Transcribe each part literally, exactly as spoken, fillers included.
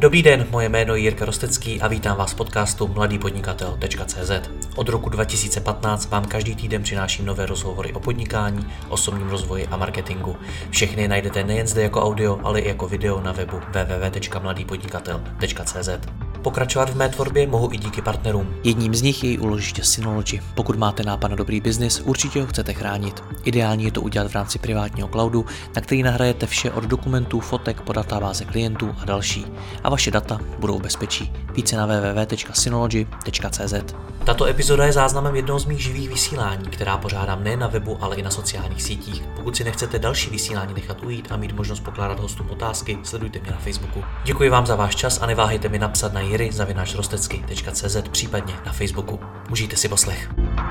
Dobrý den, moje jméno je Jirka Rostecký a vítám vás v podcastu mladý podnikatel tečka cé zet. Od roku dva tisíce patnáct vám každý týden přináším nové rozhovory o podnikání, osobním rozvoji a marketingu. Všechny najdete nejen zde jako audio, ale i jako video na webu w w w tečka mladý podnikatel tečka cé zet. Pokračovat v mé tvorbě mohu i díky partnerům. Jedním z nich je i úložiště Synology. Pokud máte nápad na dobrý biznis, určitě ho chcete chránit. Ideální je to udělat v rámci privátního cloudu, na který nahrajete vše od dokumentů, fotek po databáze klientů a další. A vaše data budou v bezpečí. Více na w w w tečka synology tečka cé zet. Tato epizoda je záznamem jednoho z mých živých vysílání, která pořádám nejen na webu, ale i na sociálních sítích. Pokud si nechcete další vysílání nechat ujít a mít možnost pokládat hostům otázky, sledujte mě na Facebooku. Děkuji vám za váš čas a neváhejte mi napsat na jiry zavináč rostecky tečka cé zet, případně na Facebooku. Užijte si poslech.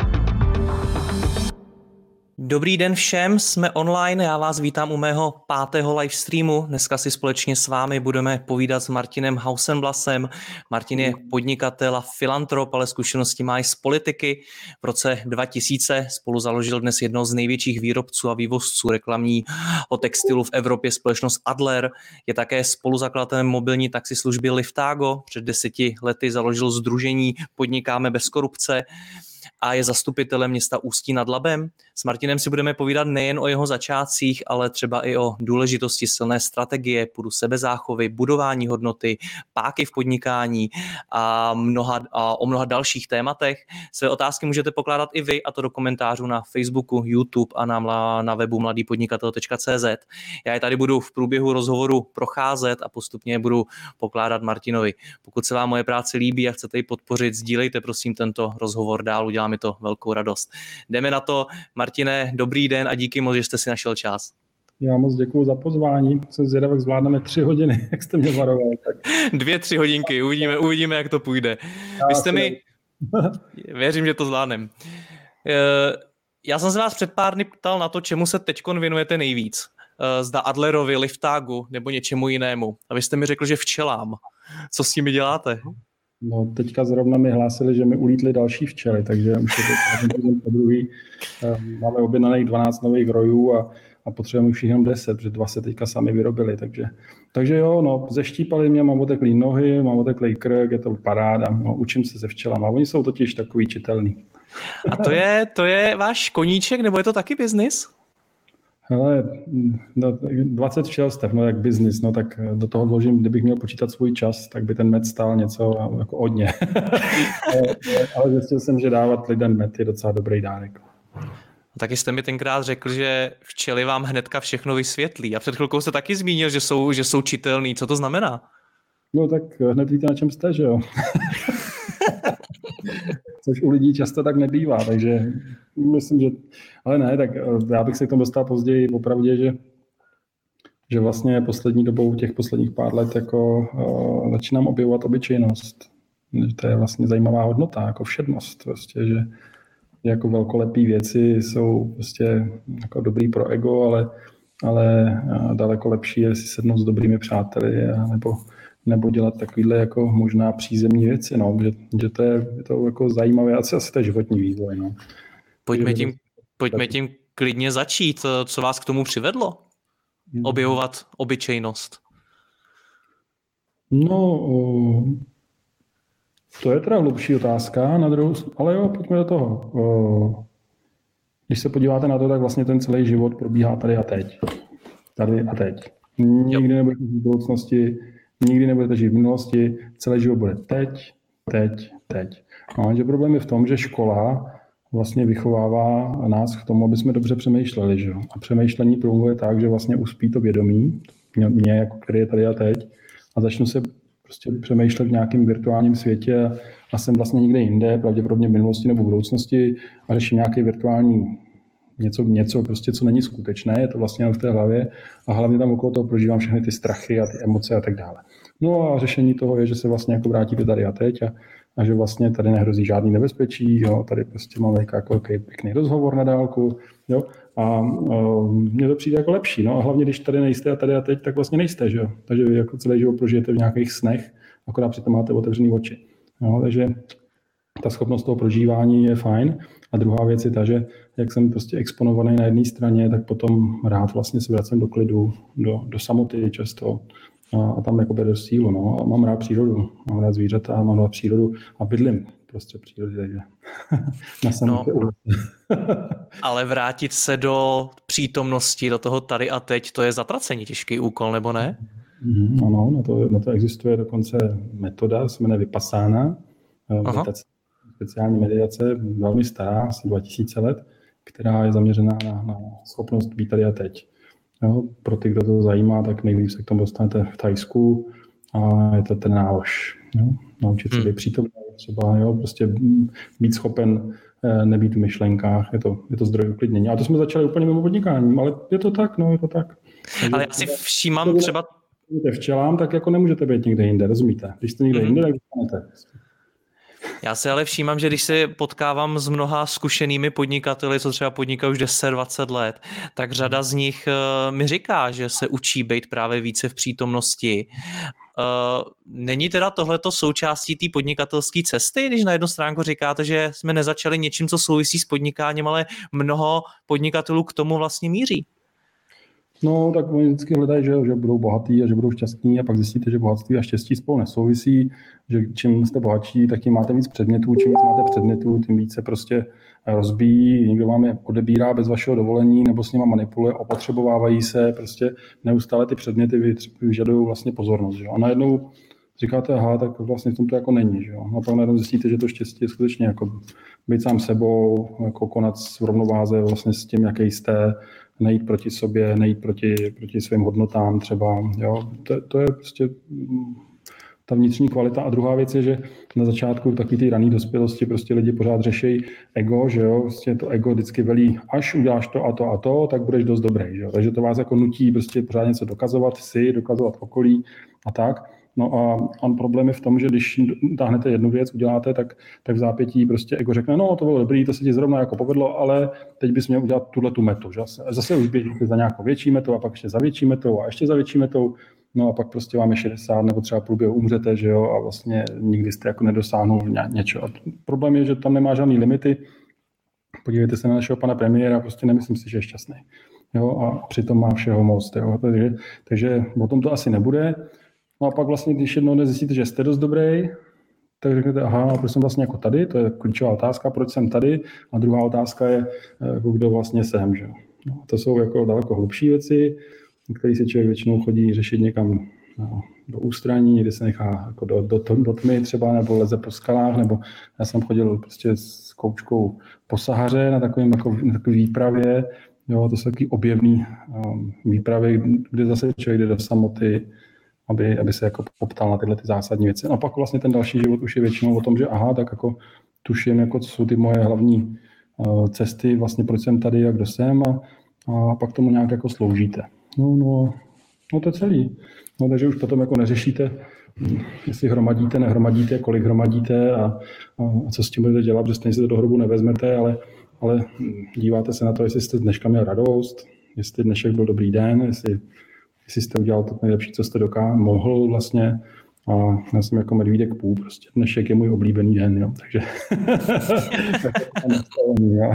Dobrý den všem, jsme online, já vás vítám u mého pátého livestreamu. Dneska si společně s vámi budeme povídat s Martinem Hausenblasem. Martin je podnikatel a filantrop, ale zkušenosti má i z politiky. V roce dva tisíce spolu založil dnes jednoho z největších výrobců a vývozců reklamního textilu v Evropě, společnost Adler. Je také spoluzakladatelem mobilní taxislužby Liftago. Před deseti lety založil sdružení Podnikáme bez korupce a je zastupitelem města Ústí nad Labem. S Martinem si budeme povídat nejen o jeho začátcích, ale třeba i o důležitosti silné strategie, půdu sebezáchovy, budování hodnoty, páky v podnikání a, mnoha, a o mnoha dalších tématech. Své otázky můžete pokládat i vy, a to do komentářů na Facebooku, YouTube a na, na webu mladý podnikatel tečka cé zet. Já je tady budu v průběhu rozhovoru procházet a postupně budu pokládat Martinovi. Pokud se vám moje práce líbí a chcete ji podpořit, sdílejte prosím tento rozhovor dál, udělá mi to velkou radost. Jdeme na to. Martine, dobrý den a díky moc, že jste si našel čas. Já moc děkuju za pozvání. Jsem zvědav, jak zvládneme tři hodiny, jak jste mě varoval. Tak. Dvě, tři hodinky, uvidíme, uvidíme, jak to půjde. Vy jste mi... Věřím, že to zvládnem. Já jsem se vás před pár dny ptal na to, čemu se teďkon věnujete nejvíc. Zda Adlerovi, Liftagu nebo něčemu jinému. A vy jste mi řekl, že včelám. Co s nimi děláte? No, teďka zrovna mi hlásili, že mi ulítly další včely, takže už je to po druhý. Máme objednaných dvanáct nových rojů a, a potřebujeme už jenom deset, protože dva se teďka sami vyrobili. Takže, takže jo, no, zeštípali mě, mám oteklý nohy, mám oteklý krk, je to paráda. No, učím se se včelama. Oni jsou totiž takový čitelný. A to je, to je váš koníček, nebo je to taky biznis? Hele, no, dvacet včelstev, no jak biznis, no tak do toho vložím, kdybych měl počítat svůj čas, tak by ten med stál něco jako hodně. Ale zjistil jsem, že dávat lidem med je docela dobrý dárek. Taky jste mi tenkrát řekl, že včely vám hnedka všechno vysvětlí. A před chvilkou jste taky zmínil, že jsou, že jsou čitelný. Co to znamená? No tak hned víte, na čem jste, že jo? Což u lidí často tak nebývá, takže myslím, že... Ale ne, tak já bych se k tomu dostal později, popravdě, že, že vlastně poslední dobou, těch posledních pár let, jako uh, začínám objevovat obyčejnost. Že to je vlastně zajímavá hodnota, jako všednost, prostě, že, že jako velkolepý věci jsou prostě jako dobrý pro ego, ale, ale daleko lepší je si sednout s dobrými přáteli, nebo nebo dělat takovýhle jako možná přízemní věci, no, že, že to je, je to jako zajímavé, asi asi to je životní vývoj, no. Pojďme tím, pojďme tím klidně začít. Co vás k tomu přivedlo? Objevovat obyčejnost. No, to je teda hlubší otázka, na druhou, ale jo, pojďme do toho. Když se podíváte na to, tak vlastně ten celý život probíhá tady a teď. Tady a teď. Nikdy nebude v budoucnosti, nikdy nebudete žít v minulosti, celý život bude teď, teď, teď. No, že problém je v tom, že škola vlastně vychovává nás k tomu, aby jsme dobře přemýšleli. Že? A přemýšlení promluvuje tak, že vlastně uspí to vědomí, mě, jako který je tady a teď, a začnu se prostě přemýšlet v nějakém virtuálním světě a, a jsem vlastně někde jinde, pravděpodobně v minulosti nebo v budoucnosti a řeším nějaký virtuální něco, něco prostě, co není skutečné, je to vlastně v té hlavě a hlavně tam okolo toho prožívám všechny ty strachy a ty emoce a tak dále. No a řešení toho je, že se vlastně jako vrátíte tady a teď a, a že vlastně tady nehrozí žádný nebezpečí, jo, tady prostě máme jako pěkný rozhovor na dálku, jo, a uh, mně to přijde jako lepší, no a hlavně, když tady nejste a tady a teď, tak vlastně nejste, že jo, takže vy jako celý život prožijete v nějakých snech, akorát přitom máte otevřený oči, jo, takže ta schopnost toho prožívání je fajn. A druhá věc je ta, že jak jsem prostě exponovaný na jedné straně, tak potom rád vlastně se vracím do klidu, do, do samoty často. a tam jakoby dost sílu. No. A mám rád přírodu, mám rád zvířata, mám rád přírodu a bydlím prostě přírody, takže no, ale vrátit se do přítomnosti, do toho tady a teď, to je zatraceně těžký úkol, nebo ne? Mm, ano, na to, na to existuje dokonce metoda, se jmenuje Vipassana, meditace, speciální meditace, velmi stará, asi dva tisíce let, která je zaměřená na, na schopnost být tady a teď. Jo, pro ty, kdo to zajímá, tak nejlíp se k tomu dostanete v Thajsku a je to ten nálož. Jo? Naučit se být přítomný, třeba jo? Prostě být schopen nebýt v myšlenkách, je to, je to zdroj uklidnění. A to jsme začali úplně mimo podnikáním, ale je to tak, no, je to tak. Takže ale já si všímám třeba... Když včelám, tak jako nemůžete být někde jinde, rozumíte? Když jste někde mm-hmm. jinde, tak dostanete. Já si ale všímám, že když se potkávám s mnoha zkušenými podnikateli, co třeba podnikají už deset dvacet let, tak řada z nich uh, mi říká, že se učí být právě více v přítomnosti. Uh, není teda tohleto součástí té podnikatelské cesty, když na jednu stránku říkáte, že jsme nezačali něčím, co souvisí s podnikáním, ale mnoho podnikatelů k tomu vlastně míří? No, tak oni vždycky hledají, že, že budou bohatý a že budou šťastní a pak zjistíte, že bohatství a štěstí spolu nesouvisí, že čím jste bohatší, tak tím máte víc předmětů, čím víc máte předmětů, tím víc se prostě rozbíjí, někdo vám je odebírá bez vašeho dovolení nebo s nima manipuluje, opotřebovávají se, prostě neustále ty předměty vyžadují vlastně pozornost. Že? A najednou říkáte, aha, tak vlastně v tom to jako není. Že? A pak najednou zjistíte, že to štěstí je skutečně jako být sám sebou, jako konat v rovnováze vlastně s tím, jaký jste, nejít proti sobě, nejít proti, proti svým hodnotám třeba. Jo? To, to je prostě ta vnitřní kvalita. A druhá věc je, že na začátku takový té rané dospělosti prostě lidi pořád řeší ego, že jo, prostě to ego vždycky velí, až uděláš to a to a to, tak budeš dost dobrý, že jo. Takže to vás jako nutí prostě pořád něco dokazovat si, dokazovat okolí a tak. No a on problém je v tom, že když táhnete jednu věc, uděláte, tak, tak v zápětí prostě ego řekne, no to bylo dobrý, to se ti zrovna jako povedlo, ale teď bys měl udělat tuhle tu metu. Že? Zase už běžíte za nějakou větší metou a pak ještě za větší metou a ještě za větší metou. No a pak prostě vám je šedesát nebo třeba průběhu umřete, že jo, a vlastně nikdy jste jako nedosáhnul ně, něčeho. A problém je, že tam nemá žádný limity. Podívejte se na našeho pana premiéra, prostě nemyslím si, že je šťastný. Jo, a přitom má všeho moc. Jo. Takže, takže o tom to asi nebude. No a pak vlastně, když jednou zjistíte, že jste dost dobrý, tak řeknete, aha, proč jsem vlastně jako tady, to je klíčová otázka, proč jsem tady, a druhá otázka je, jako kdo vlastně jsem. Že? No, to jsou jako daleko hlubší věci, které se člověk většinou chodí řešit někam no, do ústraní, někdy se nechá jako do, do, do tmy třeba, nebo leze po skalách, nebo já jsem chodil prostě s koučkou po Sahaře na takovém jako, na takové výpravě, jo, to jsou taky objevný um, výpravy, kde zase člověk jde do samoty, aby, aby se jako poptal na tyhle ty zásadní věci. A pak vlastně ten další život už je většinou o tom, že aha, tak jako tuším, jako co jsou ty moje hlavní uh, cesty, vlastně proč jsem tady a kdo jsem a, a pak tomu nějak jako sloužíte. No, no, no to je celý. No, takže už potom jako neřešíte, jestli hromadíte, nehromadíte, kolik hromadíte a, a, a co s tím budete dělat, protože stejně si to do hrobu nevezmete, ale, ale díváte se na to, jestli jste dneška měl radost, jestli dnešek byl dobrý den, jestli jestli jste udělal to nejlepší, co jste dokáhl, mohl vlastně. A já jsem jako medvídek půl, prostě dnešek je můj oblíbený den, jo, takže to mám nastavený, jo.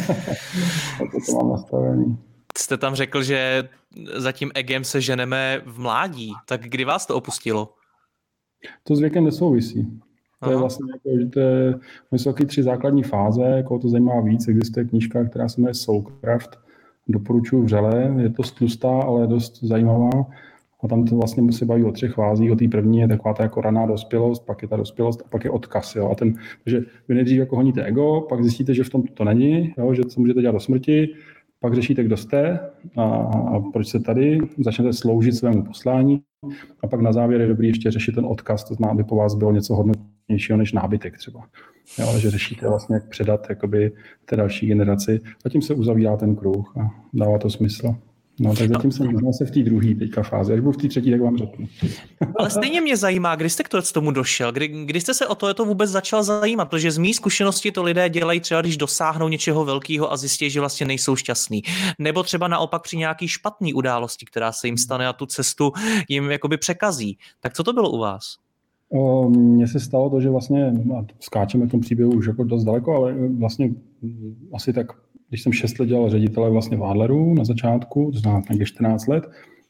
to mám nastavený. Jste tam řekl, že za tím egem se ženeme v mládí, tak kdy vás to opustilo? To s věkem nesouvisí. To Aha. je vlastně jako, že to je, jsou taky tři základní fáze, koho to zajímá víc, existuje knížka, která se jmenuje Soulcraft, doporučuji vřele, je to tlustá, ale je dost zajímavá. A tam to vlastně se baví o třech fázích. O té první je taková ta jako raná dospělost, pak je ta dospělost a pak je odkaz. Jo. A ten, takže vy nejdřív jako honíte ego, pak zjistíte, že v tom to není, jo, že to můžete dělat do smrti, pak řešíte, kdo jste a, a proč jste tady, začnete sloužit svému poslání a pak na závěr je dobrý ještě řešit ten odkaz, to znamená, aby po vás bylo něco hodnotnějšího než nábytek třeba. Jo, ale že řešíte vlastně, jak předat jakoby, té další generaci a tím se uzavírá ten kruh a dává to smysl. No, tak zatím jsem možná se v té druhé teďka fázi. Až budu v té třetí, tak vám řeknu. Ale stejně mě zajímá, kdy jste k tomu došel, kdy, kdy jste se o tohleto vůbec začal zajímat, protože z mý zkušenosti to lidé dělají třeba, když dosáhnou něčeho velkého a zjistí, že vlastně nejsou šťastní. Nebo třeba naopak při nějaký špatný události, která se jim stane a tu cestu jim jakoby překazí. Tak co to bylo u vás? Mně se stalo to, že vlastně, skáčeme v tom příběhu už jako dost daleko, ale vlastně asi tak, když jsem šest let dělal ředitele vlastně v Adleru na začátku, to znamená někde čtrnáct let,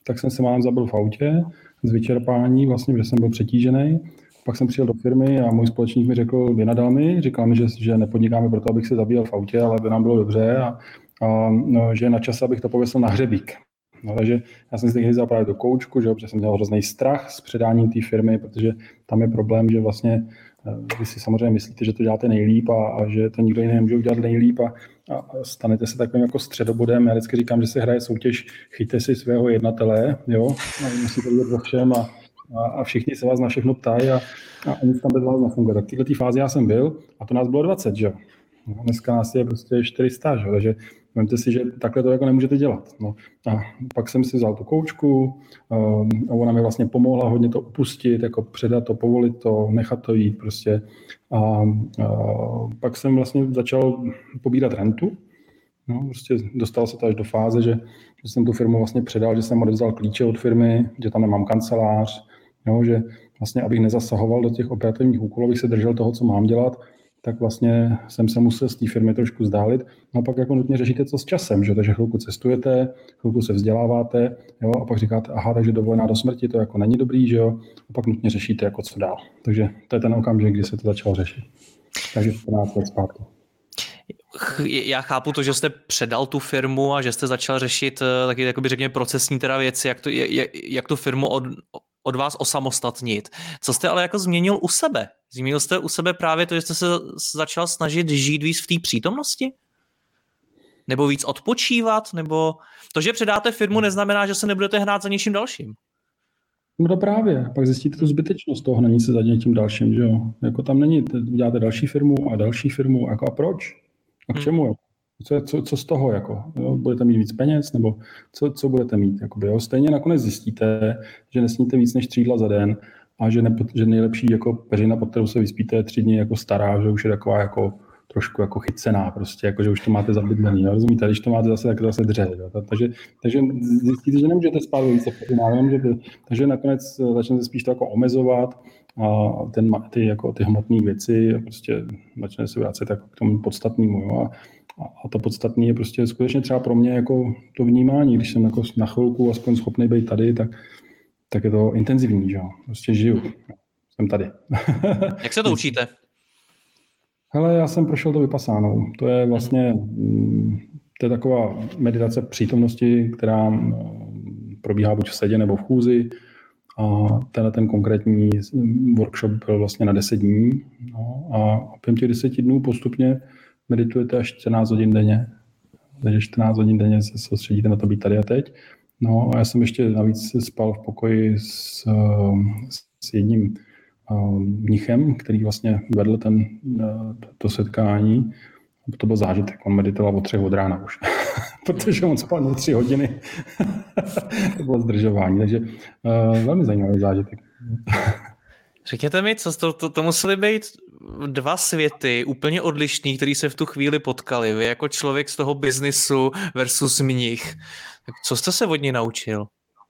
tak jsem se málem zabil v autě z vyčerpání, vlastně, protože jsem byl přetížený. Pak jsem přijel do firmy a můj společník mi řekl, vynadal mi, říkal mi, že, že nepodnikáme proto, abych se zabíjel v autě, ale by nám bylo dobře a, a no, že je na čase, abych to pověsil na hřebík. No, takže já jsem si tehdy vzal právě do koučku, že, protože jsem měl hrozný strach s předáním té firmy, protože tam je problém, že vlastně vy si samozřejmě myslíte, že to děláte nejlíp a, a že to nikdo jiný nemůže udělat nejlíp a, a stanete se takovým jako středobodem. Já vždycky říkám, že se hraje soutěž, chyťte si svého jednatele, jo, a musíte vidět za všem a, a, a všichni se vás na všechno ptají a, a nic tam bez vás nefunguje. Tak v této fázi já jsem byl a to nás bylo dvacet, že jo. No, dneska nás je prostě čtyři sta, že? Takže vemte si, že takhle to jako nemůžete dělat. No. A pak jsem si vzal tu koučku um, a ona mi vlastně pomohla hodně to opustit, jako předat to, povolit to, nechat to jít prostě. A, a pak jsem vlastně začal pobírat rentu. No, prostě dostal se to až do fáze, že, že jsem tu firmu vlastně předal, že jsem odevzal klíče od firmy, že tam nemám kancelář, jo, že vlastně abych nezasahoval do těch operativních úkolů, abych se držel toho, co mám dělat, tak vlastně jsem se musel z té firmy trošku vzdálit. No a pak jako nutně řešíte co s časem, že? Takže chvilku cestujete, chvilku se vzděláváte, jo? A pak říkáte, aha, takže dovolená do smrti, to jako není dobrý, že jo? A pak nutně řešíte, jako co dál. Takže to je ten okamžik, kdy se to začalo řešit. Takže čtrnáct let zpátky. Já chápu to, že jste předal tu firmu a že jste začal řešit taky, jakoby řekněme, procesní teda věci, jak, to, jak, jak tu firmu od, od vás osamostatnit. Co jste ale jako změnil u sebe? Změnil jste u sebe právě to, že jste se začal snažit žít víc v té přítomnosti? Nebo víc odpočívat? Nebo to, že předáte firmu, neznamená, že se nebudete hnát za něčím dalším? No to právě. Pak zjistíte tu zbytečnost toho hnaní se za něčím dalším, že jo? Jako tam není, děláte další firmu a další firmu, jako a proč? A k čemu? Hmm. Co, co, co z toho? Jako, jo? Budete mít víc peněz? Nebo co, co budete mít? Jakoby, jo? Stejně nakonec zjistíte, že nesníte víc než tři jídla za den a že, ne, že nejlepší jako peřina, pod kterou se vyspíte, je tři dny jako stará, že už je taková jako trošku jako chycená, prostě, jako, že už to máte zabydlený, jo? Rozumíte? Když to máte zase, tak to zase dře. Jo? Takže, takže zjistíte, že nemůžete spát více peřinách, nemůžete, takže nakonec začnete spíš to jako omezovat a ten, ty, jako, ty hmotné věci prostě začne se vracet jako k tomu podstatnému. Jo? A, a to podstatné je prostě skutečně třeba pro mě jako to vnímání, když jsem jako na chvilku aspoň schopný být tady, tak, tak je to intenzivní, že jo? Prostě žiju. Jsem tady. Jak se to učíte? Hele, já jsem prošel to vypasánou. To je vlastně to je taková meditace přítomnosti, která probíhá buď v sedě nebo v chůzi. A tenhle ten konkrétní workshop byl vlastně na deset dní. No, a během těch deseti dnů postupně meditujete až čtrnáct hodin denně. Takže čtrnáct hodin denně se soustředíte na to být tady a teď. No a já jsem ještě navíc spal v pokoji s, s jedním mnichem, který vlastně vedl ten, to setkání. To byl zážitek, on meditoval od třech od rána už, protože on spal na tři hodiny. To bylo zdržování, takže uh, velmi zajímavý zážitek. Řekněte mi, co to, to, to musely být dva světy úplně odlišný, který se v tu chvíli potkali. Vy jako člověk z toho biznisu versus mnich. Co jste se od něj naučil?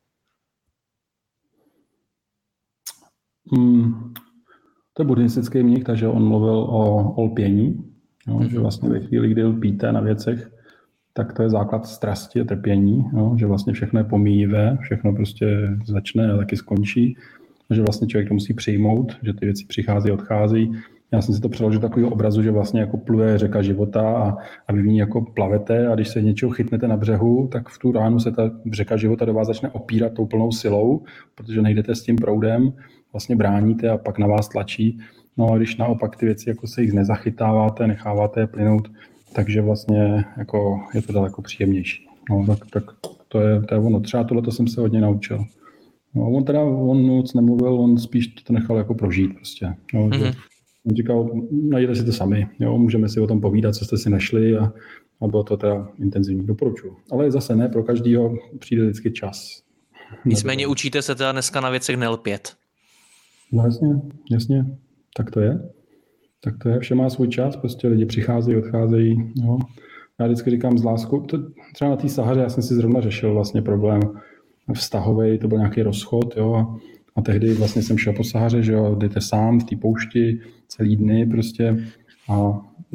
Hmm, to je buddhistický mnich, takže on mluvil o, o lpění. No, že vlastně ve chvíli, kdy lpíte na věcech, tak to je základ strasti a trpění, no, že vlastně všechno je pomíjivé, všechno prostě začne a taky skončí, že vlastně člověk to musí přijmout, že ty věci přicházejí, odcházejí. Já jsem si to přeložil takového obrazu, že vlastně jako pluje řeka života a, a vy v ní jako plavete a když se něčeho chytnete na břehu, tak v tu ránu se ta řeka života do vás začne opírat tou plnou silou, protože nejdete s tím proudem, vlastně bráníte a pak na vás tlačí. No a když naopak ty věci jako se jich nezachytáváte, necháváte je plynout, takže vlastně jako je to daleko příjemnější. No, tak, tak to, je, to je ono. Třeba tohle jsem se hodně naučil. No, on teda on moc nemluvil, on spíš to nechal jako prožít prostě. No, mm-hmm. On říkal, najděte si to sami, jo, můžeme si o tom povídat, co jste si našli a, a bylo to teda intenzivní. Doporučuji. Ale zase ne, pro každýho přijde vždycky čas. Nicméně učíte se teda dneska na věcech nelpět. No jasně, jasně. Tak to je. Tak to je. Vše má svůj čas, prostě lidi přicházejí, odcházejí. Jo. Já vždycky říkám s láskou, to, třeba na té Sahaře já jsem si zrovna řešil vlastně problém vztahový, to byl nějaký rozchod, jo, a, a tehdy vlastně jsem šel po Sahaře, že jo, jdete sám v té poušti celý dny prostě a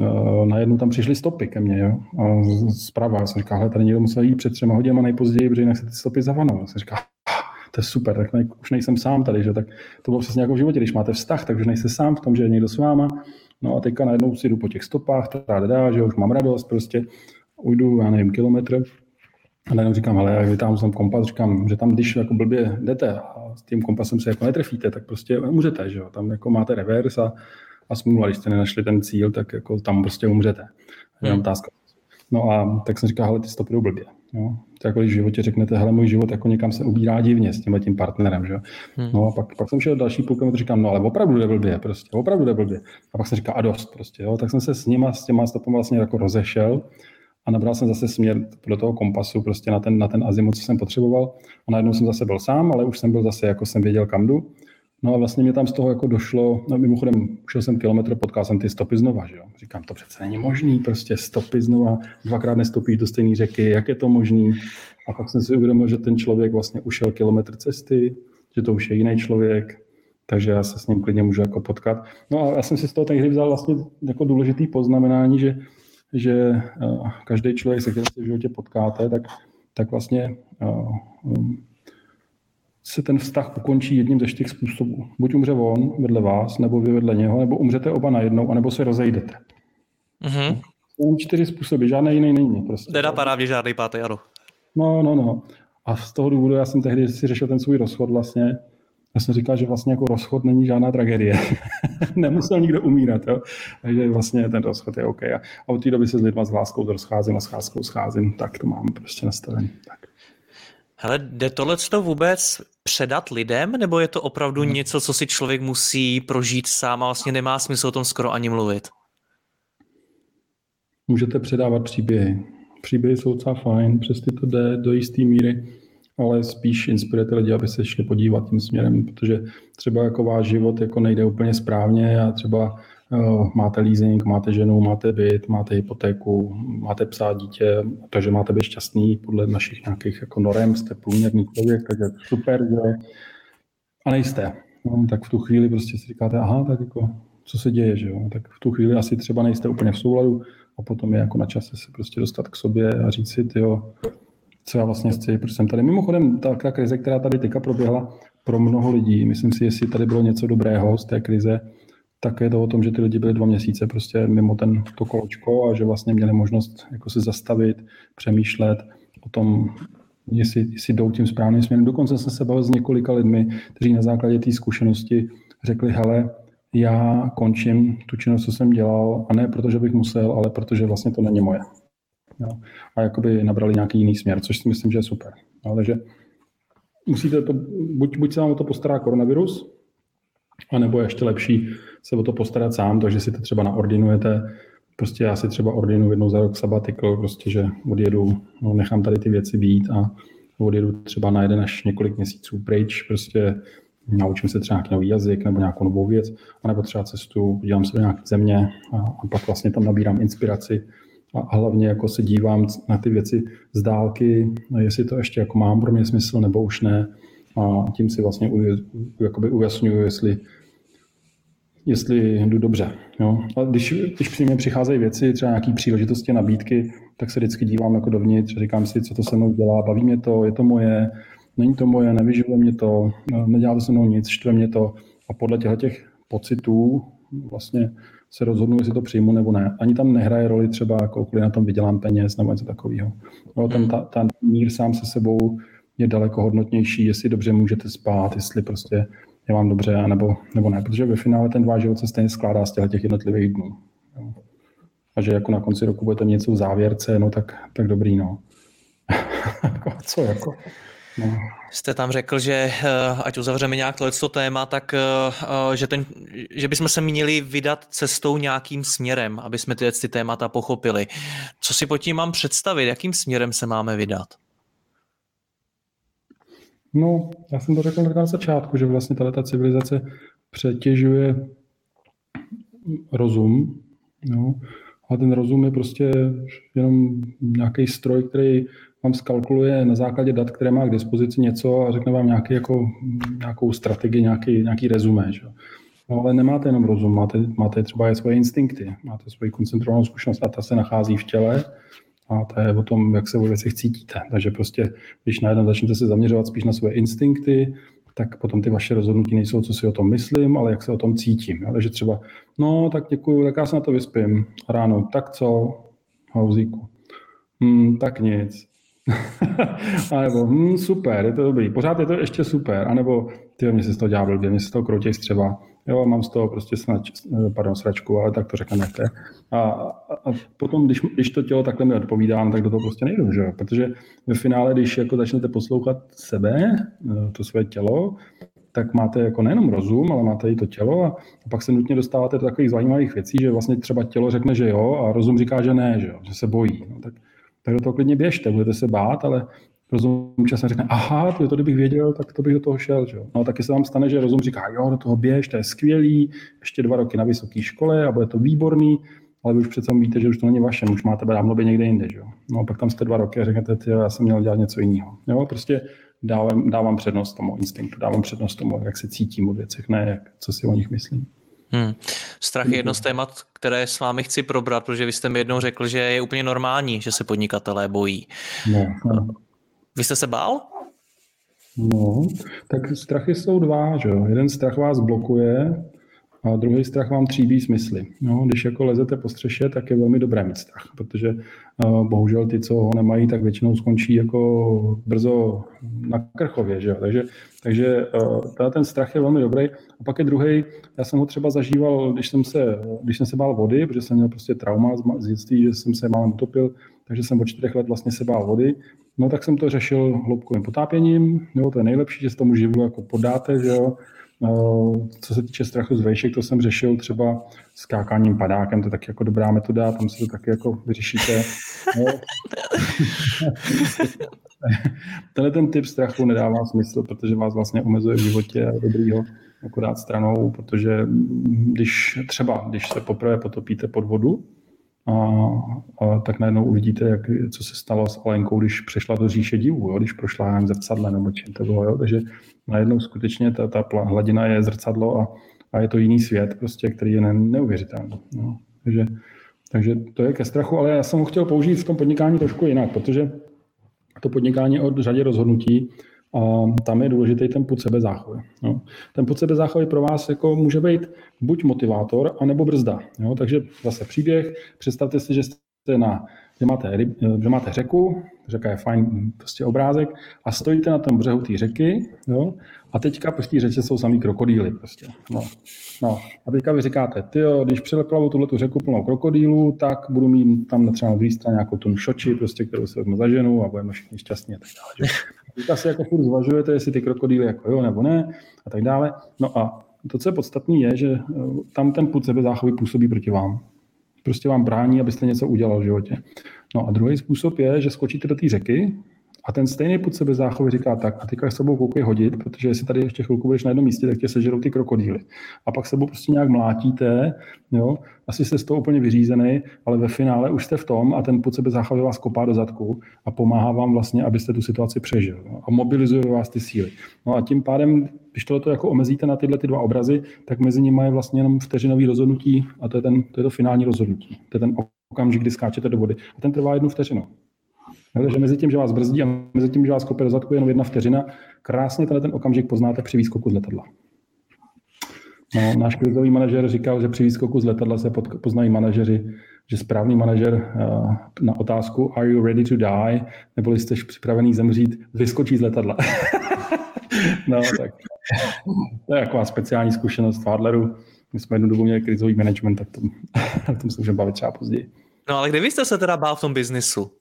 najednou tam přišly stopy ke mně, jo, zprava. Já jsem říkal, hele, tady někdo musel jít před třema hodinama nejpozději, protože jinak se ty stopy zavanou. Já jsem říkal, to je super, tak ne, už nejsem sám tady, že tak to bylo přesně jako v životě, když máte vztah, takže nejste sám v tom, že je někdo s váma. No a teďka najednou si jdu po těch stopách, teda, že už mám radost, prostě ujdu, já nevím, kilometr. A najednou říkám, hele, jak vytáhnu tam kompas, říkám, že tam, když jako blbě jdete a s tím kompasem se jako netrefíte, tak prostě umřete, že jo. Tam jako máte revers a, a smůla, když jste nenašli ten cíl, tak jako tam prostě umřete. Hmm. No a tak jsem říkal, hele, ty stopy jdou blbě. Jo. To jako když v životě řeknete, hele, můj život jako někam se ubírá divně s tímhle tím partnerem, že jo. Hmm. No a pak, pak jsem šel další půl kilometru, říkám, no ale opravdu jde blbě, prostě, opravdu jde blbě. A pak jsem říkal, a dost prostě, jo. Tak jsem se s nima, s těma stopama vlastně jako rozešel. A nabral jsem zase směr do toho kompasu prostě na ten, na ten azimut, co jsem potřeboval. A najednou jsem zase byl sám, ale už jsem byl zase, jako jsem věděl, kam jdu. No a vlastně mě tam z toho jako došlo, no mimochodem, ušel jsem kilometr, potkal jsem ty stopy znova, že jo. Říkám, to přece není možný, prostě stopy znova, dvakrát nestopíš do stejné řeky, jak je to možný? A pak jsem si uvědomil, že ten člověk vlastně ušel kilometr cesty, že to už je jiný člověk, takže já se s ním klidně můžu jako potkat. No a já jsem si z toho tehdy vzal vlastně jako důležitý poznamenání, že že uh, každý člověk, se kterým se v životě potkáte, tak, tak vlastně uh, um, se ten vztah ukončí jedním ze čtyř způsobů. Buď umře on vedle vás, nebo vy vedle něho, nebo umřete oba najednou, anebo se rozejdete. Mm-hmm. Jsou čtyři způsoby, žádný jiný není. Prostě. Nenapadá mě žádný pátý, ano. No, no, no. A z toho důvodu já jsem tehdy si řešil ten svůj rozchod vlastně. Já jsem říkal, že vlastně jako rozchod není žádná tragédie. Nemusel nikdo umírat, jo. Takže vlastně ten rozchod je OK. A od té doby se s lidma s láskou rozcházím a s láskou scházím. Tak to mám prostě nastavený. Tak. Hele, jde tohleto vůbec předat lidem, nebo je to opravdu hmm. něco, co si člověk musí prožít sám a vlastně nemá smysl o tom skoro ani mluvit? Můžete předávat příběhy. Příběhy jsou docela fajn, přesně to jde do jisté míry, ale spíš inspirujete lidi, aby se šli podívat tím směrem, protože třeba jako váš život jako nejde úplně správně a třeba uh, máte leasing, máte ženu, máte byt, máte hypotéku, máte psa, dítě, takže máte být šťastný podle našich nějakých jako norem, jste průměrný člověk, takže super, že? A nejste. No, tak v tu chvíli prostě si říkáte, aha, tak jako, co se děje, že jo? Tak v tu chvíli asi třeba nejste úplně v souladu a potom je jako na čase se prostě dostat k sobě a říct si, tyjo, co já vlastně chci, proč jsem tady. Mimochodem, ta, ta krize, která tady teďka proběhla pro mnoho lidí, myslím si, jestli tady bylo něco dobrého z té krize, tak je to o tom, že ty lidi byli dva měsíce prostě mimo ten, to koločko a že vlastně měli možnost jako se zastavit, přemýšlet o tom, jestli, jestli jdou tím správným směrem. Dokonce jsem se bavil s několika lidmi, kteří na základě té zkušenosti řekli, hele, já končím tu činnost, co jsem dělal, a ne protože bych musel, ale protože vlastně to není moje. Jo. A jakoby nabrali nějaký jiný směr, což si myslím, že je super. No, takže musíte to, buď, buď se vám o to postará koronavirus, anebo ještě lepší se o to postarat sám, takže si to třeba naordinujete. Prostě já si třeba ordinuji jednou za rok sabbatical, prostě, že odjedu, no, nechám tady ty věci být a odjedu třeba na jeden až několik měsíců pryč, prostě naučím se třeba nějaký nový jazyk nebo nějakou novou věc, anebo třeba cestu, podívám se do nějaké země a, a pak vlastně tam nabírám inspiraci a hlavně jako se dívám na ty věci z dálky, jestli to ještě jako mám pro mě smysl nebo už ne, a tím si vlastně u, jakoby ujasňuju, jestli, jestli jdu dobře. Jo. A když, když při mě přicházejí věci, třeba nějaké příležitosti, nabídky, tak se vždycky dívám jako dovnitř, říkám si, co to se mnou dělá, baví mě to, je to moje, není to moje, nevyživuje mě to, nedělá to se mnou nic, štve mě to, a podle těch pocitů vlastně se rozhodnu, jestli to přijmu nebo ne. Ani tam nehraje roli třeba, jako kolik na tom vydělám peněz nebo něco takového. No, ten ta, ta mír sám se sebou je daleko hodnotnější, jestli dobře můžete spát, jestli prostě je vám dobře, nebo, nebo ne. Protože ve finále ten váš život se stejně skládá z těch jednotlivých dnů. Jo. A že jako na konci roku budete mít něco v závěrce, no tak, tak dobrý, no. Co jako... No. Jste tam řekl, že ať uzavřeme nějak tohleto téma, tak že, ten, že bychom se měli vydat cestou nějakým směrem, aby jsme tyhle ty témata pochopili. Co si pod tím mám představit? Jakým směrem se máme vydat? No, já jsem to řekl na začátku, že vlastně tato civilizace přetěžuje rozum, jo? A ten rozum je prostě jenom nějaký stroj, který vám skalkuluje na základě dat, které má k dispozici něco a řekne vám nějaký, jako, nějakou strategii, nějaký, nějaký rezumé. Že? No, ale nemáte jenom rozum, máte, máte třeba i svoje instinkty, máte svoji koncentrovanou zkušenost a ta se nachází v těle a to je o tom, jak se o věcech cítíte. Takže prostě, když najednou začnete se zaměřovat spíš na svoje instinkty, tak potom ty vaše rozhodnutí nejsou, co si o tom myslím, ale jak se o tom cítím. Jo? Takže třeba, no tak děkuju, tak já se na to vyspím ráno, tak co, hauzíku, hm, tak nic. A nebo hm, super, je to dobrý, pořád je to ještě super, anebo ty mě se z toho dělá blbě, mě se z toho kroutěj střeva, jo, mám z toho prostě snač, pardon, sračku, ale tak to řekneme nechte. A, a, a potom, když, když to tělo takhle mi odpovídá, no, tak do toho prostě nejdu, že jo, protože ve finále, když jako začnete poslouchat sebe, to své tělo, tak máte jako nejenom rozum, ale máte i to tělo a, a pak se nutně dostáváte do takových zajímavých věcí, že vlastně třeba tělo řekne, že jo a rozum říká, že ne, že jo, že se bojí. No, tak, tak do toho klidně běžte, budete se bát, ale rozum časem řekne, aha, to, to kdybych věděl, tak to bych do toho šel. Že jo. No taky se vám stane, že rozum říká, jo, do toho běž, to je skvělý, ještě dva roky na vysoké škole a bude to výborný, ale vy už přece víte, že už to není vaše, už máte dávno by někde jinde. Že jo. No a pak tam jste dva roky a řeknete, tyjo, já jsem měl dělat něco jiného. Jo, prostě dávám, dávám přednost tomu instinktu, dávám přednost tomu, jak se cítím o věcech, ne jak, co si o nich myslím. Hmm. Strach je jedno z témat, které s vámi chci probrat, protože vy jste mi jednou řekl, že je úplně normální, že se podnikatelé bojí. No, no. Vy jste se bál? No, tak strachy jsou dva, že jo. Jeden strach vás blokuje a druhý strach vám tříbí smysly. No, když jako lezete po střeše, tak je velmi dobré mít strach, protože uh, bohužel ty, co ho nemají, tak většinou skončí jako brzo na krchově, že jo. Takže, takže uh, ten strach je velmi dobrý. A pak je druhý, já jsem ho třeba zažíval, když jsem se, když jsem se bál vody, protože jsem měl prostě trauma z dětství, že jsem se málem utopil, takže jsem od čtyřech let vlastně se bál vody. No tak jsem to řešil hloubkovým potápěním, jo, to je nejlepší, že se tomu živu jako podáte, že jo. Co se týče strachu z vejšek, to jsem řešil třeba skákáním padákem, to je taky jako dobrá metoda, tam si to taky jako vyřešíte. No. Tenhle ten typ strachu nedává smysl, protože vás vlastně omezuje v životě a dobrýho akorát stranou, protože když třeba, když se poprvé potopíte pod vodu, A, a tak najednou uvidíte, jak, co se stalo s Alenkou, když přešla do říše divů, jo? Když prošla jen zrcadle nebo čím to bylo. Jo? Takže najednou skutečně ta, ta hladina je zrcadlo a, a je to jiný svět, prostě, který je ne, neuvěřitelný. Jo? Takže, takže to je ke strachu, ale já jsem ho chtěl použít v tom podnikání trošku jinak, protože to podnikání od řadě rozhodnutí, a tam je důležitý ten pud sebezáchovy. No. Ten pud sebezáchovy pro vás jako může být buď motivátor, anebo brzda. Jo. Takže zase příběh, představte si, že jste na, že máte, že máte řeku, řeka je fajn prostě obrázek a stojíte na tom břehu té řeky, jo, a teďka po té řece jsou samý krokodýly prostě. No. No. A teďka vy říkáte, tyjo, když přeleplavu tuhletu řeku plnou krokodýlů, tak budu mít tam třeba na druhé straně nějakou tu šoči, prostě, kterou se vezmu za ženu a budeme všichni šťastní a tak dále. Že? Teďka si jako furt zvažujete, jestli ty krokodýly jako jo nebo ne a tak dále. No a to, co je podstatné, je, že tam ten pud sebezáchovy působí proti vám. Prostě vám brání, abyste něco udělal v životě. No a druhý způsob je, že skočíte do té řeky a ten stejný pud sebezáchovy říká tak, a teďka s sebou koukej hodit, protože jestli tady ještě chvilku budeš na jednom místě, tak tě sežerou ty krokodýly. A pak sebou prostě nějak mlátíte, jo, asi jste z toho úplně vyřízený, ale ve finále už jste v tom a ten pud sebezáchovy vás kopá do zadku a pomáhá vám vlastně, abyste tu situaci přežil. Jo, a mobilizuje vás ty síly. No a tím pádem, když tohleto jako omezíte na tyhle ty dva obrazy, tak mezi nimi je vlastně jenom vteřinový rozhodnutí a to je, ten, to je to finální rozhodnutí. To je ten okamžik, kdy skáčete do vody. A ten trvá jednu vteřinu. Takže mezi tím, že vás brzdí a mezi tím, že vás kope do zadku, je jenom jedna vteřina. Krásně tenhle ten okamžik poznáte při výskoku z letadla. No, náš krizový manažer říkal, že při výskoku z letadla se poznají manažeři, že správný manažer na otázku Are you ready to die? Neboli jste připravený zemřít, vyskočí z letadla. No, tak to je taková speciální zkušenost v Adleru. My jsme jednu dobu měli krizový management, tak to, o tom se můžeme bavit třeba později. No ale kde vy jste se teda bál v tom biznisu?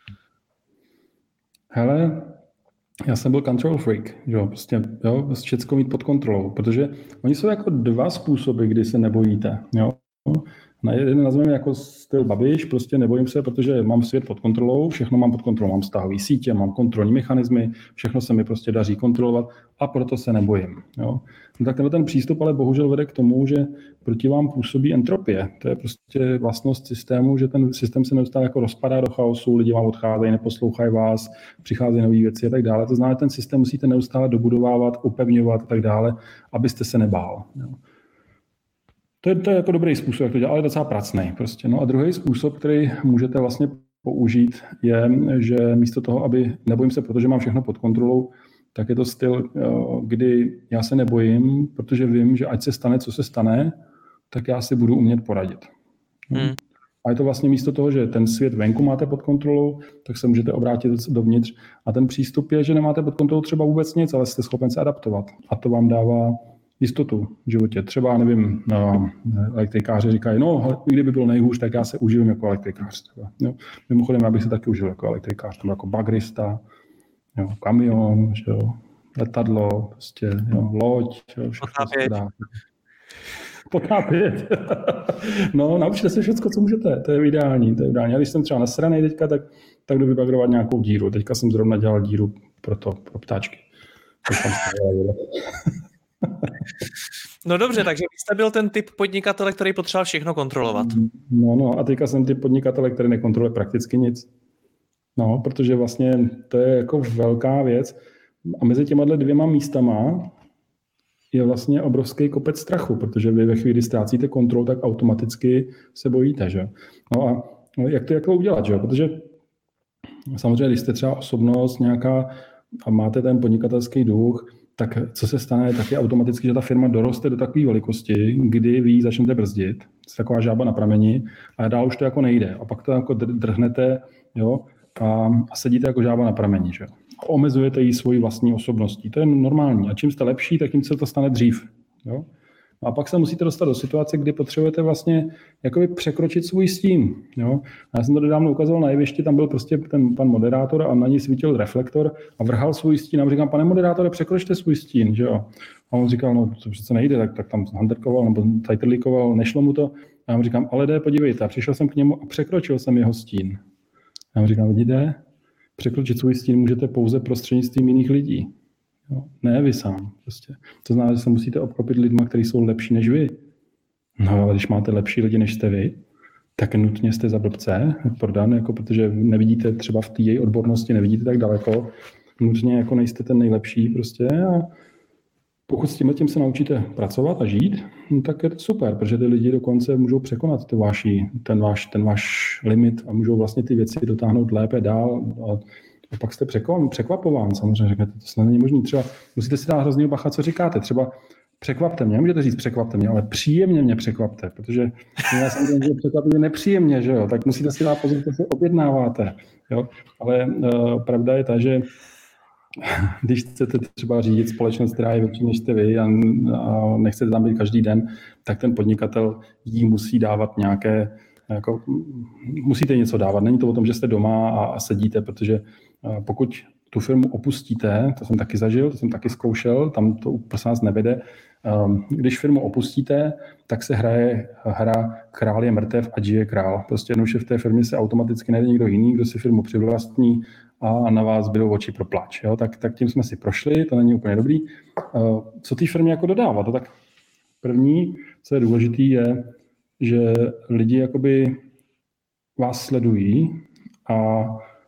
Hele, já jsem byl control freak, jo, prostě, jo, všecko mít pod kontrolou, protože oni jsou jako dva způsoby, kdy se nebojíte, jo. Na jeden nazveme jako styl Babiš, prostě nebojím se, protože mám svět pod kontrolou, všechno mám pod kontrolou, mám vztahové sítě, mám kontrolní mechanismy, všechno se mi prostě daří kontrolovat a proto se nebojím. Jo. No tak tenhle ten přístup ale bohužel vede k tomu, že proti vám působí entropie. To je prostě vlastnost systému, že ten systém se neustále jako rozpadá do chaosu, lidi vám odcházejí, neposlouchají vás, přicházejí nové věci a tak dále. To znamená, ten systém musíte neustále dobudovávat, upevňovat a tak dále, abyste se nebál. Jo. To je, to je jako dobrý způsob, jak to dělat, ale docela pracnej prostě. No a druhý způsob, který můžete vlastně použít, je, že místo toho, aby nebojím se, protože mám všechno pod kontrolou, tak je to styl, kdy já se nebojím, protože vím, že ať se stane, co se stane, tak já si budu umět poradit. Hmm. A je to vlastně místo toho, že ten svět venku máte pod kontrolou, tak se můžete obrátit dovnitř. A ten přístup je, že nemáte pod kontrolou třeba vůbec nic, ale jste schopen se adaptovat. A to vám dává jistotu v životě. Třeba, nevím, no, elektrikáři říkají, no, kdyby byl nejhůř, tak já se uživím jako elektrikář. Jo. Mimochodem, já bych se taky užil jako elektrikář, jako bagrista, jo, kamion, jo, letadlo, prostě, jo, loď, jo, všechno se dá. Potápět. No, naučte se všechno, co můžete, to je ideální, to je ideální. A když jsem třeba nasranej teďka, tak, tak jdu vybagrovat nějakou díru. Teďka jsem zrovna dělal díru pro to, pro ptáčky. No dobře, takže vy jste byl ten typ podnikatele, který potřeboval všechno kontrolovat. No, no, a teďka jsem typ podnikatele, který nekontroluje prakticky nic. No, protože vlastně to je jako velká věc. A mezi těma dvěma místama je vlastně obrovský kopec strachu, protože vy ve chvíli, kdy ztrácíte kontrolu, tak automaticky se bojíte, že? No a jak to, jak to udělat, že? Protože samozřejmě, když jste třeba osobnost nějaká a máte ten podnikatelský duch, tak co se stane, tak je automaticky, že ta firma doroste do takové velikosti, kdy vy ji začnete brzdit, je taková žába na prameni, a dál už to jako nejde. A pak to jako drhnete, jo, a, a sedíte jako žába na prameni, že? A omezujete jí svoji vlastní osobností. To je normální. A čím jste lepší, tak tím se to stane dřív. Jo? A pak se musíte dostat do situace, kdy potřebujete vlastně jakoby překročit svůj stín. Jo? A já jsem to dávno ukazoval na jevišti, tam byl prostě ten pan moderátor a na ní svítil reflektor a vrhal svůj stín. A mu říkám, pane moderátore, překročte svůj stín. Že jo? A on říkal, no to přece nejde, tak, tak tam handerkoval nebo tajtrlíkoval, nešlo mu to. A já mu říkám, ale jde, podívejte. A přišel jsem k němu a překročil jsem jeho stín. A já mu říkám, vidíte, překročit svůj stín můžete pouze prostřednictvím jiných lidí. Jo? Ne vy sám. Prostě. To znamená, že se musíte obklopit lidma, kteří jsou lepší než vy. No ale když máte lepší lidi než jste vy, tak nutně jste za blbce, prodan, jako protože nevidíte třeba v té její odbornosti, nevidíte tak daleko, nutně jako nejste ten nejlepší prostě a pokud s tímhle tím se naučíte pracovat a žít, no tak je to super, protože ty lidi dokonce můžou překonat to váši, ten, váš, ten váš limit a můžou vlastně ty věci dotáhnout lépe dál a, a pak jste překon, překvapován. Samozřejmě řeknete, to snad není možné. Třeba musíte si dát hrozný bacha, co říkáte. Třeba překvapte mě, můžete říct překvapte mě, ale příjemně mě překvapte, protože já jsem říkal, že překvapuje nepříjemně, že jo, tak musíte si dát pozor, co se objednáváte. Jo? Ale uh, pravda je ta, že když chcete třeba řídit společnost, která je větší než jste vy a, a nechcete tam být každý den, tak ten podnikatel jí musí dávat nějaké, jako, musíte něco dávat. Není to o tom, že jste doma a, a sedíte, protože pokud tu firmu opustíte, to jsem taky zažil, to jsem taky zkoušel, tam to prostě nás nevede. Když firmu opustíte, tak se hraje hra král je mrtev a žije král. Prostě jednoduše v té firmě se automaticky najde někdo jiný, kdo si firmu přivlastní a na vás bydou oči pro pláč. Jo? Tak, tak tím jsme si prošli, to není úplně dobrý. Co té firmě jako dodávat? To tak první, co je důležité, je, že lidi jakoby vás sledují a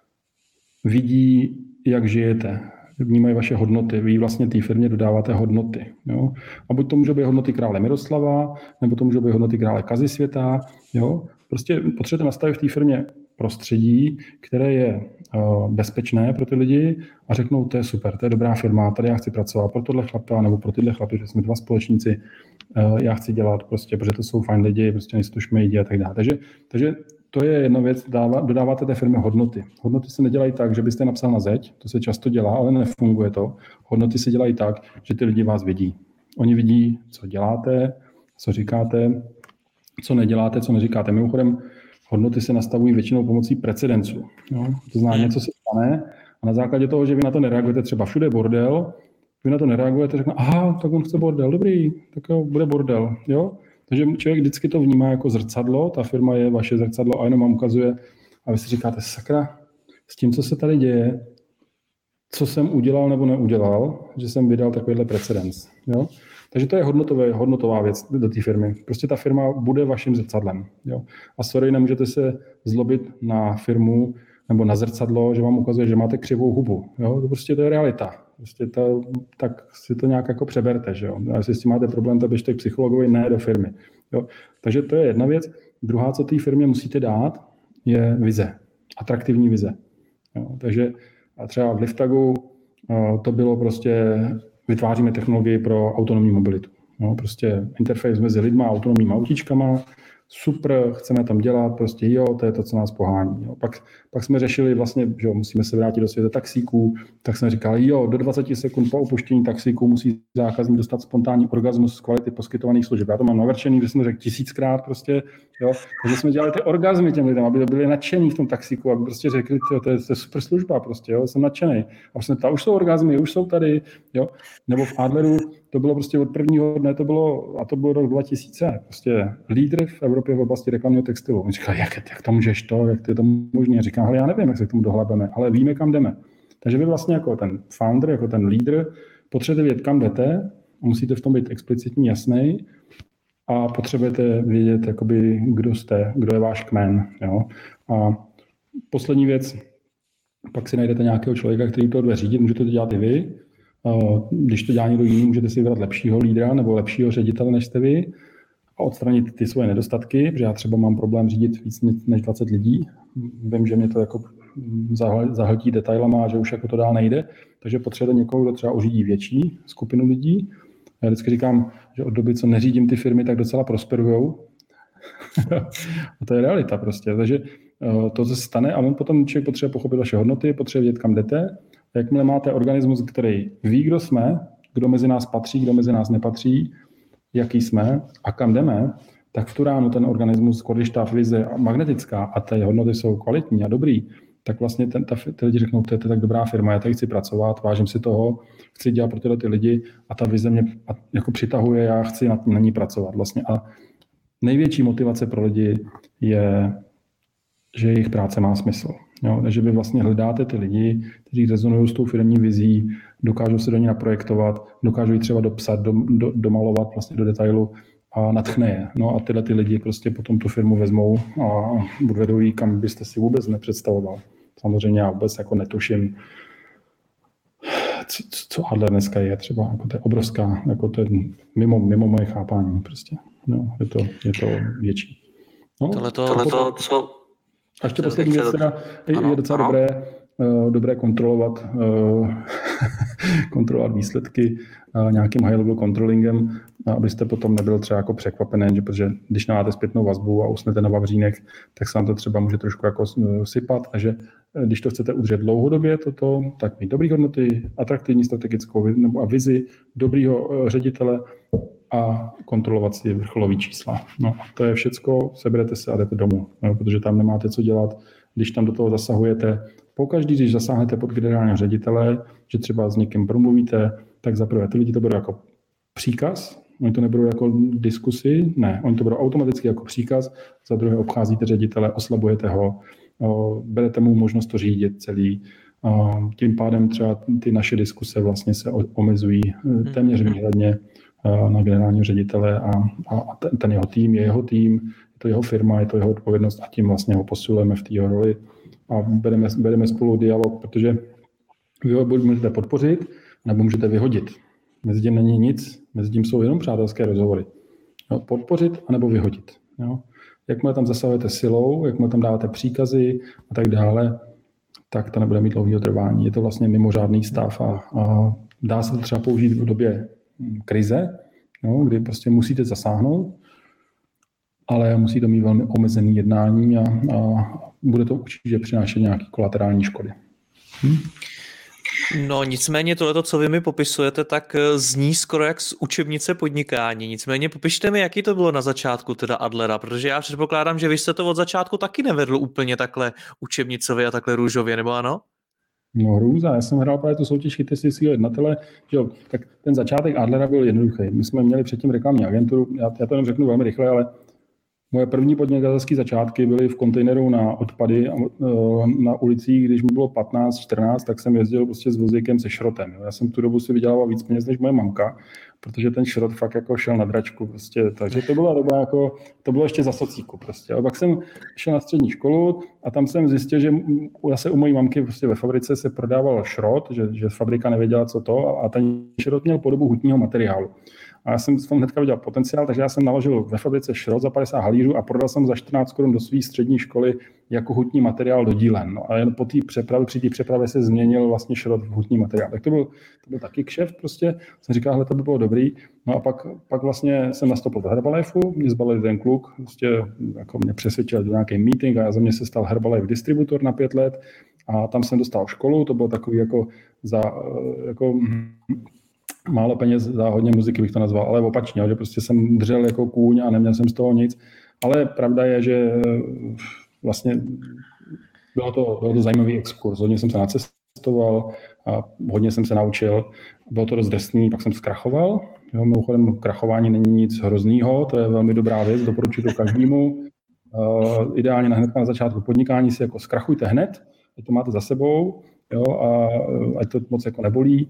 vidí, jak žijete. Vnímají vaše hodnoty. Vy vlastně té firmě dodáváte hodnoty. Jo? A buď to může být hodnoty krále Miroslava, nebo to může být hodnoty krále Kazisvěta. Jo? Prostě potřebujete nastavit v té firmě prostředí, které je uh, bezpečné pro ty lidi a řeknou, to je super, to je dobrá firma, tady já chci pracovat pro tohle chlapa nebo pro tyhle chlapy, že jsme dva společníci, uh, já chci dělat prostě, protože to jsou fajn lidi, prostě nejsou to šmejdi a tak dále. Takže, takže to je jedna věc, dává, dodáváte té firmě hodnoty. Hodnoty se nedělají tak, že byste napsal na zeď, to se často dělá, ale nefunguje to. Hodnoty se dělají tak, že ty lidi vás vidí. Oni vidí, co děláte, co říkáte, co neděláte, co neříkáte. Mimochodem, hodnoty se nastavují většinou pomocí precedenců. Jo? To znamená, něco se stane a na základě toho, že vy na to nereagujete, třeba všude je bordel, vy na to nereagujete, řekne, aha, tak on chce bordel, dobrý, tak jo, bude bordel. Jo? Takže člověk vždycky to vnímá jako zrcadlo, ta firma je vaše zrcadlo a jenom vám ukazuje a vy si říkáte, sakra, s tím, co se tady děje, co jsem udělal nebo neudělal, že jsem vydal takovýhle precedens. Jo? Takže to je hodnotové, hodnotová věc do té firmy. Prostě ta firma bude vaším zrcadlem. Jo? A sorry, nemůžete se zlobit na firmu nebo na zrcadlo, že vám ukazuje, že máte křivou hubu. Jo? To prostě to je realita. Prostě to, tak si to nějak jako přeberte. Že jo? A jestli s tím máte problém, tak běžte k psychologovi, ne do firmy. Jo? Takže to je jedna věc. Druhá, co té firmě musíte dát, je vize. Atraktivní vize. Jo? Takže a třeba v Liftagu to bylo prostě, vytváříme technologii pro autonomní mobilitu. Jo? Prostě interface mezi lidma a autonomními autíčkama, super, chceme tam dělat, prostě jo, to je to, co nás pohání. Jo. Pak, pak jsme řešili vlastně, že jo, musíme se vrátit do světa taxíků, tak jsme říkali, jo, do dvacet sekund po opuštění taxíku musí zákazník dostat spontánní orgasmus z kvality poskytovaných služeb. Já to mám navrčený, že jsem řekl tisíckrát prostě, jo. Takže jsme dělali ty orgasmy těm lidem, aby byli nadšení v tom taxíku, aby prostě řekli, to, to, je, to je super služba, prostě, jo, jsem nadšený. A už jsme ptali, už jsou orgasmy, už jsou tady, jo. Nebo v Adleru to bylo prostě od prvního dne, to bylo, a to bylo rok dva tisíce, prostě lídr v Evropě v oblasti reklamního textilu. On říkal, jak, jak to můžeš to, jak to je to možné? Říkám, hele, já nevím, jak se k tomu dohledeme, ale víme, kam jdeme. Takže vy vlastně jako ten founder, jako ten lídr, potřebujete vědět, kam jdete, musíte v tom být explicitní, jasný a potřebujete vědět, jakoby, kdo jste, kdo je váš kmen. Jo? A poslední věc, pak si najdete nějakého člověka, který to bude řídit, můžete to dělat i vy. Když to dělá někdo jiný, můžete si vybrat lepšího lídra nebo lepšího ředitele než jste vy a odstranit ty svoje nedostatky, protože já třeba mám problém řídit víc než dvacet lidí. Vím, že mě to jako zahltí detailama a že už jako to dál nejde, takže potřebujete někoho, kdo třeba uřídí větší skupinu lidí. Já vždycky říkám, že od doby, co neřídím ty firmy, tak docela prosperujou. A to je realita prostě. Takže to se stane a on potom člověk potřebuje pochopit vaše hodnoty, potřebuje vědět, kam jdete. Jakmile máte organismus, který ví, kdo jsme, kdo mezi nás patří, kdo mezi nás nepatří, jaký jsme a kam jdeme, tak v tu ránu ten organismus, když ta vize magnetická a ty hodnoty jsou kvalitní a dobrý, tak vlastně ten, ta, ty lidi řeknou, to je, to je tak dobrá firma, já tady chci pracovat, vážím si toho, chci dělat pro tyhle ty lidi a ta vize mě jako přitahuje, já chci na, na ní pracovat vlastně. A největší motivace pro lidi je, že jejich práce má smysl. Jo, takže vy vlastně hledáte ty lidi, kteří rezonují s tou firmní vizí, dokážou se do ní naprojektovat, dokážou ji třeba dopsat, do, do, domalovat vlastně do detailu a nadchne je. No a tyhle ty lidi prostě potom tu firmu vezmou a budou ji, kam byste si vůbec nepředstavoval. Samozřejmě já vůbec jako netuším, co, co Adler dneska je třeba, jako to je obrovská, jako to je mimo, mimo moje chápání prostě. No, je to, je to větší. No, tohleto, tohleto, co... A ještě poslední věc, teda je, je docela dobré, uh, dobré kontrolovat, uh, kontrolovat výsledky uh, nějakým high-level controllingem, uh, abyste potom nebyl třeba jako překvapený, že protože když máte zpětnou vazbu a usnete na vavřínek, tak se vám to třeba může trošku jako uh, sypat a že uh, když to chcete udržet dlouhodobě, toto, tak mít dobrý hodnoty, atraktivní strategickou nebo a vizi, dobrýho uh, ředitele a kontrolovat si vrcholový čísla. No a to je všecko, seberete se a jdete domů, no, protože tam nemáte co dělat, když tam do toho zasahujete. Pokaždý, když zasáhnete pod generálního ředitele, že třeba s někým promluvíte, tak zaprvé ty lidi to berou jako příkaz, oni to neberou jako diskusi, ne, oni to berou automaticky jako příkaz, za druhé obcházíte ředitele, oslabujete ho, berete mu možnost to řídit celý, tím pádem třeba ty naše diskuse vlastně se omezují téměř výhradně na generálního ředitele a, a ten, ten jeho tým je jeho tým, je to jeho firma, je to jeho odpovědnost a tím vlastně ho posilujeme v té jeho roli a bereme, bereme spolu dialog, protože vy ho buď můžete podpořit, nebo můžete vyhodit. Mezi tím není nic, mezi tím jsou jenom přátelské rozhovory. Jo, podpořit anebo vyhodit. Jo. Jakmile tam zasahujete silou, jakmile tam dáváte příkazy a tak dále, tak to nebude mít dlouhého trvání. Je to vlastně mimořádný stav a, a dá se to třeba použít v době krize, no, kdy prostě musíte zasáhnout, ale musí to mít velmi omezený jednání a, a bude to určitě přinášet nějaké kolaterální škody. Hm? No nicméně tohleto, co vy mi popisujete, tak zní skoro jak z učebnice podnikání. Nicméně popište mi, jaký to bylo na začátku teda Adlera, protože já předpokládám, že vy jste to od začátku taky nevedl úplně takhle učebnicově a takhle růžově, nebo ano? No hrůza, já jsem hrál právě tu soutěž Chytej si svýho jednatele, že jo, tak ten začátek Adlera byl jednoduchý. My jsme měli předtím reklamní agenturu, já, já to jenom řeknu velmi rychle, ale moje první podnikatelské začátky byly v kontejneru na odpady a na ulicích, když mi bylo patnáct čtrnáct, tak jsem jezdil prostě s vozíkem se šrotem. Já jsem v tu dobu si vydělával víc peněz než moje mamka, protože ten šrot fakt jako šel na dračku prostě. Takže to byla doba jako, to bylo ještě za socíku prostě. A pak jsem šel na střední školu a tam jsem zjistil, že zase u mojí mamky prostě ve fabrice se prodával šrot, že, že fabrika nevěděla, co to, a ten šrot měl podobu hutního materiálu. A já jsem v tom hnedka viděl potenciál, takže já jsem naložil ve fabrice šrot za padesát halířů a prodal jsem za čtrnáct korun do své střední školy jako hutní materiál do dílen. No a jen po té přepravě, při té přepravě se změnil vlastně šrot v hutní materiál. Tak to byl, to byl taky kšeft prostě. Jsem říkal, hele, to by bylo dobrý. No a pak, pak vlastně jsem nastoupil do Herbalifeu, mě zbalil ten kluk, prostě jako mě přesvědčil do nějaký meeting a já za mě se stal Herbalife distributor na pět let. A tam jsem dostal školu, to bylo takový jako za jako málo peněz za hodně muziky bych to nazval, ale opačně, že prostě jsem dřel jako kůň a neměl jsem z toho nic. Ale pravda je, že vlastně bylo to, bylo to zajímavý exkurs. Hodně jsem se nacestoval a hodně jsem se naučil. Bylo to dost drsný, pak jsem zkrachoval. Jo, mimochodem krachování není nic hroznýho, to je velmi dobrá věc, doporučuji to každému. Uh, ideálně na hned na začátku podnikání si jako zkrachujte hned, ať to máte za sebou, jo, a ať to moc jako nebolí.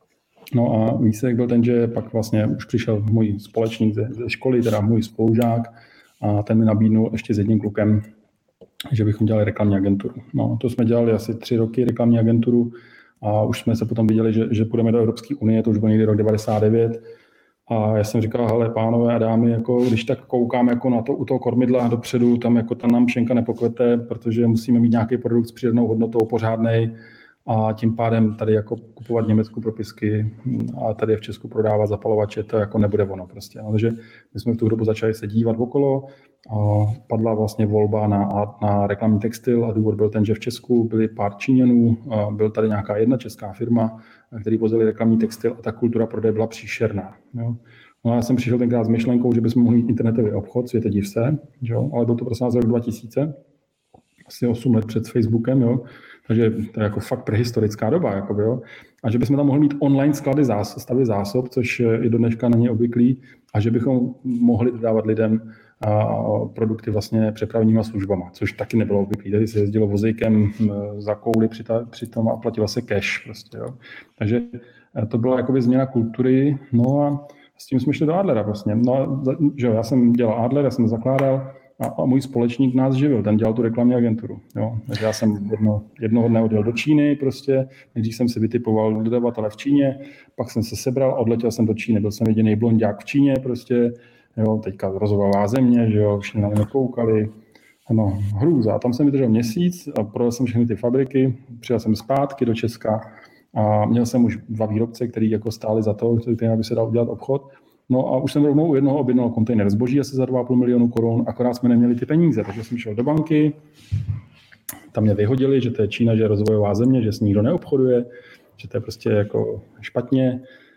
No a výsledek byl ten, že pak vlastně už přišel můj společník ze, ze školy, teda můj spolužák, a ten mi nabídnul ještě s jedním klukem, že bychom dělali reklamní agenturu. No, to jsme dělali asi tři roky reklamní agenturu a už jsme se potom viděli, že, že půjdeme do Evropské unie, to už byl někdy rok devadesát devět. A já jsem říkal, hele, pánové a dámy, jako, když tak koukám jako na to u toho kormidla dopředu, tam jako ta nám pšenka nepokvete, protože musíme mít nějaký produkt s přidanou hodnotou pořádnej a tím pádem tady jako kupovat německou propisky a tady v Česku prodávat zapalovače, to jako nebude ono prostě. Takže my jsme v tu dobu začali se dívat okolo a padla vlastně volba na, na reklamní textil a důvod byl ten, že v Česku byly pár Číňanů, byl tady nějaká jedna česká firma, který vozili reklamní textil a ta kultura prodeje byla příšerná. Jo. No a já jsem přišel tenkrát s myšlenkou, že bychom mohli mít internetový obchod, světe div se, jo, ale byl to prosím nás rok dva tisíce, asi osm let před Facebookem, jo. Takže to je jako fakt prehistorická doba. Jakoby, jo. A že bychom tam mohli mít online sklady zásob, stavy zásob, což i do dneška není obvyklý, a že bychom mohli dodávat lidem a produkty vlastně přepravníma službama, což taky nebylo obvyklý. Tady se jezdilo vozíkem za kouli při, ta, při tom a platila se cash. Prostě, jo. Takže to byla jakoby změna kultury. No a s tím jsme šli do Adlera vlastně. No, že jo, já jsem dělal Adler, já jsem zakládal, a můj společník nás živil, ten dělal tu reklamní agenturu. Jo. Takže já jsem jedno, jednoho dne odjel do Číny, prostě, nejdřív jsem si vytipoval dodavatele v Číně, pak jsem se sebral, odletěl jsem do Číny, byl jsem jediný blonďák v Číně, prostě, jo, teďka rozvojová země, že jo, všichni na mě koukali, no, hrůza. A tam jsem vydržel měsíc a prodal jsem všechny ty fabriky, přijel jsem zpátky do Česka a měl jsem už dva výrobce, který jako stáli za to, který by se dal udělat obchod. No a už jsem rovnou u jednoho objednal kontejner zboží asi za dva a půl milionu korun, akorát jsme neměli ty peníze, takže jsem šel do banky, tam mě vyhodili, že to je Čína, že je rozvojová země, že s ní nikdo neobchoduje, že to je prostě jako špatně.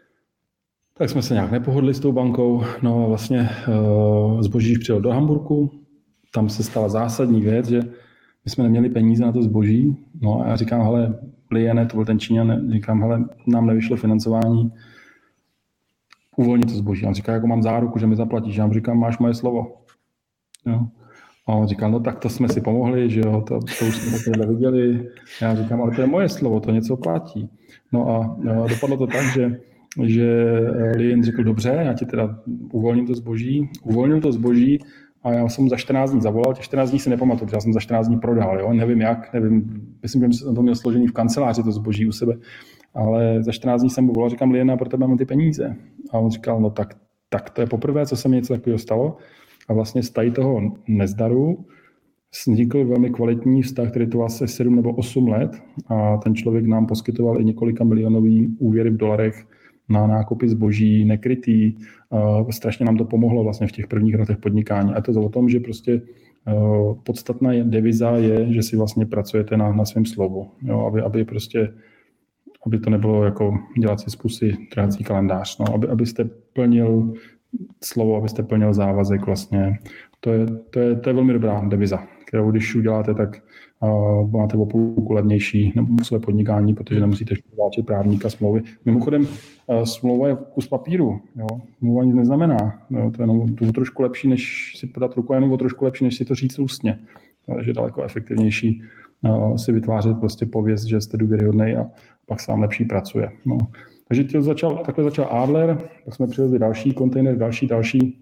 Tak jsme se nějak nepohodli s tou bankou, no a vlastně uh, zboží přijel do Hamburku, tam se stala zásadní věc, že my jsme neměli peníze na to zboží, no a já říkám, hele, Liene, to byl ten Číňan, říkám, hele, nám nevyšlo financování, uvolnit to zboží. On říká, jako mám záruku, že mi zaplatíš. Já mu říkám, máš moje slovo. Jo. A on říká, no tak to jsme si pomohli, že jo, to, to už jsme takhle viděli. Já říkám, ale to je moje slovo, to něco platí. No a no, dopadlo to tak, že, že Lien řekl, dobře, já ti teda uvolním to zboží. Uvolnil to zboží a já jsem mu za čtrnáct dní zavolal. Těch čtrnáct dní si nepamatuju, protože já jsem za čtrnáct dní prodal. Jo. Nevím jak, nevím, myslím, že jsem to měl složený v kanceláři, to zboží u sebe. Ale za čtrnáct dní jsem mu volal, říkám, Liena, pro tebe mám ty peníze. A on říkal, no tak, tak to je poprvé, co se mi něco takového stalo. A vlastně z tady toho nezdaru vznikl velmi kvalitní vztah, který to asi sedm nebo osm let. A ten člověk nám poskytoval i několika milionový úvěry v dolarech na nákupy zboží, nekrytý. Uh, strašně nám to pomohlo vlastně v těch prvních letech podnikání. A je to o tom, že prostě uh, podstatná deviza je, že si vlastně pracujete na, na svém slovu. Jo, aby, aby prostě aby to nebylo jako dělat si z pusy trhací kalendář, no, aby, abyste plnil slovo, abyste plnil závazek vlastně. To je, to je, to je velmi dobrá deviza, kterou když uděláte, tak uh, máte o půlku levnější své podnikání, protože nemusíte váčet právníka smlouvy. Mimochodem, uh, smlouva je kus papíru, jo. Smlouva nic neznamená. Jo. To je jenom to trošku lepší, než si podat ruku, jenom o trošku lepší, než si to říct ústně. Takže daleko efektivnější uh, si vytvářet prostě pověst, že jste důvěryhodnej a pak se vám lepší pracuje. No. Takže to začal, takhle začal Adler, pak jsme přivezli další kontejner, další, další.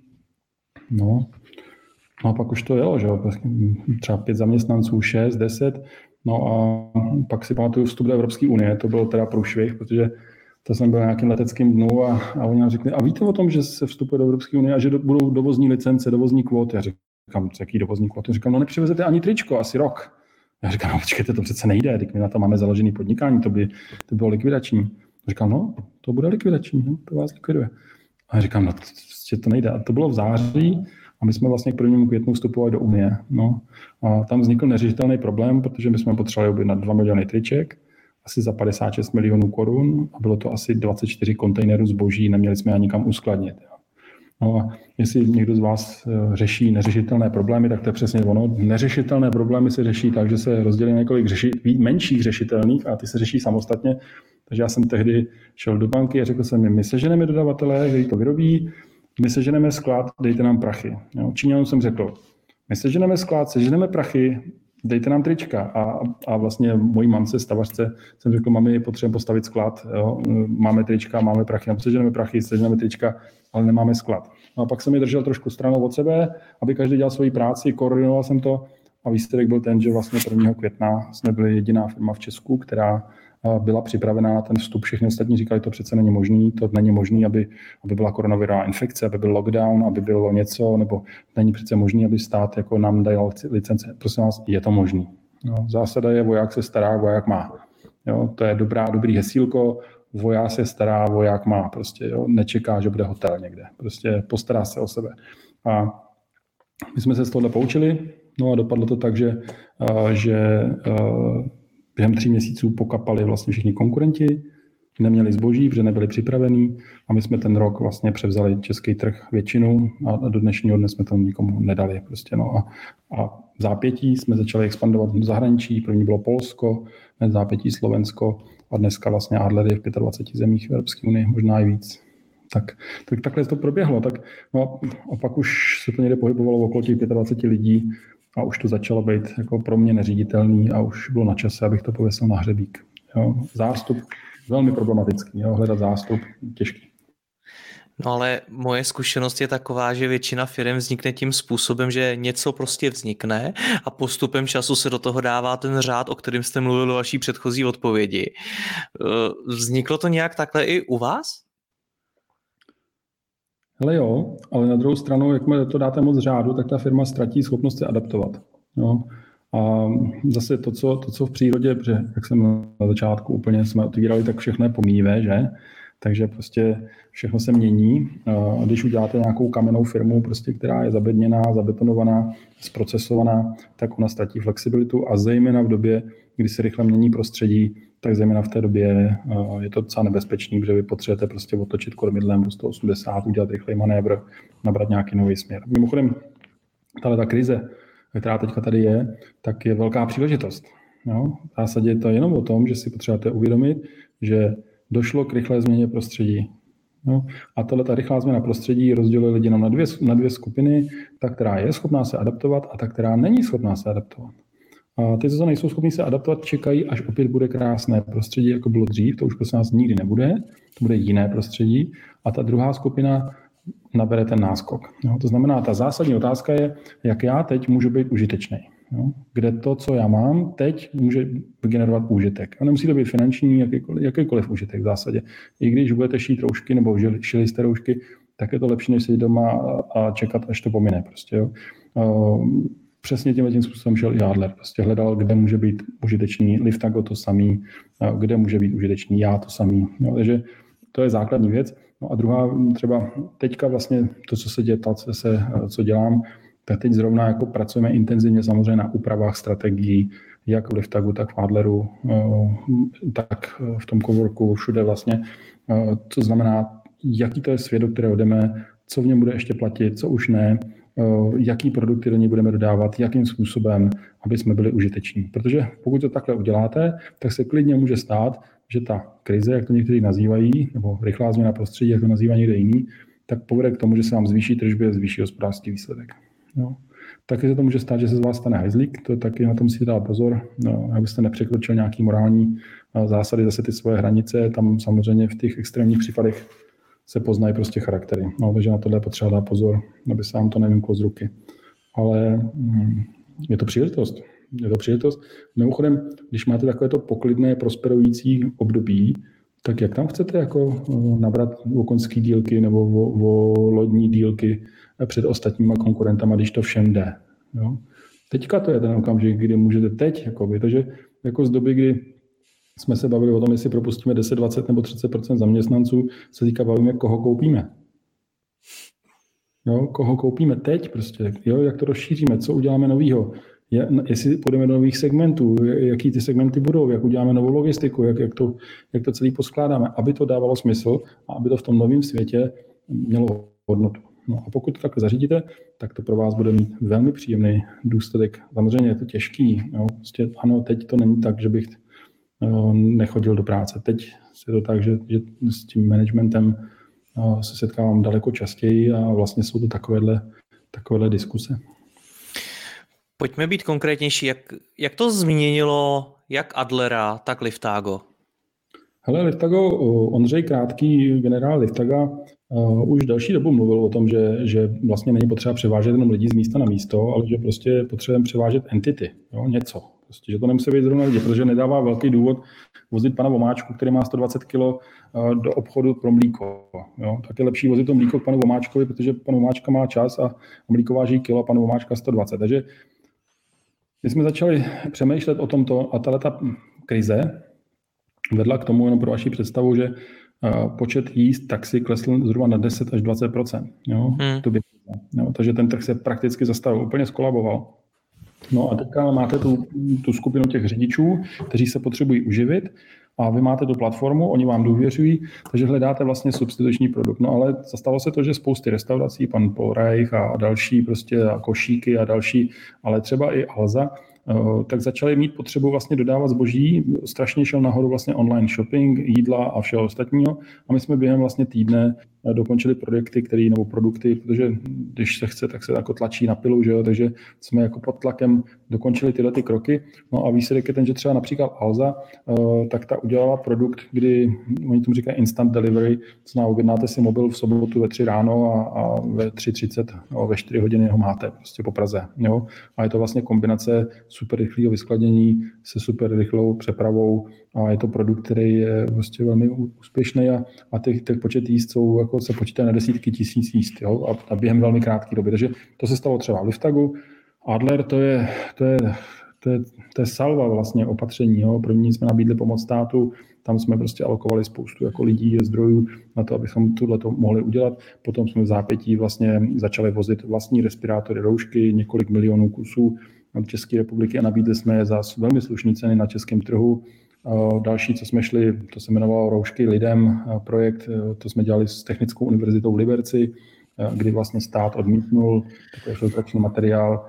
No. no a pak už to jelo, že jo, třeba pět zaměstnanců, šest, deset. No a pak si pamatuju vstup do Evropské unie, to bylo teda průšvih, protože to jsem byl na nějakým leteckým dnu a, a oni nám řekli, a víte o tom, že se vstupuje do Evropské unie a že do, budou dovozní licence, dovozní kvóty. Já říkám, jaký dovozní kvóty? Říkám, no nepřivezete ani tričko, asi rok. Já říkám, no počkejte, to přece nejde, teď my na to máme založený podnikání, to by to bylo likvidační. Říkám, no, to bude likvidační, no, to vás likviduje. A já říkám, no, to, to, to nejde. A to bylo v září a my jsme vlastně k prvnímu květnu vstupovali do Unie. No. A tam vznikl neřešitelný problém, protože my jsme potřebovali objednat dva miliony triček, asi za padesát šest milionů korun a bylo to asi dvacet čtyři kontejnerů zboží, neměli jsme ani kam uskladnit. No a jestli někdo z vás řeší neřešitelné problémy, tak to je přesně ono. Neřešitelné problémy se řeší tak, že se rozdělí několik řeši, menších řešitelných a ty se řeší samostatně. Takže já jsem tehdy šel do banky a řekl jsem jim, my seženeme dodavatele, kteří to vyrobí, my seženeme sklad, dejte nám prachy. Číňanům jsem řekl, my seženeme sklad, seženeme prachy, dejte nám trička. A, a vlastně mojí mamce, stavařce, jsem řekl, mami, potřebujeme postavit sklad, jo? Máme trička, máme prachy, no, seženeme prachy, seženeme trička, ale nemáme sklad. No a pak jsem je držel trošku stranou od sebe, aby každý dělal svoji práci, koordinoval jsem to a výsledek byl ten, že vlastně prvního května jsme byli jediná firma v Česku, která byla připravená na ten vstup. Všichni ostatní říkali, to přece není možný, to není možný, aby, aby byla koronavirová infekce, aby byl lockdown, aby bylo něco, nebo není přece možný, aby stát jako nám dal licence. Prosím vás, je to možný. No, zásada je, voják se stará, voják má. Jo, to je dobrá, dobrý hesílko, voják se stará, voják má. Prostě, jo, nečeká, že bude hotel někde. Prostě postará se o sebe. A my jsme se z tohohle poučili, no a dopadlo to tak, že, že během tří měsíců pokapali vlastně všichni konkurenti, neměli zboží, protože nebyli připravení a my jsme ten rok vlastně převzali český trh většinu a do dnešního dne jsme to nikomu nedali. Prostě no a, a v zápětí jsme začali expandovat do zahraničí, první bylo Polsko, hned v zápětí Slovensko a dneska vlastně Adler je v dvaceti pěti zemích v Evropské unii, možná i víc. Tak, tak takhle to proběhlo. Tak, no, a pak už se to někde pohybovalo okolo těch dvaceti pěti lidí a už to začalo být jako pro mě neříditelný a už bylo na čase, abych to pověsil na hřebík. Jo. Zástup velmi problematický, jo. Hledat zástup těžký. No ale moje zkušenost je taková, že většina firm vznikne tím způsobem, že něco prostě vznikne a postupem času se do toho dává ten řád, o kterém jste mluvil do vaší předchozí odpovědi. Vzniklo to nějak takhle i u vás? Hele jo, ale na druhou stranu, jakmile to dáte moc řádu, tak ta firma ztratí schopnost se adaptovat. Jo. A zase to co, to, co v přírodě, protože jak jsem na začátku úplně jsme otvírali, tak všechno je pomíjivé, že? Takže prostě všechno se mění. A když uděláte nějakou kamennou firmu, prostě, která je zabedněná, zabetonovaná, zprocesovaná, tak ona ztratí flexibilitu a zejména v době, kdy se rychle mění prostředí, tak zejména v té době je to docela nebezpečný, protože vy potřebujete prostě otočit kormidlem do sto osmdesát, udělat rychlej manévr, nabrat nějaký nový směr. Mimochodem, tahle ta krize, která teďka tady je, tak je velká příležitost. Jo? V zásadě je to jenom o tom, že si potřebujete uvědomit, že došlo k rychlé změně prostředí. No, a tahle ta rychlá změna prostředí rozděluje lidi na dvě, na dvě skupiny, ta, která je schopná se adaptovat a ta, která není schopná se adaptovat. A ty, co nejsou schopní se adaptovat, čekají, až opět bude krásné prostředí, jako bylo dřív, to už prosím nás nikdy nebude, to bude jiné prostředí. A ta druhá skupina nabere ten náskok. No, to znamená, ta zásadní otázka je, jak já teď můžu být užitečný. Jo? Kde to, co já mám, teď může generovat úžitek. A nemusí to být finanční, jakýkoliv, jakýkoliv užitek v zásadě. I když budete šít roušky nebo šili jste roušky, tak je to lepší, než sedět doma a čekat, až to pomine. Prostě, jo? Přesně tímhle tím způsobem šel i Adler. Prostě hledal, kde může být užitečný Liftago to samý, kde může být užitečný já to samý. Jo? Takže to je základní věc. No a druhá, třeba teďka vlastně to, co se děje, to, co, se, co dělám, tak teď zrovna jako pracujeme intenzivně samozřejmě na úpravách strategií, jak v Liftagu, tak v Adleru, tak v tom coworku, všude vlastně. Co znamená, jaký to je svět, do kterého jdeme, co v něm bude ještě platit, co už ne, jaký produkty do něj budeme dodávat, jakým způsobem, aby jsme byli užiteční. Protože pokud to takhle uděláte, tak se klidně může stát, že ta krize, jak to někteří nazývají, nebo rychlá změna prostředí, jak to nazývá někde jiný, tak povede k tomu, že se vám zvýší tržby a zvýší hospodářský výsledek. No. Taky se to může stát, že se z vás stane hajzlík, to taky na tom musíte dát pozor, no, abyste nepřekročil nějaký morální zásady, zase ty svoje hranice, tam samozřejmě v těch extrémních případech se poznají prostě charaktery. No, takže na tohle je potřeba dát pozor, aby se vám to nevymklo z ruky. Ale hm, je to příležitost. Je to příležitost. Mimochodem, když máte takovéto poklidné, prosperující období, Tak jak tam chcete jako nabrat o konský dílky nebo o, o lodní dílky před ostatníma konkurentama, když to všem jde? Jo? Teďka to je ten okamžik, kdy můžete teď, jakoby, takže jako z doby, kdy jsme se bavili o tom, jestli propustíme deset, dvacet nebo třicet procent zaměstnanců, se teďka bavíme, koho koupíme. Jo, koho koupíme teď prostě, jo, jak to rozšíříme, co uděláme novýho, je, jestli půjdeme do nových segmentů, jaký ty segmenty budou, jak uděláme novou logistiku, jak, jak, to, jak to celý poskládáme, aby to dávalo smysl a aby to v tom novém světě mělo hodnotu. No a pokud to takhle zařídíte, tak to pro vás bude mít velmi příjemný důsledek. Samozřejmě je to těžký, jo, prostě ano, teď to není tak, že bych nechodil do práce. Teď je to tak, že, že s tím managementem se setkávám daleko častěji a vlastně jsou to takovéhle, takovéhle diskuse. Pojďme být konkrétnější. Jak, jak to změnilo jak Adlera, tak Liftago? Hele, Liftago, Ondřej Krátký, generál Liftaga, uh, už další dobu mluvil o tom, že, že vlastně není potřeba převážet jenom lidi z místa na místo, ale že prostě potřebujeme převážet entity, jo, něco. Prostě, že to nemusí být zrovna lidi, protože nedává velký důvod vozit pana Vomáčku, který má sto dvacet kilo do obchodu pro mlíko. Jo. Tak je lepší vozit to mlíko k panu Vomáčkovi, protože pan Vomáčka má čas a mlíko váží kilo a pan Vomáčka sto dvacet. Takže když jsme začali přemýšlet o tomto a tato krize vedla k tomu, jenom pro vaši představu, že počet jízd taxi klesl zhruba na deset až dvacet procent. Jo. Hmm. To by, jo. Takže ten trh se prakticky zastavil, úplně skolaboval. No a teďka máte tu, tu skupinu těch řidičů, kteří se potřebují uživit a vy máte tu platformu, oni vám důvěřují, takže hledáte vlastně substituční produkt. No ale zastalo se to, že spousty restaurací, pan Paul Reich a další prostě a Košíky a další, ale třeba i Alza, tak začali mít potřebu vlastně dodávat zboží, strašně šel nahoru vlastně online shopping, jídla a všeho ostatního a my jsme během vlastně týdne dokončili projekty, které nebo produkty, protože když se chce, tak se jako tlačí na pilu, že jo? Takže jsme jako pod tlakem dokončili tyhle ty kroky. No a výsledek je ten, že třeba například Alza, tak ta udělala produkt, kdy oni tomu říkají instant delivery, to znamená, objednáte si mobil v sobotu ve tři ráno a, a ve tři třicet, no, ve čtyři hodiny ho máte prostě po Praze. Jo? A je to vlastně kombinace super rychlého vyskladění se super rychlou přepravou a je to produkt, který je vlastně velmi úspěšný a, a těch, těch počet jízd jsou, jako se počítají na desítky tisíc jízd, jo? A, a během velmi krátké doby. Takže to se stalo třeba v Liftagu. Adler, to je, to je, to je, to je salva vlastně opatření. Jo? První jsme nabídli pomoc státu, tam jsme prostě alokovali spoustu jako lidí a zdrojů na to, abychom tohleto mohli udělat. Potom jsme v zápětí vlastně začali vozit vlastní respirátory, roušky, několik milionů kusů do České republiky a nabídli jsme je za velmi slušné ceny na českém trhu. Další, co jsme šli, to se jmenovalo Roušky lidem projekt, to jsme dělali s Technickou univerzitou v Liberci, kdy vlastně stát odmítnul takový filtrační materiál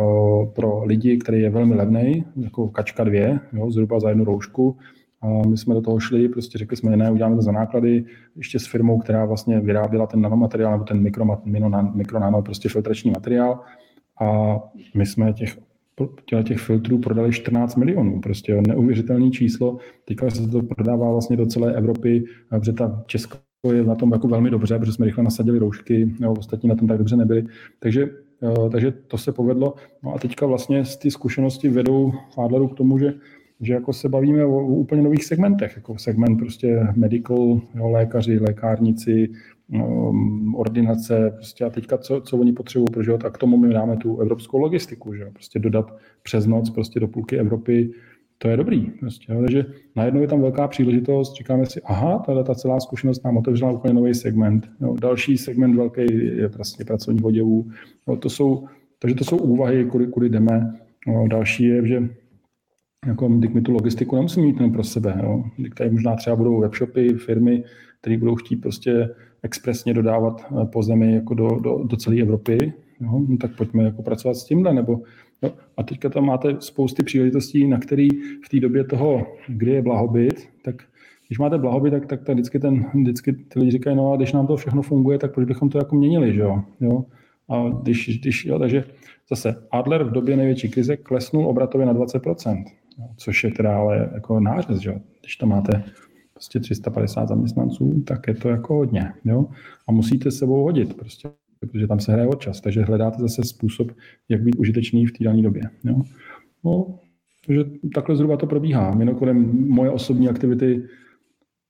pro lidi, který je velmi levný, jako kačka dvě, jo, zhruba za jednu roušku. A my jsme do toho šli, prostě řekli jsme, ne, uděláme to za náklady, ještě s firmou, která vlastně vyráběla ten nanomateriál, nebo ten mikro, mikro nano, prostě filtrační materiál. A my jsme těch těch filtrů prodali čtrnáct milionů, prostě neuvěřitelné číslo. Teďka se to prodává vlastně do celé Evropy, protože ta Česko je na tom jako velmi dobře, protože jsme rychle nasadili roušky, jo, ostatní na tom tak dobře nebyli. Takže, takže to se povedlo. No a teďka vlastně z ty zkušenosti vedou Adleru k tomu, že že jako se bavíme o, o úplně nových segmentech, jako segment prostě medical, jo, lékaři, lékárníci, um, ordinace, prostě a teďka co, co oni potřebují, protože jo, tak k tomu my dáme tu evropskou logistiku, že jo, prostě dodat přes noc prostě do půlky Evropy, to je dobrý, prostě, jo, takže najednou je tam velká příležitost, říkáme si, aha, tahle ta celá zkušenost nám otevřela úplně nový segment, jo, další segment velký je prostě pracovních oděvů, jo, to jsou, takže to jsou úvahy, kudy, kudy jdeme, jo, další je, že jako, my tu logistiku nemusíme mít jenom pro sebe. Jo. Tady možná třeba budou webshopy, firmy, které budou chtít prostě expresně dodávat po zemi jako do, do, do celé Evropy. Jo. No, tak pojďme jako pracovat s tímhle. Nebo, jo. A teďka tam máte spousty příležitostí, na který v té době toho, kdy je blahobyt, tak když máte blahobyt, tak, tak, tak vždycky, ten, vždycky ty lidi říkají, no a když nám to všechno funguje, tak proč bychom to jako měnili, že jo? jo? A když, když, jo, takže zase Adler v době největší krize klesnul obratově na dvacet procent. Což je teda ale jako nářez, že? Když tam máte prostě tři sta padesát zaměstnanců, tak je to jako hodně. Jo? A musíte s sebou hodit, prostě, protože tam se hraje o čas, takže hledáte zase způsob, jak být užitečný v té dané době. Jo? No, takže takhle zhruba to probíhá. Mimochodem moje osobní aktivity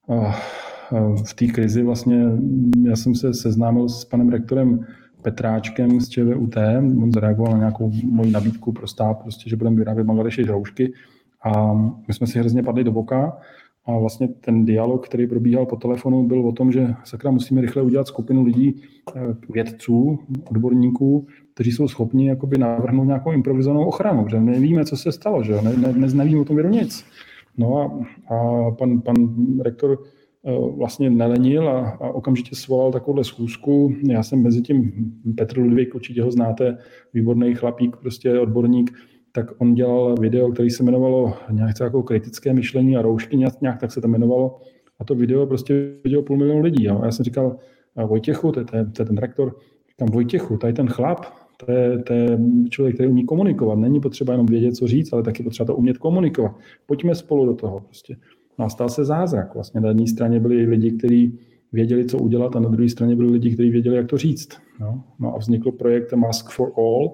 v té krizi vlastně já jsem se seznámil s panem rektorem Petráčkem z ČVUT, on zareagoval na nějakou moji nabídku pro stát, prostě, že budeme vyrábět Bangladeši roušky a my jsme si hrozně padli do boka a vlastně ten dialog, který probíhal po telefonu, byl o tom, že sakra musíme rychle udělat skupinu lidí, vědců, odborníků, kteří jsou schopni jakoby navrhnout nějakou improvizovanou ochranu, že nevíme, co se stalo, že ne, ne, nevíme o tom věru nic. No a, a pan, pan rektor vlastně nelenil a, a okamžitě svolal takovouhle schůzku. Já jsem mezi tím, Petr Ludvík, určitě ho znáte, výborný chlapík, prostě odborník, tak on dělal video, který se jmenovalo nějak jako kritické myšlení a roušky, nějak tak se to jmenovalo. A to video prostě vidělo půl milionu lidí. Jo. A já jsem říkal Vojtěchu, to je, to, je, to je ten rektor, říkám Vojtěchu, tady ten chlap, to je, to je člověk, který umí komunikovat. Není potřeba jenom vědět, co říct, ale taky potřeba to umět komunikovat. Pojďme spolu do toho prostě. No a stal se zázrak. Vlastně na jedné straně byli lidi, kteří věděli, co udělat, a na druhé straně byli lidi, kteří věděli, jak to říct. No, no a vznikl projekt Mask for All,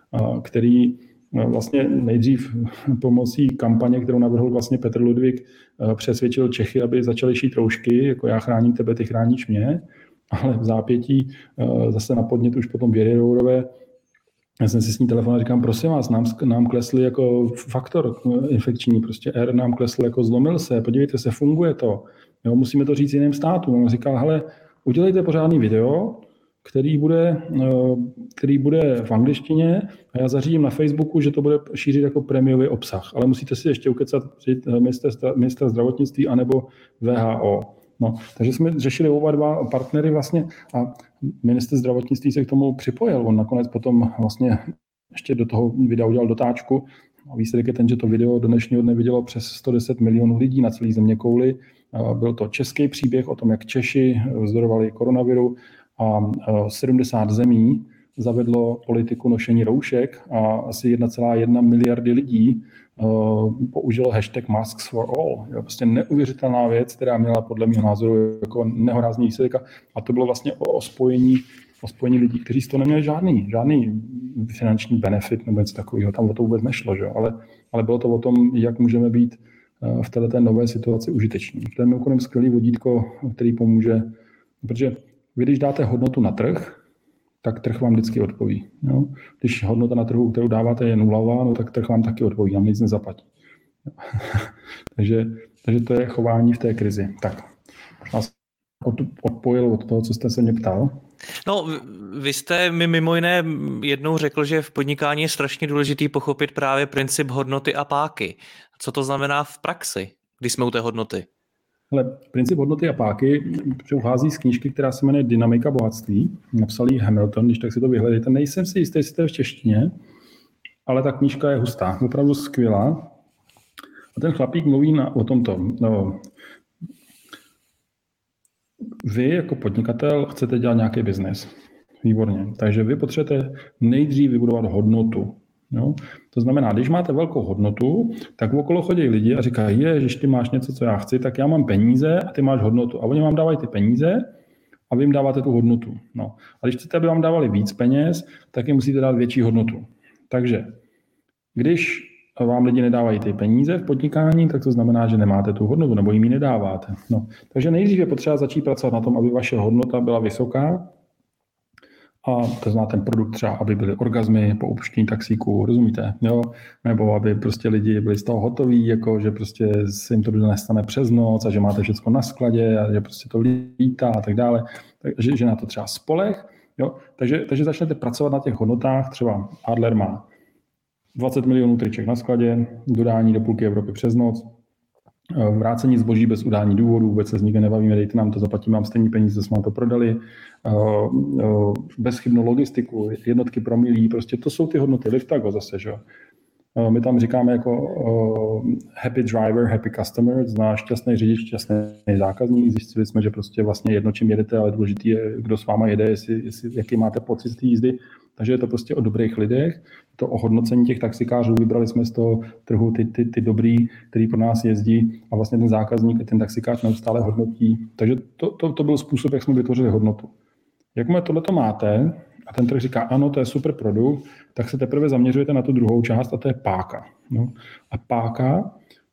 který vlastně nejdřív pomocí kampaně, kterou navrhl vlastně Petr Ludvík, přesvědčil Čechy, aby začali šít roušky, jako já chráním tebe, ty chráníš mě, ale v zápětí zase na podnět už potom Věry Jourové. Já jsem si s ní telefonoval a říkám, prosím vás, nám, nám klesli jako faktor infekční, prostě R nám klesl, jako zlomil se, podívejte se, funguje to. Jo, musíme to říct jiným státům. On říkal, hele, udělejte pořádný video, který bude, který bude v angličtině a já zařídím na Facebooku, že to bude šířit jako prémiový obsah, ale musíte si ještě ukecat ministra zdravotnictví anebo V H O. No, takže jsme řešili oba dva partnery vlastně a ministr zdravotnictví se k tomu připojil. On nakonec potom vlastně ještě do toho videa udělal dotáčku. A výsledek je ten, že to video do dnešního dne vidělo přes sto deset milionů lidí na celé země kouli. Byl to český příběh o tom, jak Češi vzdorovali koronaviru a sedmdesát zemí zavedlo politiku nošení roušek a asi jedna celá jedna miliardy lidí uh, použilo hashtag Masks for All. Jo, prostě neuvěřitelná věc, která měla podle mého názoru jako nehorázný výsledek. A to bylo vlastně o, o, spojení, o spojení lidí, kteří z toho neměli žádný, žádný finanční benefit nebo něco takového. Tam o to vůbec nešlo, že? Ale, ale bylo to o tom, jak můžeme být uh, v této nové situaci užiteční. To je mimochodem skvělý vodítko, který pomůže, protože vy, když dáte hodnotu na trh, tak trh vám vždycky odpoví. Jo? Když hodnota na trhu, kterou dáváte, je nulová, no, tak trh vám taky odpoví, nám nic nezaplatí. takže, takže to je chování v té krizi. Tak, vás odpojil od toho, co jste se mě ptal. No, vy jste mi mimo jiné jednou řekl, že v podnikání je strašně důležitý pochopit právě princip hodnoty a páky. Co to znamená v praxi, když jsme u té hodnoty? Ale princip hodnoty a páky uchází z knížky, která se jmenuje Dynamika bohatství. Napsal ji Hamilton, když tak si to vyhledejte. Nejsem si jistý, jestli to je v češtině, ale ta knížka je hustá, opravdu skvělá. A ten chlapík mluví na, o tomto. No, vy jako podnikatel chcete dělat nějaký biznes. Výborně. Takže vy potřebujete nejdřív vybudovat hodnotu. Jo? To znamená, když máte velkou hodnotu, tak okolo chodí lidi a říkají, ježiš, ty máš něco, co já chci, tak já mám peníze a ty máš hodnotu. A oni vám dávají ty peníze a vy jim dáváte tu hodnotu. No. A když chcete, aby vám dávali víc peněz, tak jim musíte dát větší hodnotu. Takže když vám lidi nedávají ty peníze v podnikání, tak to znamená, že nemáte tu hodnotu, nebo jim ji nedáváte. No. Takže nejdřív je potřeba začít pracovat na tom, aby vaše hodnota byla vysoká. A to znamená ten produkt třeba, aby byly orgazmy po opuštění taxíku, rozumíte? Jo? Nebo aby prostě lidi byli z toho hotoví, jako že prostě se jim to nestane přes noc a že máte všechno na skladě a že prostě to lítá a tak dále. Takže že na to třeba spoleh. Jo? Takže, takže začnete pracovat na těch hodnotách. Třeba Adler má dvacet milionů triček na skladě, dodání do půlky Evropy přes noc, vrácení zboží bez udání důvodu, vůbec se s nikde nebavíme, dejte nám to, zaplatím vám stejný peníze, jsme vám to prodali, bezchybnou logistiku, jednotky promilí, prostě to jsou ty hodnoty. Liftago zase, že? My tam říkáme jako happy driver, happy customer, zná šťastný řidič, šťastný zákazník. Zjistili jsme, že prostě vlastně jedno, čím jedete, ale důležitý je, kdo s váma jede, jestli, jestli, jaký máte pocit z té jízdy. Takže je to prostě o dobrých lidech, to o hodnocení těch taxikářů, vybrali jsme z toho trhu ty, ty, ty dobrý, který pro nás jezdí a vlastně ten zákazník, ten taxikář neustále hodnotí. Takže to, to, to byl způsob, jak jsme vytvořili hodnotu. Jakmile tohleto máte a ten trh říká, ano, to je super produkt, tak se teprve zaměřujete na tu druhou část a to je páka. No. A páka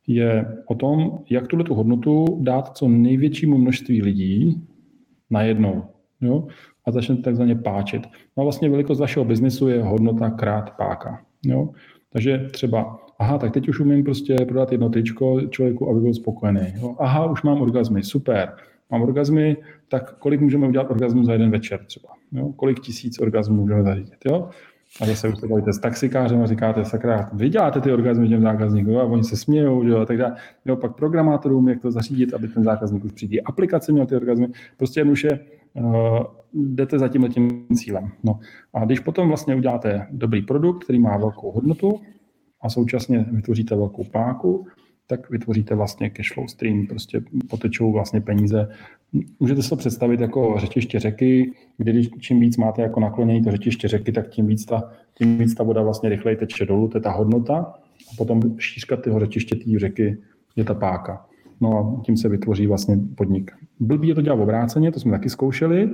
je o tom, jak tuhle tu hodnotu dát co největšímu množství lidí najednou. Jo? A začnete takzvaně páčit. No a vlastně velikost vašeho biznesu je hodnota krát páka. Jo? Takže třeba, aha, tak teď už umím prostě prodat jedno tričko člověku, aby byl spokojený. Jo? Aha, už mám orgazmy, super. Mám orgazmy, tak kolik můžeme udělat orgazmu za jeden večer třeba? Jo? Kolik tisíc orgazmů můžeme zařídit? Jo? A zase už se bavíte s taxikářem a říkáte, sakra, vy děláte ty orgazmy těm zákazníkům, a oni se smějou, že jo, a tak dále. Jo, pak programátorům, jak to zařídit, aby ten zákazník už přijde. Aplikace měl ty orgazmy, prostě jednoduše uh, jdete za tímhletím cílem. No. A když potom vlastně uděláte dobrý produkt, který má velkou hodnotu a současně vytvoříte velkou páku, tak vytvoříte vlastně cashflow stream, prostě potečou vlastně peníze. Můžete si to představit jako řečiště řeky, kdy čím víc máte jako naklonění to řečiště řeky, tak tím víc ta, tím víc ta voda vlastně rychleji teče dolů, to je ta hodnota. A potom šířka toho řečiště té řeky je ta páka. No a tím se vytvoří vlastně podnik. Blbý je to dělat obráceně, to jsme taky zkoušeli.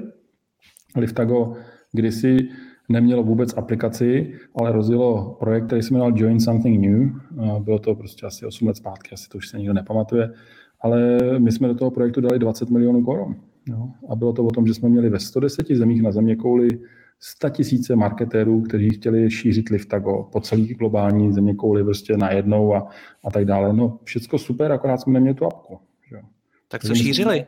Liftago kdysi nemělo vůbec aplikaci, ale rozjelo projekt, který se jmenoval Join Something New. Bylo to prostě asi osm let zpátky, asi to už se nikdo nepamatuje. Ale my jsme do toho projektu dali dvacet milionů korun. Jo? A bylo to o tom, že jsme měli ve sto deseti zemích na zeměkouli sto tisíce marketérů, kteří chtěli šířit Liftago po celý globální zeměkouli prostě najednou a, a tak dále. No, všecko super, akorát jsme neměli tu apku. Jo? Tak co šířili?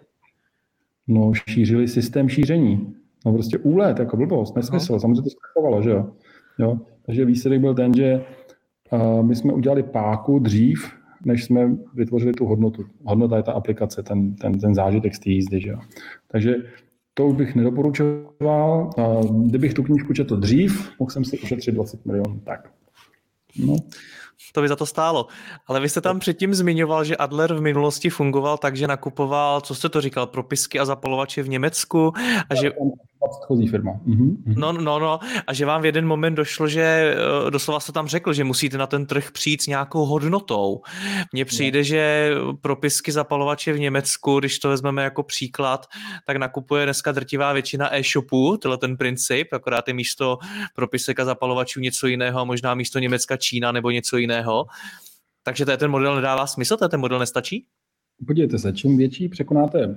No, šířili systém šíření. No prostě úlet, jako blbost, nesmysl, no. Samozřejmě to zkrachovalo, že jo. jo. Takže výsledek byl ten, že uh, my jsme udělali páku dřív, než jsme vytvořili tu hodnotu. Hodnota je ta aplikace, ten, ten, ten zážitek z té jízdy, že jo. Takže to už bych nedoporučoval. Uh, kdybych tu knížku četl dřív, mohl jsem si ušetřit dvacet milionů, tak. No. To by za to stálo. Ale vy jste tam předtím zmiňoval, že Adler v minulosti fungoval tak, že nakupoval, co jste to říkal, propisky a zapalovače v Německu. A že... Předchozí firma. Mhm, mhm. No, no, no. A že vám v jeden moment došlo, že doslova jste tam řekl, že musíte na ten trh přijít s nějakou hodnotou. Mně přijde, no. že propisky zapalovače v Německu, když to vezmeme jako příklad, tak nakupuje dneska drtivá většina e-shopů, tenhle ten princip, akorát je místo propisek a zapalovačů něco jiného a možná místo Německa Čína nebo něco jiného. Takže to je ten model nedává smysl? To je ten model nestačí? Podívejte se, čím větší překonáte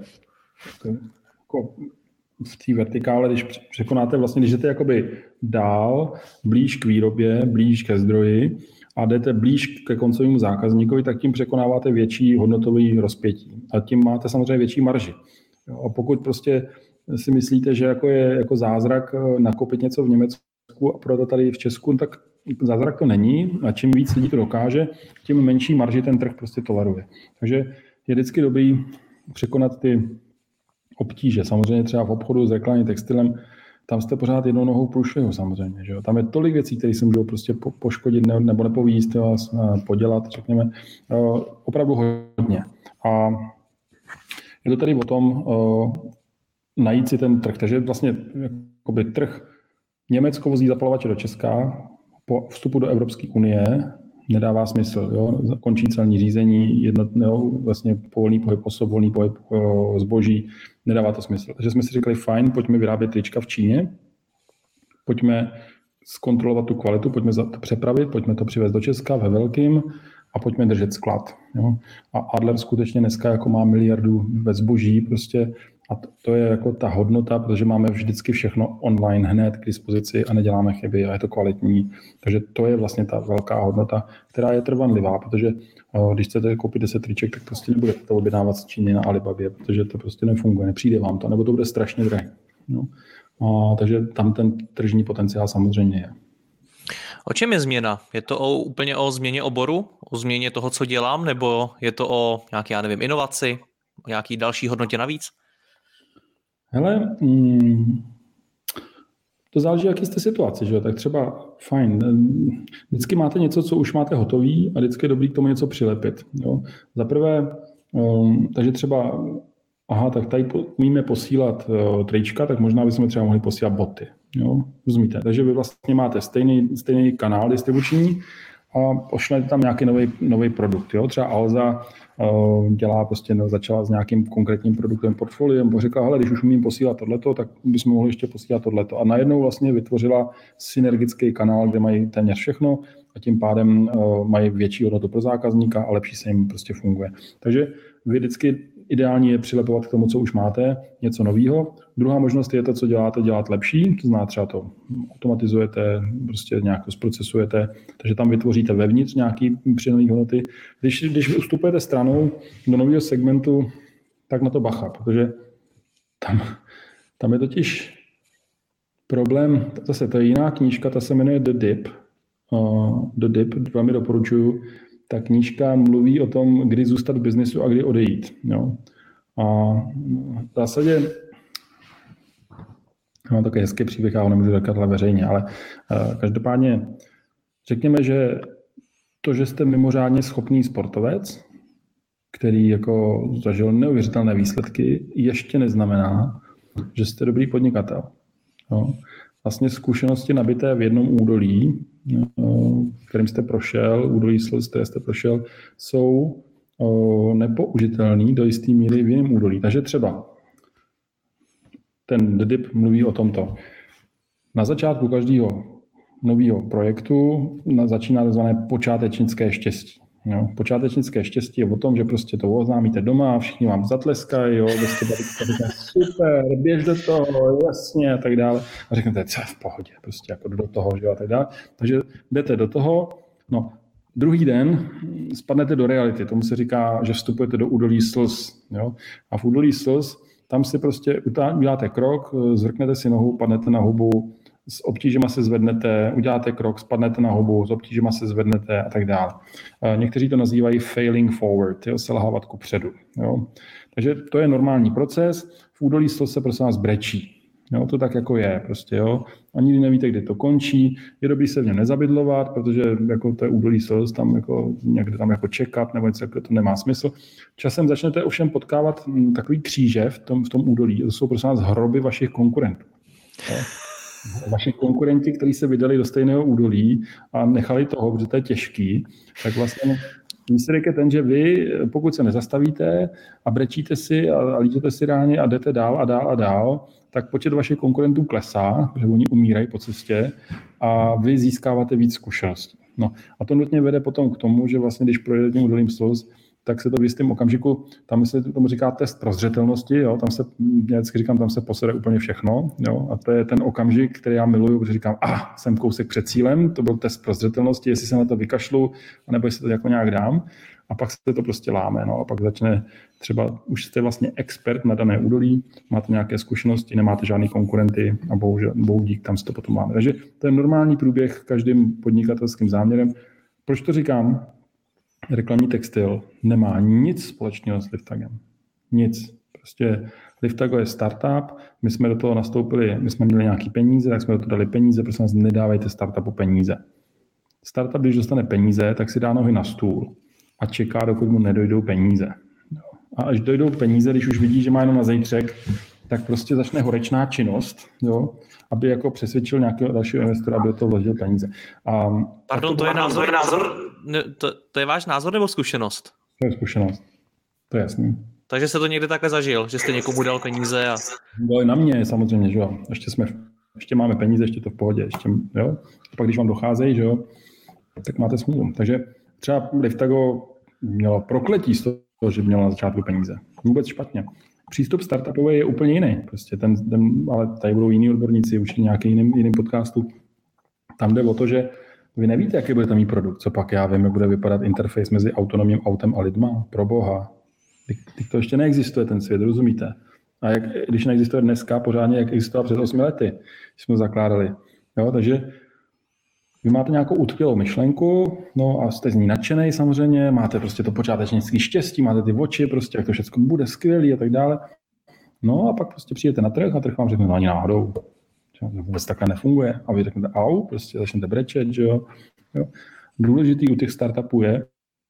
jako v té vertikále, když překonáte vlastně, když jdete jakoby dál, blíž k výrobě, blíž ke zdroji a jdete blíž ke koncovému zákazníkovi, tak tím překonáváte větší hodnotový rozpětí. A tím máte samozřejmě větší marži. A pokud prostě si myslíte, že jako je jako zázrak nakoupit něco v Německu a prodat tady v Česku, tak zázrak to není. A čím víc lidí to dokáže, tím menší marži ten trh prostě toleruje. Takže je vždycky dobrý překonat ty obtíže. Samozřejmě třeba v obchodu s reklamním textilem, tam jste pořád jednou nohou průšvihu samozřejmě. Že jo? Tam je tolik věcí, které se můžou prostě po, poškodit nebo nepovíst, podělat, řekněme, opravdu hodně. A je to tady o tom najít si ten trh. Takže vlastně jakoby trh Německo vozí zapalovače do Česka, po vstupu do Evropské unie nedává smysl. Jo? Končí celní řízení, jednotné, vlastně volný pohyb osob, volný pohyb o, zboží, nedává to smysl. Takže jsme si řekli, fajn, pojďme vyrábět trička v Číně, pojďme zkontrolovat tu kvalitu, pojďme to přepravit, pojďme to přivést do Česka ve velkým a pojďme držet sklad. Jo? A Adler skutečně dneska jako má miliardu ve zboží prostě a to je jako ta hodnota, protože máme vždycky všechno online hned k dispozici a neděláme chyby a je to kvalitní. Takže to je vlastně ta velká hodnota, která je trvanlivá, protože když chcete koupit deset triček, tak prostě nebudete to objednávat z Číny na Alibabě, protože to prostě nefunguje, nepřijde vám to, nebo to bude strašně drahé. No. A, takže tam ten tržní potenciál samozřejmě je. O čem je změna? Je to o, úplně o změně oboru? O změně toho, co dělám? Nebo je to o nějaké, já nevím, inovaci? O nějaký další hodnotě navíc? Hele, mm, to záleží, jaký jste situaci, že? Tak třeba fajn, vždycky máte něco, co už máte hotový a vždycky je dobrý k tomu něco přilepit. Jo? Za prvé, um, takže třeba, aha, tak tady umíme posílat uh, trička, tak možná bychom třeba mohli posílat boty. Jo? Rozumíte? Takže vy vlastně máte stejný, stejný kanál distribuční a pošlete tam nějaký nový, nový produkt. Jo? Třeba Alza uh, dělá prostě, no, začala s nějakým konkrétním produktem portfoliem, řekla, hele, když už umím posílat tohleto, tak bychom mohli ještě posílat tohleto. A najednou vlastně vytvořila synergický kanál, kde mají téměř všechno a tím pádem uh, mají větší hodnotu pro zákazníka a lepší se jim prostě funguje. Takže vy vždycky ideální je přilepovat k tomu, co už máte, něco nového. Druhá možnost je to, co děláte, dělat lepší, to znamená třeba to automatizujete, prostě nějak to zprocesujete, takže tam vytvoříte vevnitř nějaký přidaný hodnoty. Když, když ustupujete stranou do nového segmentu, tak na to bacha, protože tam, tam je totiž problém, zase to je jiná knížka, ta se jmenuje The Dip. Uh, The Dip, velmi doporučuju. Ta knížka mluví o tom, kdy zůstat v biznesu a kdy odejít. Jo. A v zásadě mám takový hezký příběh, já ho nemůžu říkat veřejně, ale uh, každopádně řekněme, že to, že jste mimořádně schopný sportovec, který jako zažil neuvěřitelné výsledky, ještě neznamená, že jste dobrý podnikatel. Jo. Vlastně zkušenosti nabité v jednom údolí, kterým jste prošel, údolí slz, které jste prošel, jsou nepoužitelné do jisté míry v jiném údolí. Takže třeba ten The Dip mluví o tomto. Na začátku každého nového projektu začíná tzv. Počátečnické štěstí. Jo, počátečnické štěstí je o tom, že prostě to oznámíte doma, všichni vám zatleskají, jo, prostě říká super, běž do toho, jasně a tak dále. A řeknete, co je v pohodě, prostě jako do toho, že jo, a tak dále. Takže jdete do toho, no, druhý den spadnete do reality, tomu se říká, že vstupujete do údolí slz, jo. A v údolí slz, tam si prostě uděláte krok, zvrknete si nohu, padnete na hubu, s obtížema se zvednete, uděláte krok, spadnete na hubu, s obtížema se zvednete a tak dále. Někteří to nazývají failing forward, jo, selhávat ku předu. Jo. Takže to je normální proces. V údolí slz se prostě nás brečí. Jo, to tak jako je. Prostě, jo. A nikdy nevíte, kdy to končí. Je dobrý se v něm nezabydlovat, protože jako to je údolí slz, tam jako, někde tam jako čekat nebo něco, jako to nemá smysl. Časem začnete ovšem potkávat takový kříže v tom, v tom údolí. To jsou prostě nás hroby vašich konkurentů. Jo. Vaši konkurenti, kteří se vydali do stejného údolí a nechali toho, protože to je těžký, tak vlastně výsledek je ten, že vy, pokud se nezastavíte a brečíte si a lížete si ráně a jdete dál a dál a dál, tak počet vašich konkurentů klesá, protože oni umírají po cestě a vy získáváte víc zkušeností. No a to nutně vede potom k tomu, že vlastně, když projdete tím údolím slz, tak se to v jistém okamžiku, tam se tomu říká test prozřetelnosti, jo, tam se, já vždycky říkám, tam se posede úplně všechno, jo, a to je ten okamžik, který já miluju, protože říkám, ah, jsem kousek před cílem, to byl test prozřetelnosti, jestli se na to vykašlu, anebo jestli to jako nějak dám, a pak se to prostě láme, no, a pak začne třeba, už jste vlastně expert na dané údolí, máte nějaké zkušenosti, nemáte žádný konkurenty a bohužel, bohu dík, tam se to potom máme. Takže to je normální průběh každým podnikatelským záměrem. Proč to říkám? Reklamní textil nemá nic společného s Liftagem. Nic. Prostě Liftago je startup, my jsme do toho nastoupili, my jsme měli nějaký peníze, tak jsme do toho dali peníze, prostě nás nedávejte startupu peníze. Startup, když dostane peníze, tak si dá nohy na stůl a čeká, dokud mu nedojdou peníze. A až dojdou peníze, když už vidí, že má jenom na zítřek, tak prostě začne horečná činnost, jo, aby jako přesvědčil nějakého dalšího investora, aby do toho vložil peníze. A Pardon, to, to je názor, názor ne, to, to je váš názor nebo zkušenost? To je zkušenost, to je jasný. Takže jste to někdy takhle zažil, že jste někomu dal peníze a... Bylo i na mě samozřejmě, že jo, ještě jsme, ještě máme peníze, ještě to v pohodě, ještě, jo, a pak když vám docházejí, že jo, tak máte smůlu. Takže třeba Liftago mělo prokletí z toho, že mělo na začátku peníze. Vůbec špatně. Přístup startupový je úplně jiný. Prostě ten, ten, ale tady budou jiní odborníci, už nějaký jiným, jiným podcastu. Tam jde o to, že vy nevíte, jaký bude tam mít produkt. Co pak já vím, jak bude vypadat interface mezi autonomním autem a lidma. Pro boha. Teď to ještě neexistuje, ten svět, rozumíte? A jak, když neexistuje dneska pořádně, jak existoval před osmi lety, když jsme zakládali. Jo, takže vy máte nějakou utkvělou myšlenku, no a jste z ní nadšenej samozřejmě, máte prostě to počátečnické štěstí, máte ty oči, prostě jak to všechno bude skvělý a tak dále. No a pak prostě přijdete na trh a trh vám řekne, no ani náhodou. To vůbec takhle nefunguje. A vy řeknete, au, prostě začnete brečet, že jo. jo. Důležitý u těch startupů je,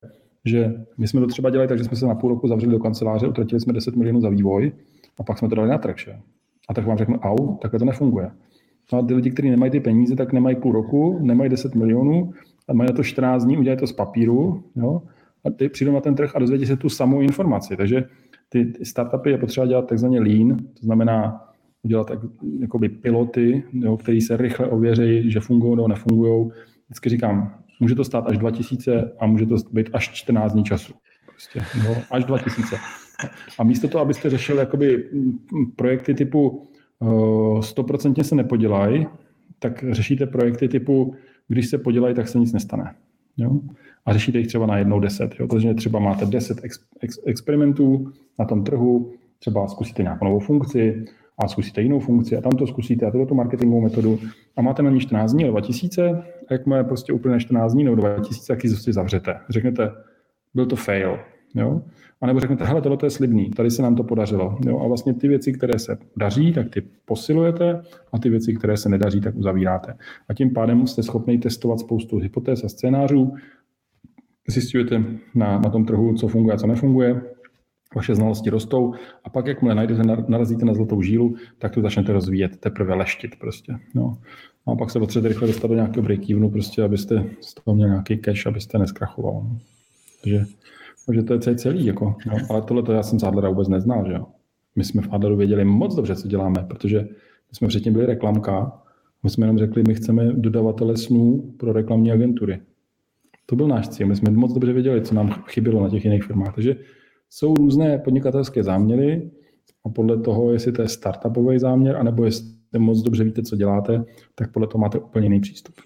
že my jsme to třeba dělali tak, že jsme se na půl roku zavřeli do kanceláře, utratili jsme deset milionů za vývoj a pak jsme to dali na trh, že? A trh vám řekne, au, takhle to nefunguje. No a ty lidi, kteří nemají ty peníze, tak nemají půl roku, nemají deset milionů a mají na to čtrnáct dní, udělají to z papíru, jo, a ty přijdou na ten trh a dozvědí se tu samou informaci. Takže ty, ty startupy je potřeba dělat takzvaně lean, to znamená udělat tak, jakoby piloty, jo, který se rychle ověří, že fungují nebo nefungují. vždycky říkám, může to stát až dva tisíce a může to být až čtrnáct dní času. Prostě, no, až dva tisíce. A místo toho, abyste řešili jakoby projekty typu stoprocentně se nepodělají, tak řešíte projekty typu, když se podělají, tak se nic nestane. Jo? A řešíte jich třeba na jednou deset. Jo? Takže třeba máte deset ex, ex, experimentů na tom trhu, třeba zkusíte nějakou novou funkci a zkusíte jinou funkci a tam to zkusíte a tuto marketingovou metodu a máte na ní čtrnáct dní, dva tisíce a jakmile prostě úplně čtrnáct dní nebo dva tisíce, tak ji zase zavřete. Řeknete, byl to fail. Jo? A nebo řeknete, hele, tohle je slibný, tady se nám to podařilo. Jo? A vlastně ty věci, které se daří, tak ty posilujete a ty věci, které se nedaří, tak uzavíráte. A tím pádem jste schopni testovat spoustu hypotéz a scénářů, zjistujete na, na tom trhu, co funguje a co nefunguje, vaše znalosti rostou a pak, jakmile najdete, narazíte na zlatou žílu, tak to začnete rozvíjet, teprve leštit prostě. No. A pak se potřebujete rychle dostat do nějakého break-evenu, prostě, abyste z toho měli nějaký cash, abyste neskrachoval. No. Takže Takže to je celý, jako, no, ale tohle já jsem z Adlera vůbec neznal, že jo. My jsme v Adleru věděli moc dobře, co děláme, protože my jsme předtím byli reklamka, my jsme jenom řekli, my chceme dodavatele snů pro reklamní agentury. To byl náš cíl, my jsme moc dobře věděli, co nám chybělo na těch jiných firmách. Takže jsou různé podnikatelské záměry a podle toho, jestli to je startupový záměr, anebo jestli moc dobře víte, co děláte, tak podle toho máte úplně jiný přístup.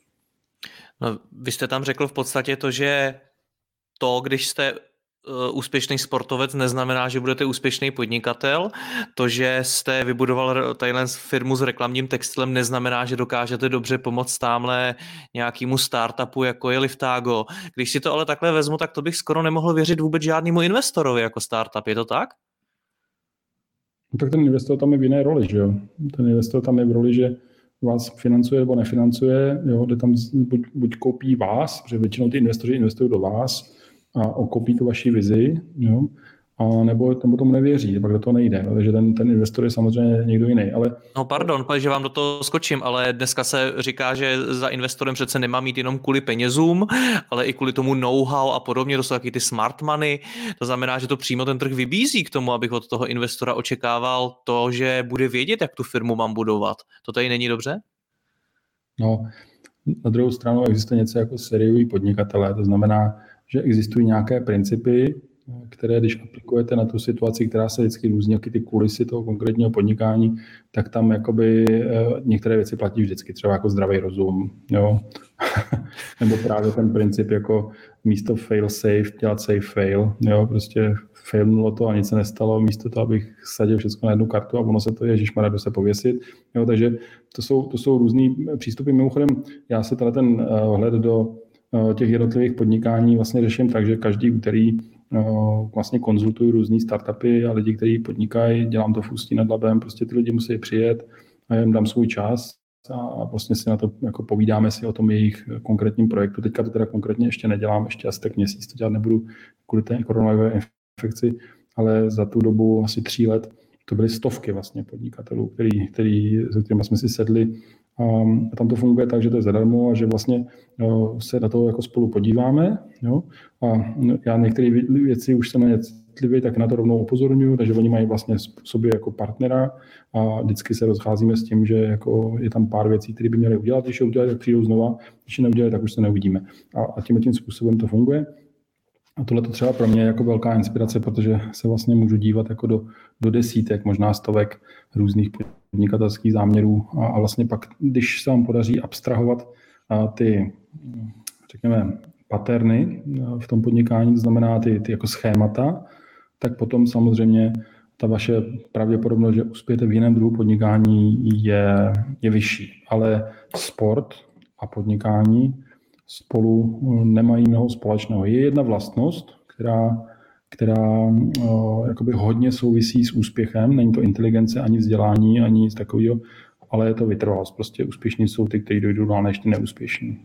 No, vy jste tam řekl v podstatě to, že to, když jste uh, úspěšný sportovec, neznamená, že budete úspěšný podnikatel. To, že jste vybudoval tadyhle firmu s reklamním textilem, neznamená, že dokážete dobře pomoct tamhle nějakému startupu, jako je Liftago. Když si to ale takhle vezmu, tak to bych skoro nemohl věřit vůbec žádnému investorovi jako startup. Je to tak? No, tak ten investor tam je v jiné roli, že jo? Ten investor tam je v roli, že vás financuje nebo nefinancuje, jo? Kde tam buď, buď koupí vás, protože většinou ty investoři investují do vás, a okopí tu vaši vizi, jo, a nebo tomu tomu nevěří, pak do toho nejde, no, takže ten, ten investor je samozřejmě někdo jiný. Ale... No pardon, že vám do toho skočím, ale dneska se říká, že za investorem přece nemá mít jenom kvůli penězům, ale i kvůli tomu know-how a podobně, to jsou taky ty smart money, to znamená, že to přímo ten trh vybízí k tomu, abych od toho investora očekával to, že bude vědět, jak tu firmu mám budovat. To tady není dobře? No, na druhou stranu existuje něco jako sérioví podnikatelé, to znamená, že existují nějaké principy, které když aplikujete na tu situaci, která se vždycky různí, ty kulisy toho konkrétního podnikání, tak tam jakoby některé věci platí vždycky, třeba jako zdravý rozum, jo? Nebo právě ten princip jako místo fail safe, dělat safe fail, jo? Prostě failnulo to a nic se nestalo, místo toho, abych sadil všechno na jednu kartu a ono se to ježišmarja jdu se pověsit, jo? Takže to jsou, to jsou různý přístupy. Mimochodem, já se teda ten vhled do těch jednotlivých podnikání vlastně řeším tak, že každý úterý vlastně konzultuju různý startupy a lidi, kteří podnikají, dělám to v Ústí nad Labem, prostě ty lidi musí přijet a jim dám svůj čas a vlastně si na to jako povídáme si o tom jejich konkrétním projektu. Teďka to teda konkrétně ještě nedělám, ještě asi tak měsíc to dělat nebudu kvůli té koronavirové infekci, ale za tu dobu asi tří let to byly stovky vlastně podnikatelů, který, který, se kterými jsme si sedli. A tam to funguje tak, že to je zadarmo a že vlastně jo, se na to jako spolu podíváme. Jo? A já některé věci už jsem na ně citlivý, tak na to rovnou upozorňuji, takže oni mají vlastně sobě jako partnera a vždycky se rozcházíme s tím, že jako je tam pár věcí, které by měly udělat. Když je udělat, tak přijdou znova, když je neudělají, tak už se neuvidíme. A, a tím tím způsobem to funguje. A tohle to třeba pro mě je jako velká inspirace, protože se vlastně můžu dívat jako do, do desítek, možná stovek různých podnikatelských záměrů a, a vlastně pak, když se vám podaří abstrahovat a, ty, řekněme, paterny v tom podnikání, to znamená ty, ty jako schémata, tak potom samozřejmě ta vaše pravděpodobnost, že uspějete v jiném druhu podnikání je, je vyšší. Ale sport a podnikání spolu nemají mnoho společného. Je jedna vlastnost, která, která uh, jakoby hodně souvisí s úspěchem. Není to inteligence, ani vzdělání, ani nic takového, ale je to vytrvalost. Prostě úspěšní jsou ty, kteří dojdou dál než ty neúspěšní.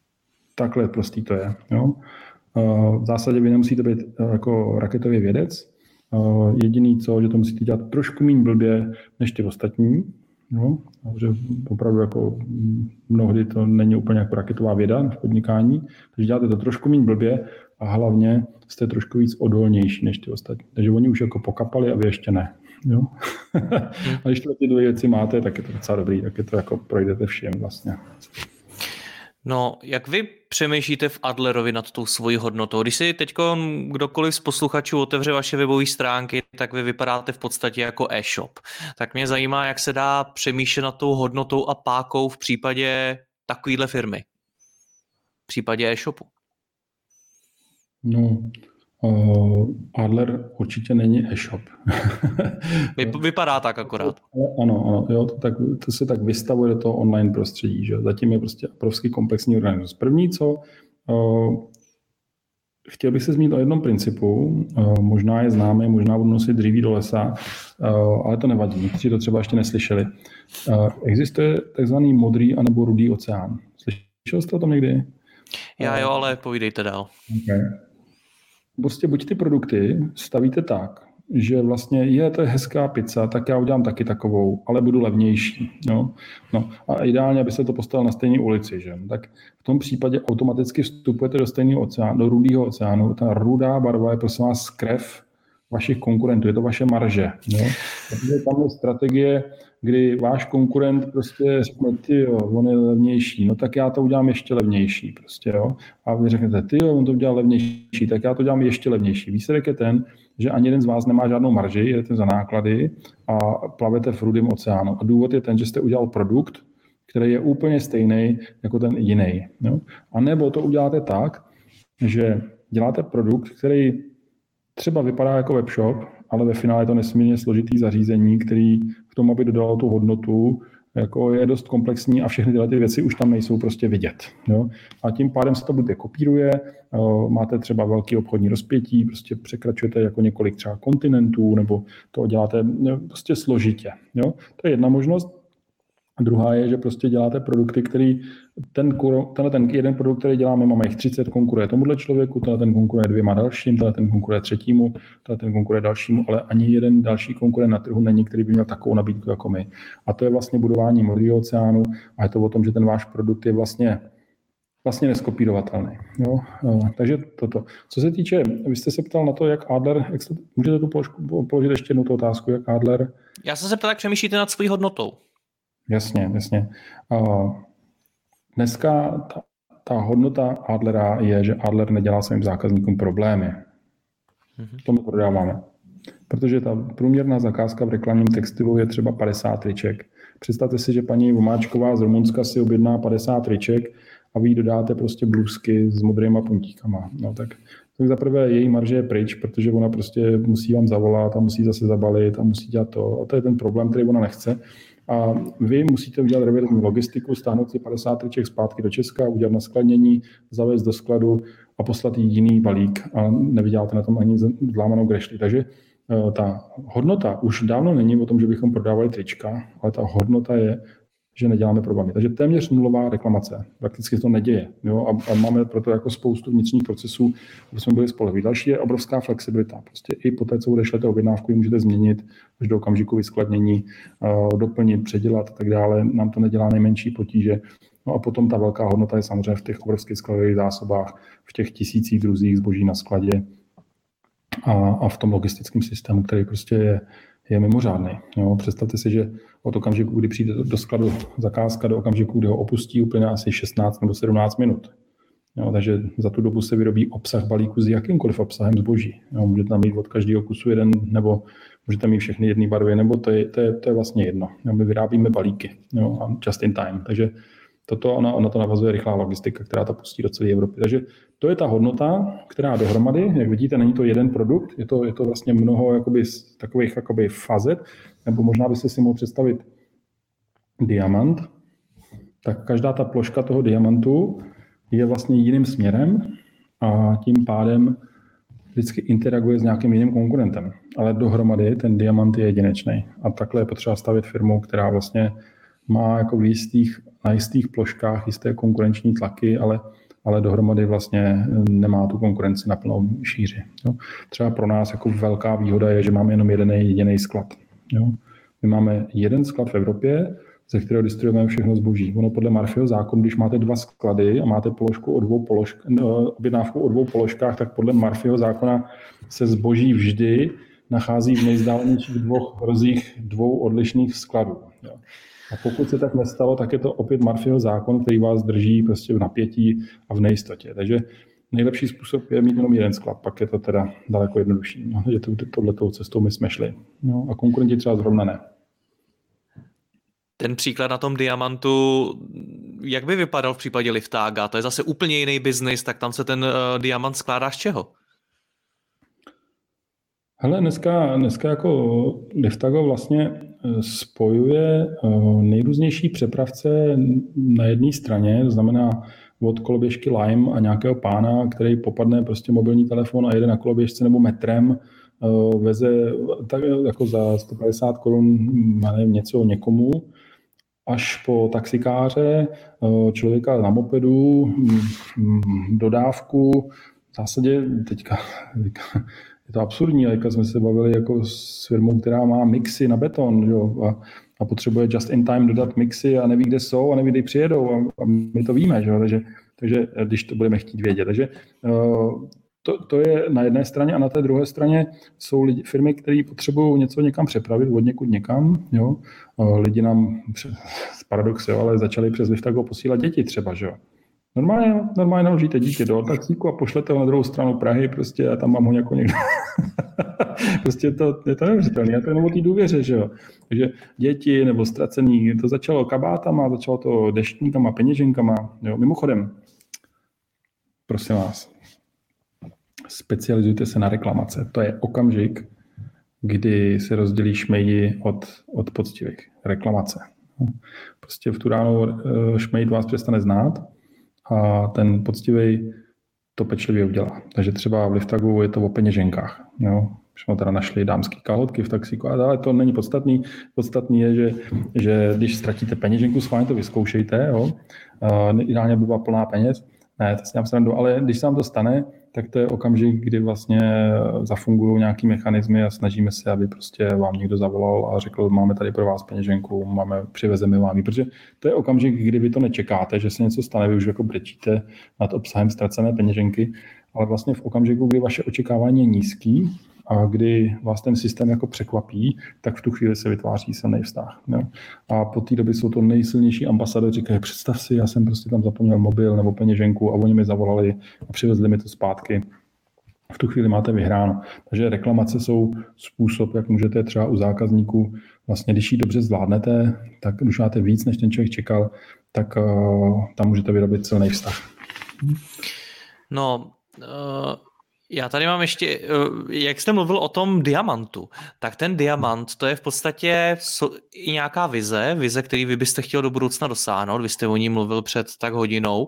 Takhle prostý to je. Jo? Uh, v zásadě vy nemusíte být uh, jako raketový vědec. Uh, jediný co, že to musíte dělat trošku méně blbě než ty ostatní. No, takže opravdu jako mnohdy to není úplně jako raketová věda v podnikání, takže děláte to trošku méně blbě a hlavně jste trošku víc odolnější než ty ostatní. Takže oni už jako pokapali a vy ještě ne. Jo? A když ty dvě věci máte, tak je to docela dobrý, tak je to jako projdete všem vlastně. No, jak vy přemýšlíte v Adlerovi nad tou svojí hodnotou? Když si teď kdokoliv z posluchačů otevře vaše webové stránky, tak vy vypadáte v podstatě jako e-shop. Tak mě zajímá, jak se dá přemýšlet nad tou hodnotou a pákou v případě takovéhle firmy. V případě e-shopu. No, uh, Adler určitě není e-shop. Vy, vypadá tak akorát. Ano, ano, jo, to, tak, to se tak vystavuje do toho online prostředí, že zatím je prostě obrovský komplexní organismus. První, co uh, chtěl bych se zmínit o jednom principu, uh, možná je známý, možná budu nosit dříví do lesa, uh, ale to nevadí, někteří to třeba ještě neslyšeli. Uh, existuje takzvaný modrý anebo rudý oceán. Slyšel jste o tom někdy? Já jo, ale povídejte dál. Okay. Prostě buď ty produkty stavíte tak, že vlastně je to hezká pizza, tak já udělám taky takovou, ale budu levnější. Jo? No. A ideálně, aby se to postavil na stejné ulici. Že? Tak v tom případě automaticky vstupujete do stejného oceánu, do rudého oceánu. Ta rudá barva je prosím vás krev vašich konkurentů, je to vaše marže. Jo? Protože tam je strategie, kdy váš konkurent prostě řekne, ty jo, on je levnější, no tak já to udělám ještě levnější. Prostě, jo? A vy řeknete, ty jo, on to udělal levnější, tak já to dělám ještě levnější. Výsledek je ten, že ani jeden z vás nemá žádnou marži, jedete za náklady a plavete v rudém oceánu. A důvod je ten, že jste udělal produkt, který je úplně stejný jako ten jiný. Jo? A nebo to uděláte tak, že děláte produkt, který třeba vypadá jako webshop, ale ve finále je to nesmírně složitý zařízení, který k tomu, aby dodalo tu hodnotu, jako je dost komplexní a všechny tyhle ty věci už tam nejsou prostě vidět. Jo? A tím pádem se to blbě kopíruje, máte třeba velký obchodní rozpětí, prostě překračujete jako několik třeba kontinentů, nebo to děláte prostě složitě. Jo? To je jedna možnost. A druhá je, že prostě děláte produkty, který ten, tenhle ten jeden produkt, který děláme, máme jich třicet, konkuruje tomuhle člověku, tenhle ten konkuruje dvěma dalším, tenhle ten konkuruje třetímu, tenhle ten konkuruje dalšímu, ale ani jeden další konkurent na trhu není, který by měl takovou nabídku jako my. A to je vlastně budování modrého oceánu a je to o tom, že ten váš produkt je vlastně vlastně neskopírovatelný. Jo? Takže toto. Co se týče, vy jste se ptal na to, jak Adler, jak jste, můžete tu položku, položit ještě jednu tu otázku, jak Adler... Já jsem se ptal, jak přemýšlíte nad svou hodnotou. Jasně, jasně. Dneska ta, ta hodnota Adlera je, že Adler nedělá svým zákazníkům problémy. Mm-hmm. To my prodáváme. Protože ta průměrná zakázka v reklamním textilu je třeba padesát triček. Představte si, že paní Vomáčková z Rumunska si objedná padesát triček a vy jí dodáte prostě blůzky s modrýma puntíkama. No tak, tak zaprvé její marže je pryč, protože ona prostě musí vám zavolat a musí zase zabalit a musí dělat to. A to je ten problém, který ona nechce. A vy musíte udělat reverzní logistiku, stáhnout si padesát triček zpátky do Česka, udělat naskladnění, zavést do skladu a poslat jí jiný balík. A nevyděláte na tom ani zlámanou grešli. Takže ta hodnota už dávno není o tom, že bychom prodávali trička, ale ta hodnota je, že neděláme problémy. Takže téměř nulová reklamace. Prakticky to neděje. Jo? A, a máme proto jako spoustu vnitřních procesů, aby jsme byli spolehliví. Další je obrovská flexibilita. Prostě i po té, co odešlete objednávku, ji můžete změnit až do okamžiku vyskladnění, uh, doplnit, předělat a tak dále. Nám to nedělá nejmenší potíže. No a potom ta velká hodnota je samozřejmě v těch obrovských skladových zásobách, v těch tisících druzích zboží na skladě a, a v tom logistickém systému, který prostě je je mimořádný. Jo, představte si, že od okamžiku, kdy přijde do skladu zakázka, do okamžiku, kdy ho opustí, uplyne asi šestnáct nebo sedmnáct minut. Jo, takže za tu dobu se vyrobí obsah balíku s jakýmkoliv obsahem zboží. Jo, můžete tam mít od každého kusu jeden, nebo můžete mít všechny jedné barvy, nebo to je, to je, to je vlastně jedno. Jo, my vyrábíme balíky, jo, a just in time. Takže toto, ona, ona to navazuje rychlá logistika, která to pustí do celé Evropy. Takže to je ta hodnota, která dohromady, jak vidíte, není to jeden produkt, je to, je to vlastně mnoho jakoby, takových jakoby fazet, nebo možná byste si mohl představit diamant, tak každá ta ploška toho diamantu je vlastně jiným směrem a tím pádem vždycky interaguje s nějakým jiným konkurentem. Ale dohromady ten diamant je jedinečný. A takhle je potřeba stavit firmu, která vlastně má jako v jistých, na jistých ploškách jisté konkurenční tlaky, ale, ale dohromady vlastně nemá tu konkurenci na plnou šíři. Jo. Třeba pro nás jako velká výhoda je, že máme jenom jeden jediný sklad. Jo. My máme jeden sklad v Evropě, ze kterého distribuujeme všechno zboží. Ono podle Murphyho zákonu, když máte dva sklady a máte položku o dvou položk, objednávku o dvou položkách, tak podle Murphyho zákona se zboží vždy nachází v nejzdálenějších dvou rozích dvou odlišných skladů. Jo. A pokud se tak nestalo, tak je to opět Murphyho zákon, který vás drží prostě v napětí a v nejistotě. Takže nejlepší způsob je mít jenom jeden sklad, pak je to teda daleko jednodušší. No, je to tohletou cestou my jsme šli. No, a konkurenti třeba zrovna ne. Ten příklad na tom diamantu, jak by vypadal v případě Liftaga? To je zase úplně jiný biznis, tak tam se ten uh, diamant skládá z čeho? Hele, dneska, dneska jako Liftago vlastně spojuje nejrůznější přepravce na jedné straně, to znamená od koloběžky Lime a nějakého pána, který popadne prostě mobilní telefon a jede na koloběžce nebo metrem, veze tak jako za sto padesát korun nevím, něco někomu, až po taxikáře, člověka na mopedu, dodávku. V zásadě teďka, teďka je to absurdní, ale jsme se bavili jako s firmou, která má mixy na beton, jo, a, a potřebuje just in time dodat mixy a neví, kde jsou a neví, kde přijedou a, a my to víme, že? Takže, takže když to budeme chtít vědět. Takže uh, to, to je na jedné straně a na té druhé straně jsou lidi, firmy, které potřebují něco někam přepravit, od někud někam. Jo. Uh, lidi nám, paradox, jo, ale začali přes Liftago posílat děti třeba, že jo. Normálně, normálně naložíte dítě do taxíku a pošlete ho na druhou stranu Prahy prostě a tam mám ho jako někdo. Prostě to, je to neuvěřitelné, je to jenom o té důvěře, že jo. Takže děti nebo ztracený, to začalo kabátama, začalo to deštníkama, peněženkama, jo. Mimochodem, prosím vás, specializujte se na reklamace. To je okamžik, kdy se rozdělí šmejdi od, od poctivých. Reklamace. Prostě v tu ránu šmejd vás přestane znát a ten poctivý to pečlivě udělá. Takže třeba v Liftagu je to o peněženkách. Jo. Jsme teda našli dámský kalhotky v taxíku, ale to není podstatný. Podstatný je, že, že když ztratíte peněženku, schválně to vyzkoušejte. Jo. Ideálně by byla plná peněz. Ne, to si nám srandu, ale když se nám to stane, tak to je okamžik, kdy vlastně zafungují nějaký mechanismy a snažíme se, aby prostě vám někdo zavolal a řekl, máme tady pro vás peněženku, máme, přivezeme vám ji, protože to je okamžik, kdy vy to nečekáte, že se něco stane, vy už jako brečíte nad obsahem ztracené peněženky, ale vlastně v okamžiku, kdy vaše očekávání je nízký a kdy vás ten systém jako překvapí, tak v tu chvíli se vytváří silný vztah. Jo. A po té době jsou to nejsilnější ambasadoři, říkají, představ si, já jsem prostě tam zapomněl mobil nebo peněženku a oni mi zavolali a přivezli mi to zpátky. V tu chvíli máte vyhráno. Takže reklamace jsou způsob, jak můžete třeba u zákazníků, vlastně když ji dobře zvládnete, tak když máte víc, než ten člověk čekal, tak uh, tam můžete vyrobit silný vztah. No, uh... Já tady mám ještě, jak jste mluvil o tom diamantu, tak ten diamant, to je v podstatě i nějaká vize, vize, který vy byste chtěl do budoucna dosáhnout, vy jste o ní mluvil před tak hodinou.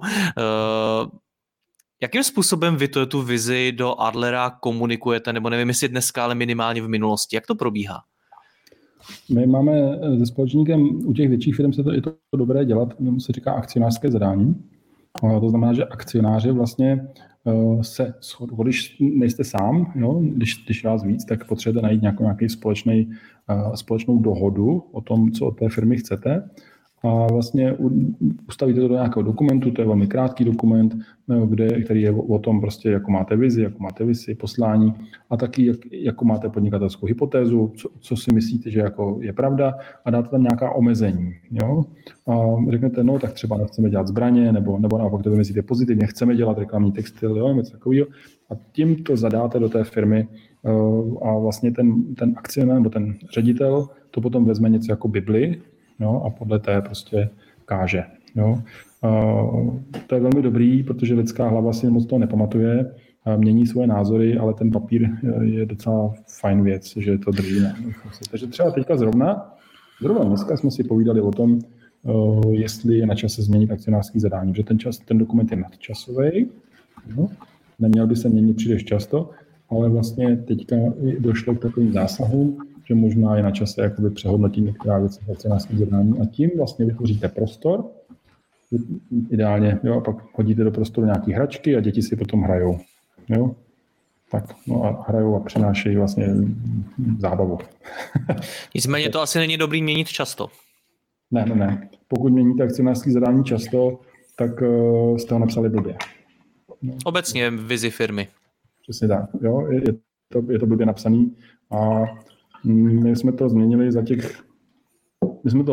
Jakým způsobem vy to, tu vizi do Adlera komunikujete, nebo nevím, jestli dneska, ale minimálně v minulosti, jak to probíhá? My máme se společníkem, u těch větších firm se to, je to dobré dělat, se říká akcionářské zadání. To znamená, že akcionáři vlastně se shodují, když nejste sám, jo, když, když vás víc, tak potřebujete najít nějakou, nějaký společný, společnou dohodu o tom, co od té firmy chcete. A vlastně ustavíte to do nějakého dokumentu, to je velmi krátký dokument, kde, který je o tom, prostě, jako máte vizi, jako máte vizi, poslání a taky, jak, jako máte podnikatelskou hypotézu, co, co si myslíte, že jako je pravda a dáte tam nějaká omezení. Jo? A řeknete, no tak třeba nechceme dělat zbraně, nebo, nebo naopak to vymyslíte pozitivně, chceme dělat reklamní textil, jo, něco takového. A tím to zadáte do té firmy a vlastně ten, ten akcionář nebo ten ředitel to potom vezme něco jako Bibli, jo, a podle té prostě káže. Jo. Uh, to je velmi dobrý, protože lidská hlava si moc toho nepamatuje, mění svoje názory, ale ten papír je docela fajn věc, že to drží. Ne? Takže třeba teďka zrovna, zrovna dneska jsme si povídali o tom, uh, jestli je na čase změnit akcionářský zadání, protože ten, čas, ten dokument je nadčasový, no, neměl by se měnit příliš často, ale vlastně teďka došlo k takovým zásahům, že možná je na čase jakoby přehodnotit některá věc v akcionářském zadání a tím vlastně vytvoříte prostor, ideálně, jo, a pak hodíte do prostoru nějaký hračky a děti si potom hrajou, jo, tak, no a hrajou a přenášejí vlastně zábavu. Nicméně to asi není dobrý měnit často. Ne, ne, ne. Pokud měníte akcionářské zadání často, tak uh, jste ho napsali blbě. No. Obecně vizi firmy. Přesně tak, jo, je, je, to, je to blbě napsaný a my jsme to změnili za těch, my jsme to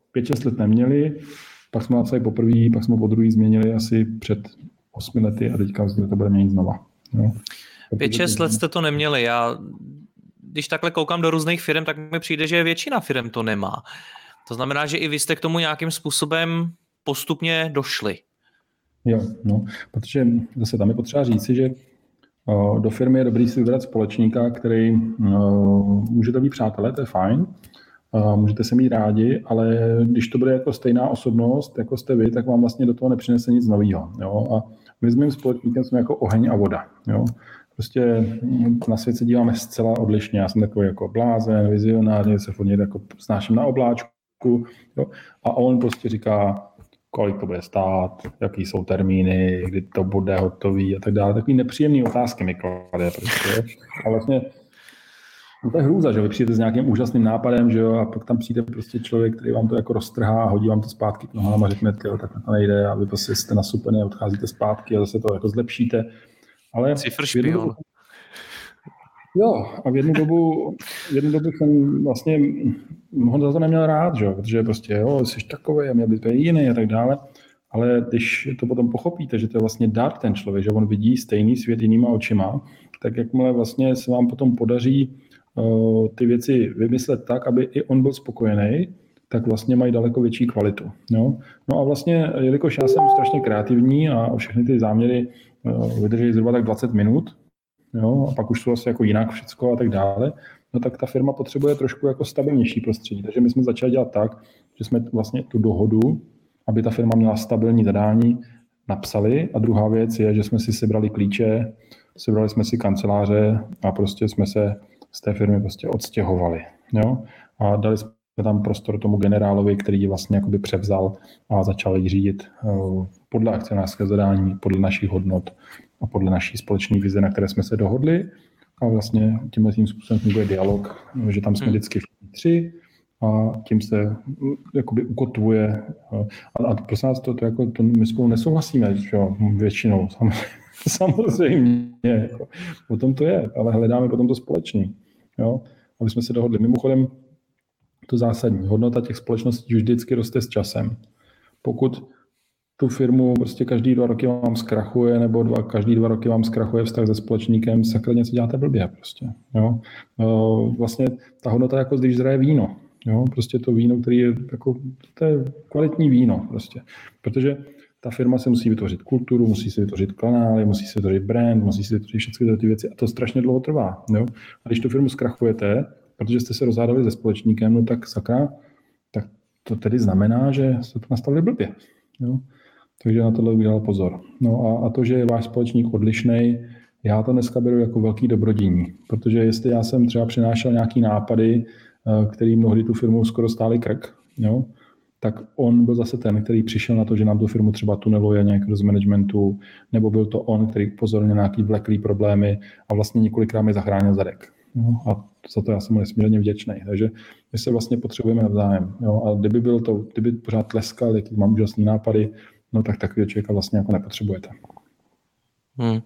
pět šest let neměli, pak jsme napsali poprvé, pak jsme po druhý změnili asi před osmi lety a teďka to bude měnit znova. Jo. pět šest let jste to neměli. Já, když takhle koukám do různých firm, tak mi přijde, že většina firm to nemá. To znamená, že i vy jste k tomu nějakým způsobem postupně došli. Jo, no, protože zase tam je potřeba říci, že do firmy je dobrý si vybrat společníka, který uh, může to být přátelé, to je fajn, uh, můžete se mít rádi, ale když to bude jako stejná osobnost, jako jste vy, tak vám vlastně do toho nepřinese nic nového. Jo? A my s mým společníkem jsme jako oheň a voda. Jo? Prostě na svět se díváme zcela odlišně. Já jsem takový jako blázen, vizionář, se furt někde jako snáším na obláčku. Jo? A on prostě říká, kolik to bude stát, jaký jsou termíny, kdy to bude hotový a tak dále. Takový nepříjemný otázky mi klade. Prostě. A vlastně no to je hrůza, že vy přijdete s nějakým úžasným nápadem, že jo, a pak tam přijde prostě člověk, který vám to jako roztrhá a hodí vám to zpátky k nohám a řekne, tyjo, tak to nejde a vy prostě jste nasupený a odcházíte zpátky a zase to jako zlepšíte. Ale Cifršpion. Jo, a v jednu dobu, v jednu dobu jsem vlastně ho za to neměl rád, že? Protože prostě jo, jsi takový a měl být jiný a tak dále. Ale když to potom pochopíte, že to je vlastně dar ten člověk, že on vidí stejný svět jinýma očima, tak jakmile vlastně se vám potom podaří uh, ty věci vymyslet tak, aby i on byl spokojený, tak vlastně mají daleko větší kvalitu. Jo? No a vlastně, jelikož já jsem strašně kreativní a všechny ty záměry uh, vydrží zhruba tak dvacet minut, jo, a pak už jsou asi jako jinak všecko a tak dále, no tak ta firma potřebuje trošku jako stabilnější prostředí. Takže my jsme začali dělat tak, že jsme vlastně tu dohodu, aby ta firma měla stabilní zadání, napsali. A druhá věc je, že jsme si sebrali klíče, sebrali jsme si kanceláře a prostě jsme se z té firmy prostě odstěhovali. Jo? A dali jsme tam prostor tomu generálovi, který ji vlastně jakoby převzal a začal ji řídit podle akcionářského zadání, podle našich hodnot a podle naší společné vize, na které jsme se dohodli. A vlastně tímhle tím způsobem funguje dialog, že tam jsme hmm. vždycky tři a tím se jakoby ukotvuje. A, a prosím vás, to, to, jako, to my spolu nesouhlasíme, že jo, většinou, samozřejmě, samozřejmě jako, o tom to je, ale hledáme potom to společný, jo, aby jsme se dohodli. Mimochodem, to zásadní, hodnota těch společností vždycky roste s časem. Pokud tu firmu prostě každý dva roky vám zkrachuje, nebo dva, každý dva roky vám zkrachuje vztah se společníkem, sakra něco děláte blbě prostě. Jo? Vlastně ta hodnota jako když zraje víno. Jo? Prostě to víno, který je jako, to je kvalitní víno prostě. Protože ta firma si musí vytvořit kulturu, musí si vytvořit kanály, musí si vytvořit brand, musí si vytvořit všechny ty věci a to strašně dlouho trvá. Jo? A když tu firmu zkrachujete, protože jste se rozhádali se společníkem, no tak sakra, tak to tedy znamená, že jste to nastavili blbě. Jo? Takže na tohle bych dal pozor. No a, a to, že je váš společník odlišnej, já to dneska beru jako velký dobrodění, protože jestli já jsem třeba přinášel nějaký nápady, který mnohdy tu firmu skoro stály krk, jo, tak on byl zase ten, který přišel na to, že nám tu firmu třeba tuneluje nějak z managementu, nebo byl to on, který pozornil nějaký vleklý problémy a vlastně několikrát mi zachránil zadek. Jo, a za to já jsem nesmírně vděčný. Takže my se vlastně potřebujeme navzájem. Jo, a kdyby byl to, kdyby pořád tleskal, jaký mám úžasný nápady, no tak takového člověka vlastně jako nepotřebujete. Hmm.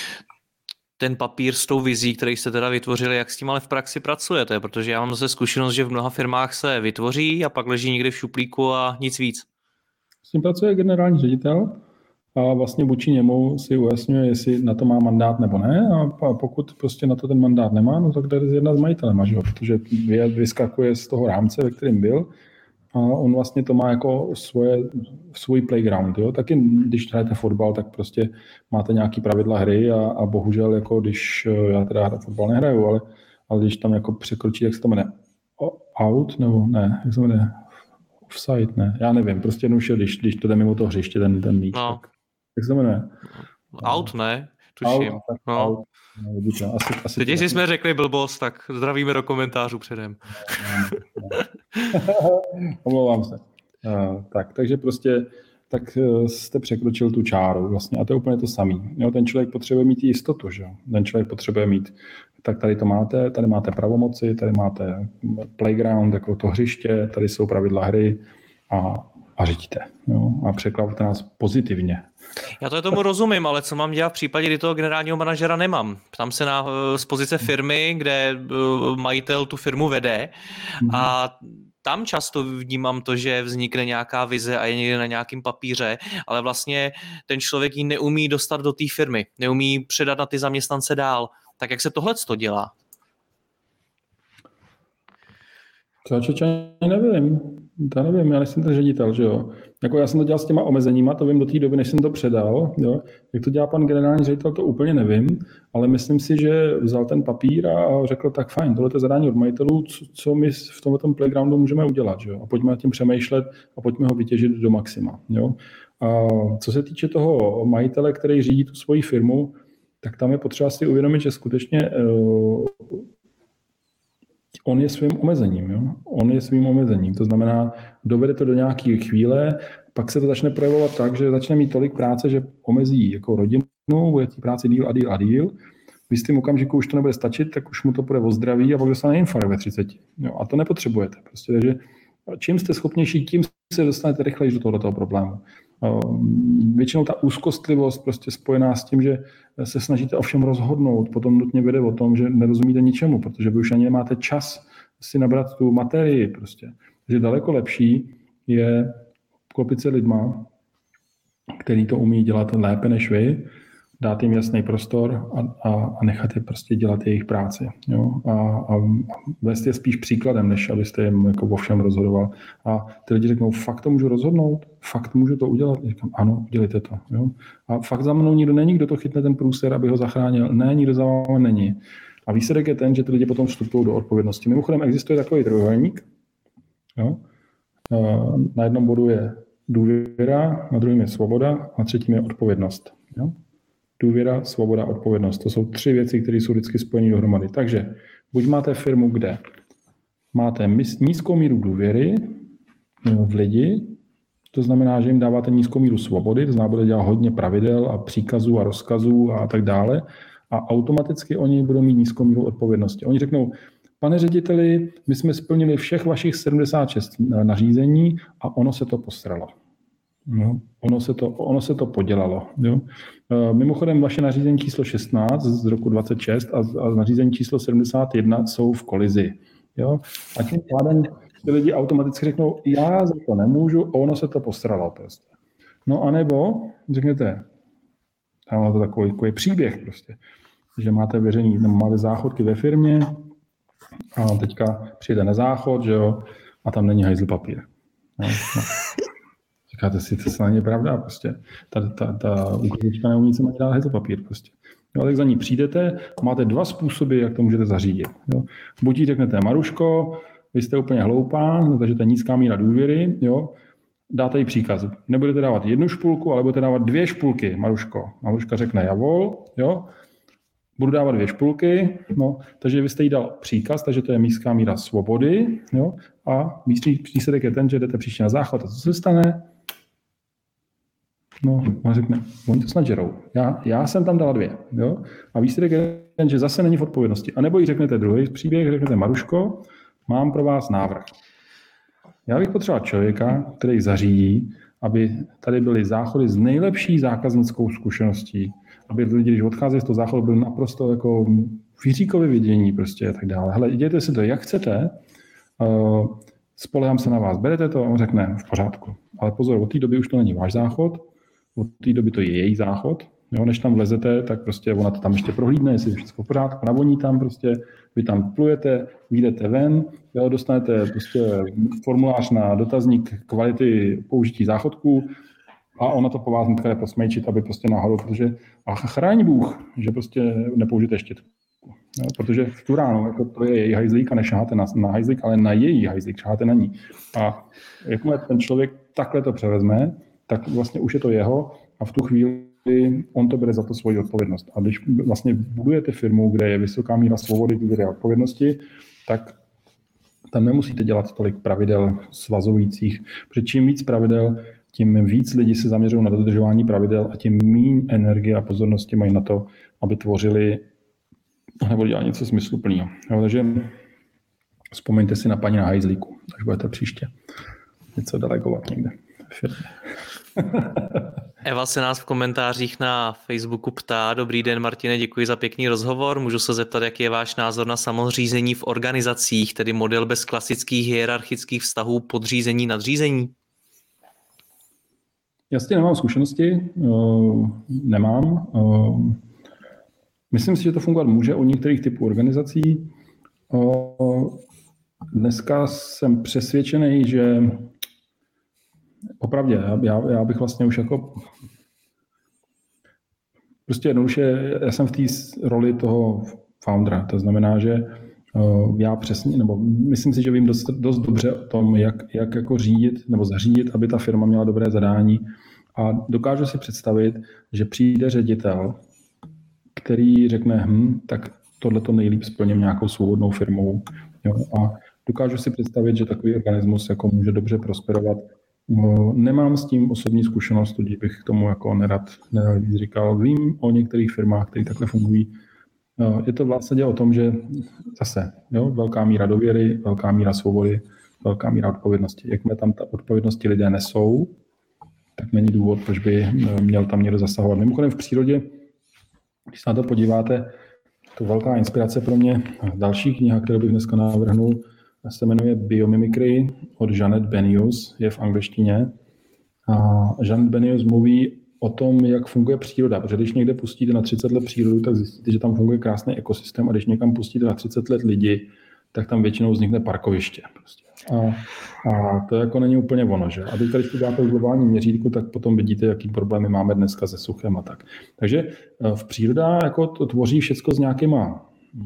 Ten papír s tou vizí, který jste teda vytvořili, jak s tím ale v praxi pracujete? Protože já mám zase zkušenost, že v mnoha firmách se vytvoří a pak leží někde v šuplíku a nic víc. S tím pracuje generální ředitel a vlastně vůči němu si ujasňuje, jestli na to má mandát nebo ne a pokud prostě na to ten mandát nemá, no tak jde jedna s majitelem, že? Protože vyskakuje z toho rámce, ve kterém byl, a on vlastně to má jako svoje, svůj playground. Jo? Taky když hrajete fotbal, tak prostě máte nějaký pravidla hry a, a bohužel, jako když já teda fotbal nehraju, ale, ale když tam jako překročí, jak se to jmenuje, out, nebo ne, jak se jmenuje, offside, ne, já nevím, prostě jednoduše, když, když to jde mimo to hřiště, ten, ten míč, no. tak, jak se to jmenuje? Out, ne? Tuším. Out, tak no. out. No, vidíte, asi, asi teď, jestli jsme řekli blbost, tak zdravíme do komentářů předem. Omlouvám se. Uh, tak, takže prostě tak uh, jste překročil tu čáru vlastně a to je úplně to samý. Jo, ten člověk potřebuje mít jistotu, že? Ten člověk potřebuje mít, tak tady to máte, tady máte pravomoci, tady máte playground, jako to hřiště, tady jsou pravidla hry a, a řídíte. Jo? A překvapte nás pozitivně. Já to tomu rozumím, ale co mám dělat v případě, kdy toho generálního manažera nemám? Ptám se na z pozice firmy, kde majitel tu firmu vede a tam často vnímám to, že vznikne nějaká vize a je někde na nějakém papíře, ale vlastně ten člověk ji neumí dostat do té firmy, neumí předat na ty zaměstnance dál. Tak jak se tohleto dělá? To ani nevím. To nevím, já nejsem ten ředitel, že jo. Jako já jsem to dělal s těma omezeníma, to vím do té doby, než jsem to předal, jo. Jak to dělá pan generální ředitel, to úplně nevím, ale myslím si, že vzal ten papír a řekl, tak fajn, tohle je zadání od majitelů, co, co my v tomto playgroundu můžeme udělat, že jo. A pojďme nad tím přemýšlet a pojďme ho vytěžit do maxima, jo. A co se týče toho majitele, který řídí tu svoji firmu, tak tam je potřeba si uvědomit, že skutečně uh, on je svým omezením. Jo? On je svým omezením. To znamená, dovede to do nějaké chvíle, pak se to začne projevovat tak, že začne mít tolik práce, že omezí jako rodinu, bude tí práci díl a díl a díl. V jistým okamžiku už to nebude stačit, tak už mu to bude o zdraví a pak dostane infarkt ve třiceti. Jo? A to nepotřebujete. Prostě, takže čím jste schopnější, tím se dostanete rychleji do tohoto problému. Většinou ta úzkostlivost prostě spojená s tím, že se snažíte o všem rozhodnout, potom nutně vede o tom, že nerozumíte ničemu, protože vy už ani nemáte čas si nabrat tu materii. Prostě. Takže daleko lepší je klopit se lidma, který to umí dělat lépe než vy, dát jim jasný prostor a, a, a nechat je prostě dělat jejich práci. Jo? A, a vést je spíš příkladem, než abyste jim jako o všem rozhodoval. A ty lidi řeknou, fakt to můžu rozhodnout? Fakt můžu to udělat? Říkám, ano, udělejte to. Jo? A fakt za mnou nikdo není, kdo to chytne ten průser, aby ho zachránil. Ne, nikdo za vámi není. A výsledek je ten, že ty lidi potom vstupují do odpovědnosti. Mimochodem existuje takový trojuhelník. Jo? Na jednom bodu je důvěra, na druhém je svoboda a na třetím je odpovědnost. Jo? Důvěra, svoboda, odpovědnost. To jsou tři věci, které jsou vždycky spojené dohromady. Takže buď máte firmu, kde máte nízkou míru důvěry v lidi, to znamená, že jim dáváte nízkou míru svobody, to znamená, bude dělat hodně pravidel a příkazů a rozkazů a tak dále, a automaticky oni budou mít nízkou míru odpovědnosti. Oni řeknou, pane řediteli, my jsme splnili všech vašich sedmdesát šest nařízení a ono se to posralo. No, ono, se to, ono se to podělalo. Jo. Mimochodem, vaše nařízení číslo šestnáct z roku dvacet šest a, a nařízení číslo sedmdesát jedna jsou v kolizi. Jo. A tím pádem ty lidi automaticky řeknou, já za to nemůžu, ono se to posralo. Prostě. No a nebo řeknete, tam máte takový, takový příběh prostě, že máte veřejný, nebo máte záchodky ve firmě a teďka přijde na záchod, že jo, a tam není hajzl papír. No, no. Říkáte si, to není pravda, prostě. Ta, ta, ta uklízečka neumí se ani dát hajzl papír, prostě. Jo, tak za ní přijdete a máte dva způsoby, jak to můžete zařídit. Jo. Buď jí řeknete, Maruško, vy jste úplně hloupá, takže to je nízká míra důvěry, jo. Dáte jí příkaz. Nebudete dávat jednu špulku, ale budete dávat dvě špulky, Maruško. Maruška řekne, javol, jo. Budu dávat dvě špulky, no, takže vy jste jí dal příkaz, takže to je nízká míra svobody, jo, a výsledek je ten, že jdete příště na záchod. A co se stane? No, on řekne, oni to snad žerou. Já, já jsem tam dala dvě, jo, a výsledek je ten, že zase není v odpovědnosti. A nebo jí řeknete druhý příběh, řeknete, Maruško, mám pro vás návrh. Já bych potřeboval člověka, který zařídí, aby tady byly záchody s nejlepší zákaznickou zkušeností, aby lidi, když odcházejí z toho záchodu, byli naprosto jako vyříkově vidění prostě a tak dále. Hele, dějte si to, jak chcete, uh, spolehám se na vás, berete to, on řekne, v pořádku. Ale pozor, od té doby už to není váš záchod, od té doby to je její záchod, jo, než tam vlezete, tak prostě ona to tam ještě prohlídne, jestli je všechno v pořádku, navoní tam prostě, vy tam plujete, vyjdete ven, jo, dostanete prostě formulář na dotazník kvality použití záchodků, a ona to po vás hnedka jde posmejčit, aby prostě náhodou, protože a chráň Bůh, že prostě nepoužijete štítku. No, protože v tu ráno, jako to je její hajzlík a nešáháte na, na hajzlík, ale na její hajzlík, šáháte na ní. A jakmile ten člověk takhle to převezme, tak vlastně už je to jeho a v tu chvíli on to bere za to svoji odpovědnost. A když vlastně budujete firmu, kde je vysoká míra svobody, důvěry a odpovědnosti, tak tam nemusíte dělat tolik pravidel svazujících, protože čím víc pravidel, tím víc lidí se zaměřují na dodržování pravidel a tím méně energie a pozornosti mají na to, aby tvořili nebo dělali něco smysluplného. Takže vzpomeňte si na paní na hajzlíku, až budete příště něco delegovat někde v firmě. Eva se nás v komentářích na Facebooku ptá: Dobrý den, Martine, děkuji za pěkný rozhovor. Můžu se zeptat, jaký je váš názor na samozřízení v organizacích, tedy model bez klasických hierarchických vztahů podřízení nadřízení? Já s tím nemám zkušenosti, uh, nemám. Uh, myslím si, že to fungovat může u některých typů organizací. Uh, dneska jsem přesvědčený, že opravdu, já, já bych vlastně už jako prostě jednoduše, já jsem v té roli toho foundera, to znamená, že uh, já přesně, nebo myslím si, že vím dost, dost dobře o tom, jak, jak jako řídit nebo zařídit, aby ta firma měla dobré zadání, a dokážu si představit, že přijde ředitel, který řekne, hm, tak tohleto nejlíp splním nějakou svobodnou firmou. Jo, a dokážu si představit, že takový organismus jako může dobře prosperovat. Nemám s tím osobní zkušenost, tudíž bych k tomu jako nerad, nerad říkal. Vím o některých firmách, které takhle fungují. Je to v zásadě o tom, že zase jo, velká míra důvěry, velká míra svobody, velká míra odpovědnosti. Jakmile tam ta odpovědnosti lidé nesou, tak není důvod, proč by měl tam někdo zasahovat. Mimochodem v přírodě, když se na to podíváte, to velká inspirace pro mě, další kniha, kterou bych dneska navrhnul, se jmenuje Biomimicry od Janet Benius, je v angličtině. A Janet Benius mluví o tom, jak funguje příroda, protože když někde pustíte na třicet let přírodu, tak zjistíte, že tam funguje krásný ekosystém, a když někam pustíte na třicet let lidi, tak tam většinou vznikne parkoviště. Prostě. A, a to jako není úplně ono, že? A teď, když to děláte v globálním měřítku, tak potom vidíte, jaký problémy máme dneska se suchem a tak. Takže v příroda jako to tvoří všechno s nějakýma,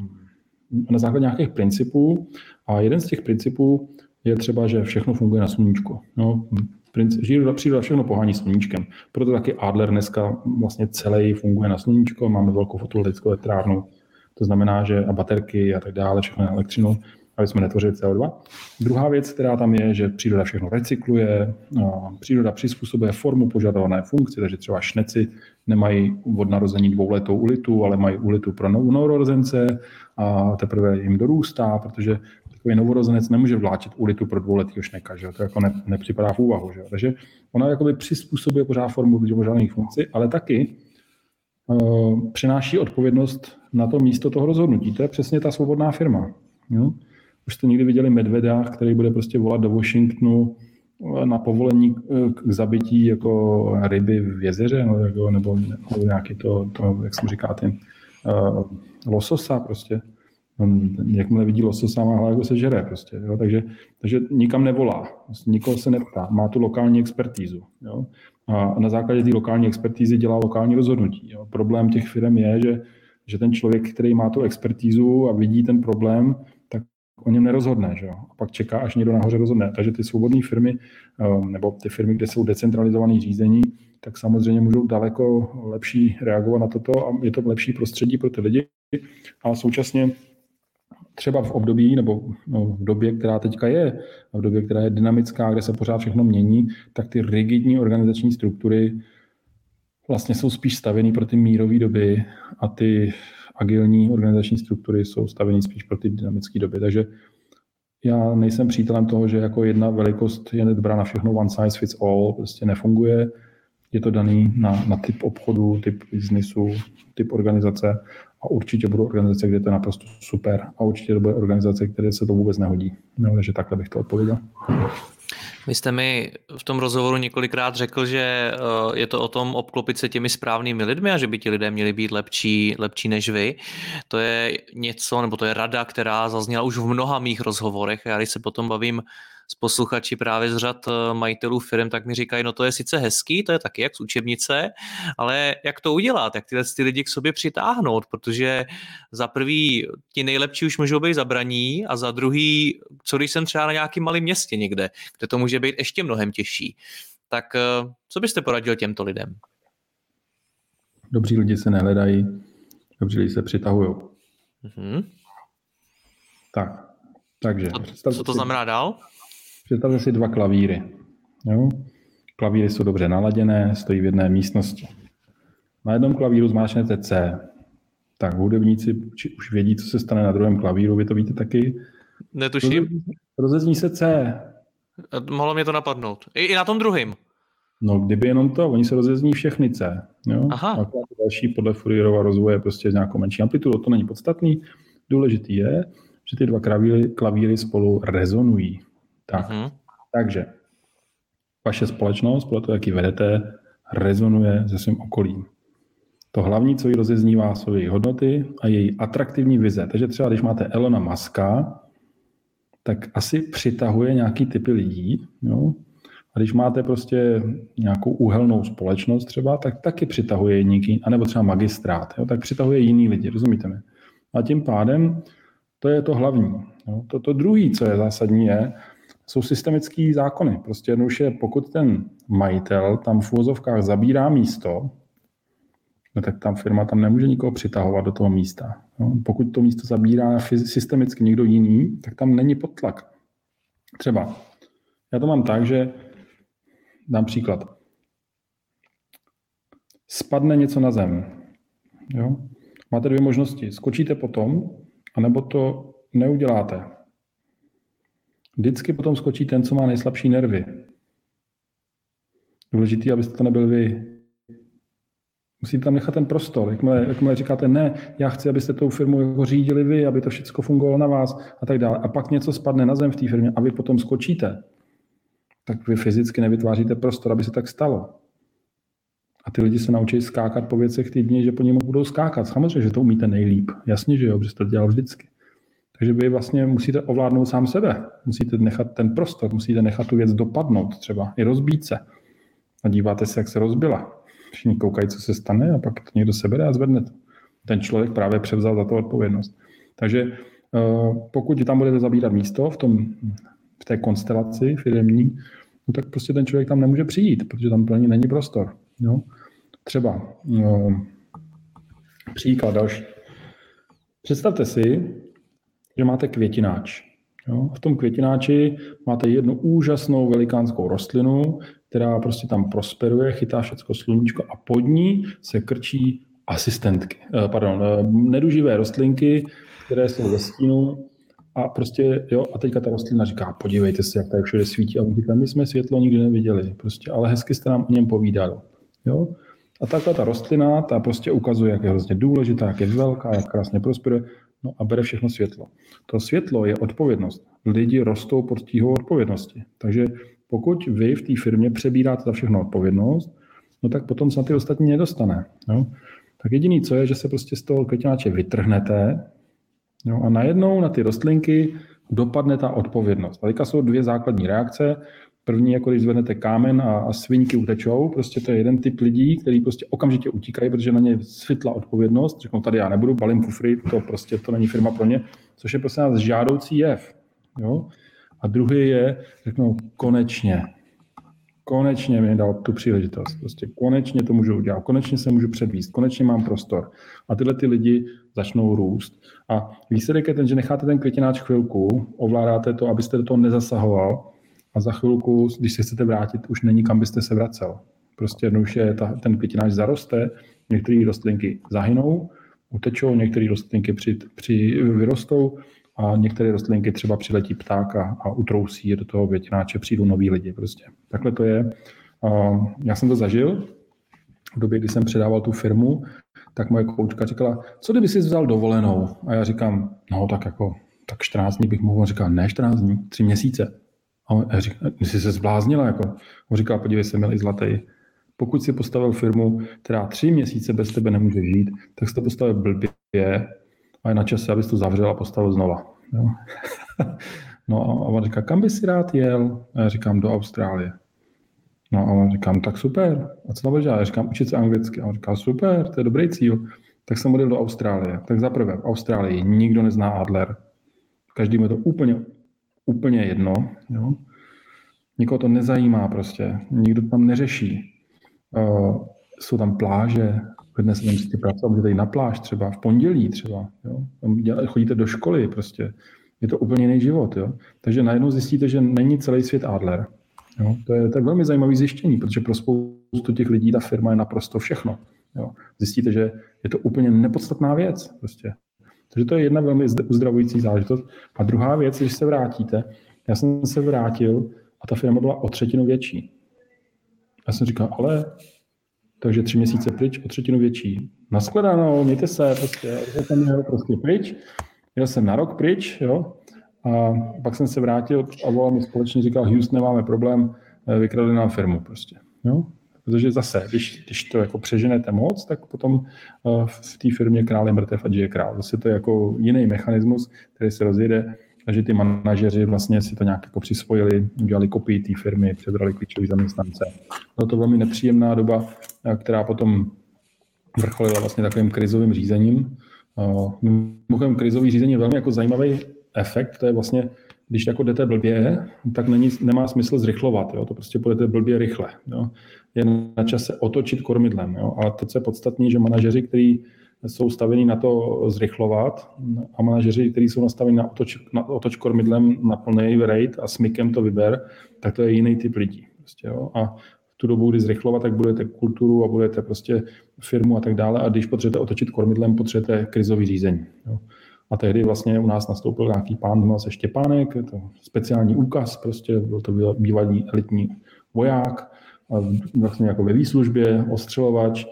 na základě nějakých principů, a jeden z těch principů je třeba, že všechno funguje na sluníčku. No, příroda všechno pohání sluníčkem. Proto taky Adler dneska vlastně celý funguje na sluníčko, máme velkou fotovoltaickou elektrárnu, to znamená, že a baterky a tak dále, všechno na elektřinu, aby jsme netvořili C O dva. Druhá věc, která tam je, že příroda všechno recykluje, příroda přizpůsobuje formu požadované funkci, takže třeba šneci nemají od narození dvouletou ulitu, ale mají ulitu pro novorozence a teprve jim dorůstá, protože takový novorozenec nemůže vláčet ulitu pro dvouletýho šneka, že? To jako ne, nepřipadá v úvahu. Že? Takže ona jakoby přizpůsobuje pořád formu požadovaných funkcí, ale taky uh, přináší odpovědnost na to místo toho rozhodnutí. To je přesně ta svobodná firma. Jo? Už jste někdy viděli medvěda, který bude prostě volat do Washingtonu na povolení k zabití jako ryby v jezeře, no, jako, nebo, nebo nějaký to, to, jak se říká, ten uh, lososa prostě. On, jakmile vidí lososa, má hlavu, se žere prostě. Jo? Takže, takže nikam nevolá, prostě nikoho se neptá, má tu lokální expertízu. Jo? A na základě té lokální expertízy dělá lokální rozhodnutí. Jo? Problém těch firm je, že, že ten člověk, který má tu expertízu a vidí ten problém, tak o něm nerozhodne. Že jo? A pak čeká, až někdo nahoře rozhodne. Takže ty svobodné firmy, nebo ty firmy, kde jsou decentralizované řízení, tak samozřejmě můžou daleko lepší reagovat na toto a je to lepší prostředí pro ty lidi. A současně třeba v období, nebo no, v době, která teďka je, v době, která je dynamická, kde se pořád všechno mění, tak ty rigidní organizační struktury vlastně jsou spíš stavěný pro ty mírové doby a ty agilní organizační struktury jsou stavěný spíš pro ty dynamické doby. Takže já nejsem přítelem toho, že jako jedna velikost je dobrá na všechno, one size fits all, prostě nefunguje. Je to daný na, na typ obchodu, typ biznisu, typ organizace. A určitě budou organizace, kde to je naprosto super. A určitě to bude organizace, které se to vůbec nehodí. No, takže takhle bych to odpověděl. Vy jste mi v tom rozhovoru několikrát řekl, že je to o tom obklopit se těmi správnými lidmi a že by ti lidé měli být lepší, lepší než vy. To je něco, nebo to je rada, která zazněla už v mnoha mých rozhovorech. Já když se potom bavím s posluchači právě z řad majitelů firm, tak mi říkají, no to je sice hezký, to je taky jak z učebnice, ale jak to udělat, jak tyhle ty lidi k sobě přitáhnout, protože za prvý ti nejlepší už můžou být zabraní a za druhý, co když jsem třeba na nějakém malém městě někde, kde to může být ještě mnohem těžší. Tak co byste poradil těmto lidem? Dobří lidi se nehledají, dobří lidi se přitahují. Mm-hmm. Tak, takže... Co, co to si... znamená dál? Představte si dva klavíry. Jo? Klavíry jsou dobře naladěné, stojí v jedné místnosti. Na jednom klavíru zmáčknete C. Tak hudebníci už vědí, co se stane na druhém klavíru. Vy to víte taky? Netuším. Rozezní se C. Mohlo mě to napadnout. I, i na tom druhém. No, kdyby jenom to, oni se rozjezní všechny C. Jo? Aha. A další podle Fourierova rozvoje prostě s nějakou menší amplitudou, to není podstatný. Důležitý je, že ty dva klavíry, klavíry spolu rezonují. Tak. Uh-huh. Takže vaše společnost, podle toho, jak ji vedete, rezonuje se svým okolím. To hlavní, co ji rozeznívá, jsou její hodnoty a její atraktivní vize. Takže třeba, když máte Elona Muska, tak asi přitahuje nějaký typy lidí. Jo? A když máte prostě nějakou úhelnou společnost třeba, tak taky přitahuje jiný, anebo třeba magistrát, jo? Tak přitahuje jiný lidi, rozumíte mi? A tím pádem to je to hlavní. Jo? To, to druhé, co je zásadní, je, jsou systemické zákony. Prostě jednoduše, pokud ten majitel tam v uvozovkách zabírá místo, no tak tam firma tam nemůže nikoho přitahovat do toho místa. No, pokud to místo zabírá systemicky někdo jiný, tak tam není podtlak. Třeba, já to mám tak, že dám příklad. Spadne něco na zem. Jo? Máte dvě možnosti. Skočíte potom, anebo to neuděláte. Vždycky potom skočí ten, co má nejslabší nervy. Důležitý, abyste to nebyl vy. Musíte tam nechat ten prostor. Jakmile, jakmile říkáte, ne, já chci, abyste tou firmu jako řídili vy, aby to všechno fungovalo na vás a tak dále. A pak něco spadne na zem v té firmě a vy potom skočíte, tak vy fyzicky nevytváříte prostor, aby se tak stalo. A ty lidi se naučí skákat po věcech týdně, že po něm budou skákat. Samozřejmě, že to umíte nejlíp. Jasně, že jo, protože to dělal vždycky. Takže vy vlastně musíte ovládnout sám sebe. Musíte nechat ten prostor, musíte nechat tu věc dopadnout třeba, i rozbít se. A díváte se, jak se rozbila. Všichni koukají, co se stane a pak to někdo sebere a zvedne to. Ten člověk právě převzal za to odpovědnost. Takže pokud tam budete zabírat místo v, tom, v té konstelaci firemní, no tak prostě ten člověk tam nemůže přijít, protože tam plně není prostor. Jo? Třeba no, příklad další. Představte si, že máte květináč. Jo? V tom květináči máte jednu úžasnou velikánskou rostlinu, která prostě tam prosperuje, chytá všecko sluníčko a pod ní se krčí asistentky, pardon, neduživé rostlinky, které jsou ve stínu a prostě, jo, a teďka ta rostlina říká, podívejte se, jak tady všude svítí a říká, my jsme světlo nikdy neviděli, prostě, ale hezky jste nám o něm povídali, jo. A takhle ta rostlina, ta prostě ukazuje, jak je hrozně důležitá, jak je velká, jak krásně prosperuje, no a bere všechno světlo. To světlo je odpovědnost. Lidi rostou pod tíhou odpovědnosti. Takže pokud vy v té firmě přebíráte za všechno odpovědnost, no tak potom se na ty ostatní nedostane. Jo? Tak jediný, co je, že se prostě z toho květináče vytrhnete, jo? A najednou na ty rostlinky dopadne ta odpovědnost. A teďka jsou dvě základní reakce. První, jako když zvednete kámen a, a svinky utečou, prostě to je jeden typ lidí, který prostě okamžitě utíkají, protože na ně svitla odpovědnost. Řeknou, tady já nebudu, balím kufry, to prostě to není firma pro ně, což je prostě nás žádoucí jev. Jo? A druhý je, řeknou, konečně, konečně mi dal tu příležitost, prostě konečně to můžu udělat, konečně se můžu předvíst, konečně mám prostor. A tyhle ty lidi začnou růst. A výsledek je ten, že necháte ten květináč chvilku, ovládáte to, abyste do toho nezasahoval a za chvilku, když se chcete vrátit, už není kam byste se vracel. Prostě jednoduše ta, ten květináč zaroste, některé rostlinky zahynou, utečou, některé rostlinky při, při, vyrostou, a některé rostlinky třeba přiletí pták a, a utrousí je do toho květináče, přijdou noví lidi prostě. Takhle to je. Uh, já jsem to zažil v době, kdy jsem předával tu firmu, tak moje koučka říkala, co kdyby jsi vzal dovolenou? A já říkám, no tak jako, tak čtrnáct dní bych mohl. On říkal, ne čtrnáct dní, tři měsíce. A já říkám, jsi se zbláznila jako. On říkal, podívej se, milý zlatý, pokud si postavil firmu, která tři měsíce bez tebe nemůže žít, tak jsi to postavil blbě, a je na čase, abys to zavřel a postavil znova. Jo. No a on říká, kam bys si rád jel? A já říkám, do Austrálie. No a on říkám, tak super. A co tam budeš dělat? Já říkám, učit se anglicky. A on říká, super, to je dobrý cíl. Tak jsem odjel do Austrálie. Tak zaprvé v Austrálii nikdo nezná Adler. Každému je to úplně, úplně jedno. Jo. Nikoho to nezajímá prostě. Nikdo tam neřeší. Uh, jsou tam pláže, dnes se nemusíte pracovat, můžete jít na pláž třeba, v pondělí třeba, jo? Chodíte do školy prostě, je to úplně jiný život. Jo? Takže najednou zjistíte, že není celý svět Adler. Jo? To je tak velmi zajímavé zjištění, protože pro spoustu těch lidí ta firma je naprosto všechno. Jo? Zjistíte, že je to úplně nepodstatná věc. Prostě. Takže to je jedna velmi uzdravující záležitost. A druhá věc, když se vrátíte, já jsem se vrátil a ta firma byla o třetinu větší. Já jsem říkal, ale takže tři měsíce pryč, o třetinu větší. Naschledanou, mějte se, prostě, já jsem měl prostě pryč, jel jsem na rok pryč, jo, a pak jsem se vrátil a volal mi společně, říkal, Houston, nemáme problém, vykradli nám firmu prostě, jo. Protože zase, když, když to jako přeženete moc, tak potom v té firmě král je mrtev a žije král. Zase to je jako jiný mechanismus, který se rozjede, takže ty manažeři vlastně si to nějak jako přisvojili, udělali kopii té firmy, přebrali klíčový zaměstnance. Bylo to velmi nepříjemná doba, která potom vrcholila vlastně takovým krizovým řízením. Mimochodem krizový řízení je velmi jako zajímavý efekt, to je vlastně, když jako jdete blbě, tak není, nemá smysl zrychlovat, jo? To prostě půjdete blbě rychle. Jo? Je na čase otočit kormidlem, jo? Ale to, co je podstatné, že manažeři, kteří jsou stavěni na to zrychlovat a manažeři, kteří jsou nastaveni na otoč, na otoč kormidlem na plný rate a smykem to vyber, tak to je jiný typ lidí. Prostě, jo? A v tu dobu, kdy zrychlovat, tak budete kulturu a budete prostě firmu a tak dále a když potřebujete otočit kormidlem, potřebujete krizový řízení. Jo? A tehdy vlastně u nás nastoupil nějaký pán, jmenoval se Štěpánek, to speciální úkaz, prostě byl to bývalý elitní voják, vlastně jako ve výslužbě, ostřelovač,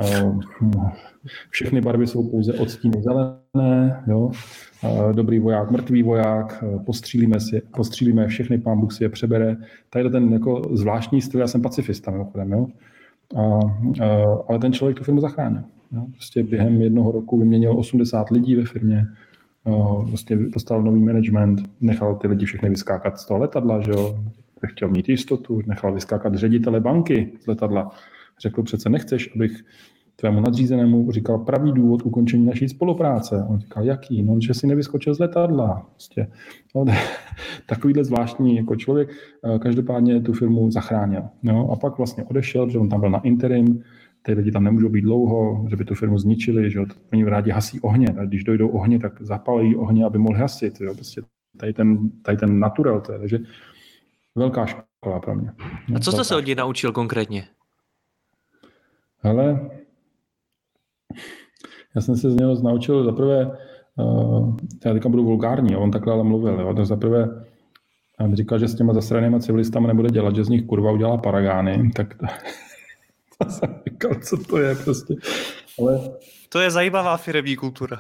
všechny barvy jsou pouze odstíny zelené, jo. Dobrý voják, mrtvý voják, postřílíme, si, postřílíme všechny, pán Bůh si je přebere. Tady je ten jako zvláštní styl, já jsem pacifista mimochodem, jo. A, a, ale ten člověk tu firmu zachránil. Jo. Prostě během jednoho roku vyměnil osmdesát lidí ve firmě, prostě postavil nový management, nechal ty lidi všechny vyskákat z toho letadla, že jo. Chtěl mít jistotu, nechal vyskákat ředitele banky z letadla. Řekl, přece nechceš, abych tvému nadřízenému říkal pravý důvod ukončení naší spolupráce. On říkal, jaký? No, že si nevyskočil z letadla. Prostě, no, takovýhle zvláštní jako člověk každopádně tu firmu zachránil. No, a pak vlastně odešel, protože on tam byl na interim, ty lidi tam nemůžou být dlouho, že by tu firmu zničili, že jo, oni rádi hasí ohně, a když dojdou ohně, tak zapalí ohně, aby mohli hasit. Jo. Prostě tady ten, tady ten naturel, to je, takže velká škola pro mě. A co jste se od něj naučil konkrétně? Hele, já jsem se z něho naučil zaprvé, uh, já teďka budu vulgární, on takhle ale mluvil, jo, tak zaprvé on říkal, že s těma zasranýma civilistama nebude dělat, že z nich kurva udělá paragány, tak to, to jsem říkal, co to je prostě. Ale... To je zajímavá firemní kultura.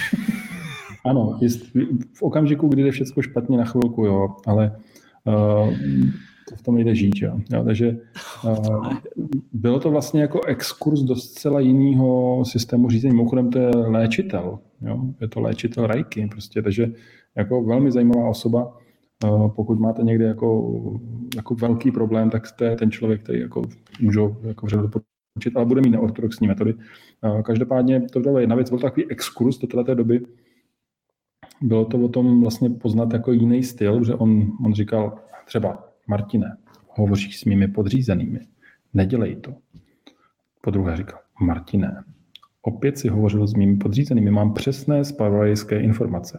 Ano, v okamžiku, kdy jde všechno špatně na chvilku, jo, ale uh, v tom jde žít, jo. Jo, takže uh, bylo to vlastně jako exkurs do zcela jiného systému řízení. Mimochodem to je léčitel, jo. Je to léčitel Reiki, prostě, takže jako velmi zajímavá osoba. Uh, pokud máte někde jako, jako velký problém, tak to je ten člověk, který jako můžu jako vřele doporučit, ale bude mít neortodoxní metody. Uh, každopádně to byla jedna věc, byl to takový exkurs do této doby. Bylo to o tom vlastně poznat jako jiný styl, že on, on říkal třeba Martine, hovoříš s mými podřízenými, nedělej to. Po druhé říkal, Martine, opět si hovořil s mými podřízenými, mám přesné zpravodajské informace.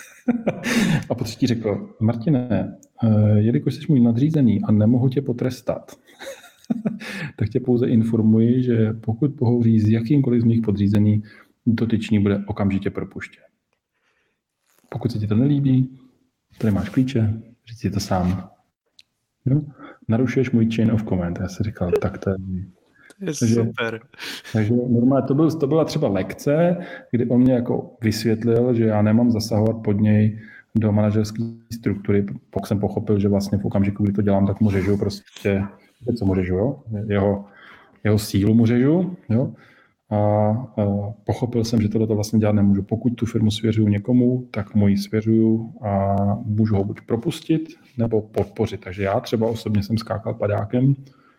A po třetí řekl, Martine, jelikož jsi můj nadřízený a nemohu tě potrestat, tak tě pouze informuji, že pokud pohovoří s jakýmkoliv z mých podřízených, dotyčný bude okamžitě propuštěn. Pokud se ti to nelíbí, tady máš klíče, říct si to sám. Jo? Narušuješ můj chain of command. Já jsem říkal, tak to je... To je takže, super. Takže normálně to, byl, to byla třeba lekce, kdy on mě jako vysvětlil, že já nemám zasahovat pod něj do manažerské struktury, pokud jsem pochopil, že vlastně v okamžiku, kdy to dělám, tak mu řežu prostě, co mu řežu, jo? Jeho, jeho sílu mu řežu, jo? A, a pochopil jsem, že tohle vlastně dělat nemůžu. Pokud tu firmu svěřuju někomu, tak mu ji svěřuju a můžu ho buď propustit, nebo podpořit. Takže já třeba osobně jsem skákal padákem,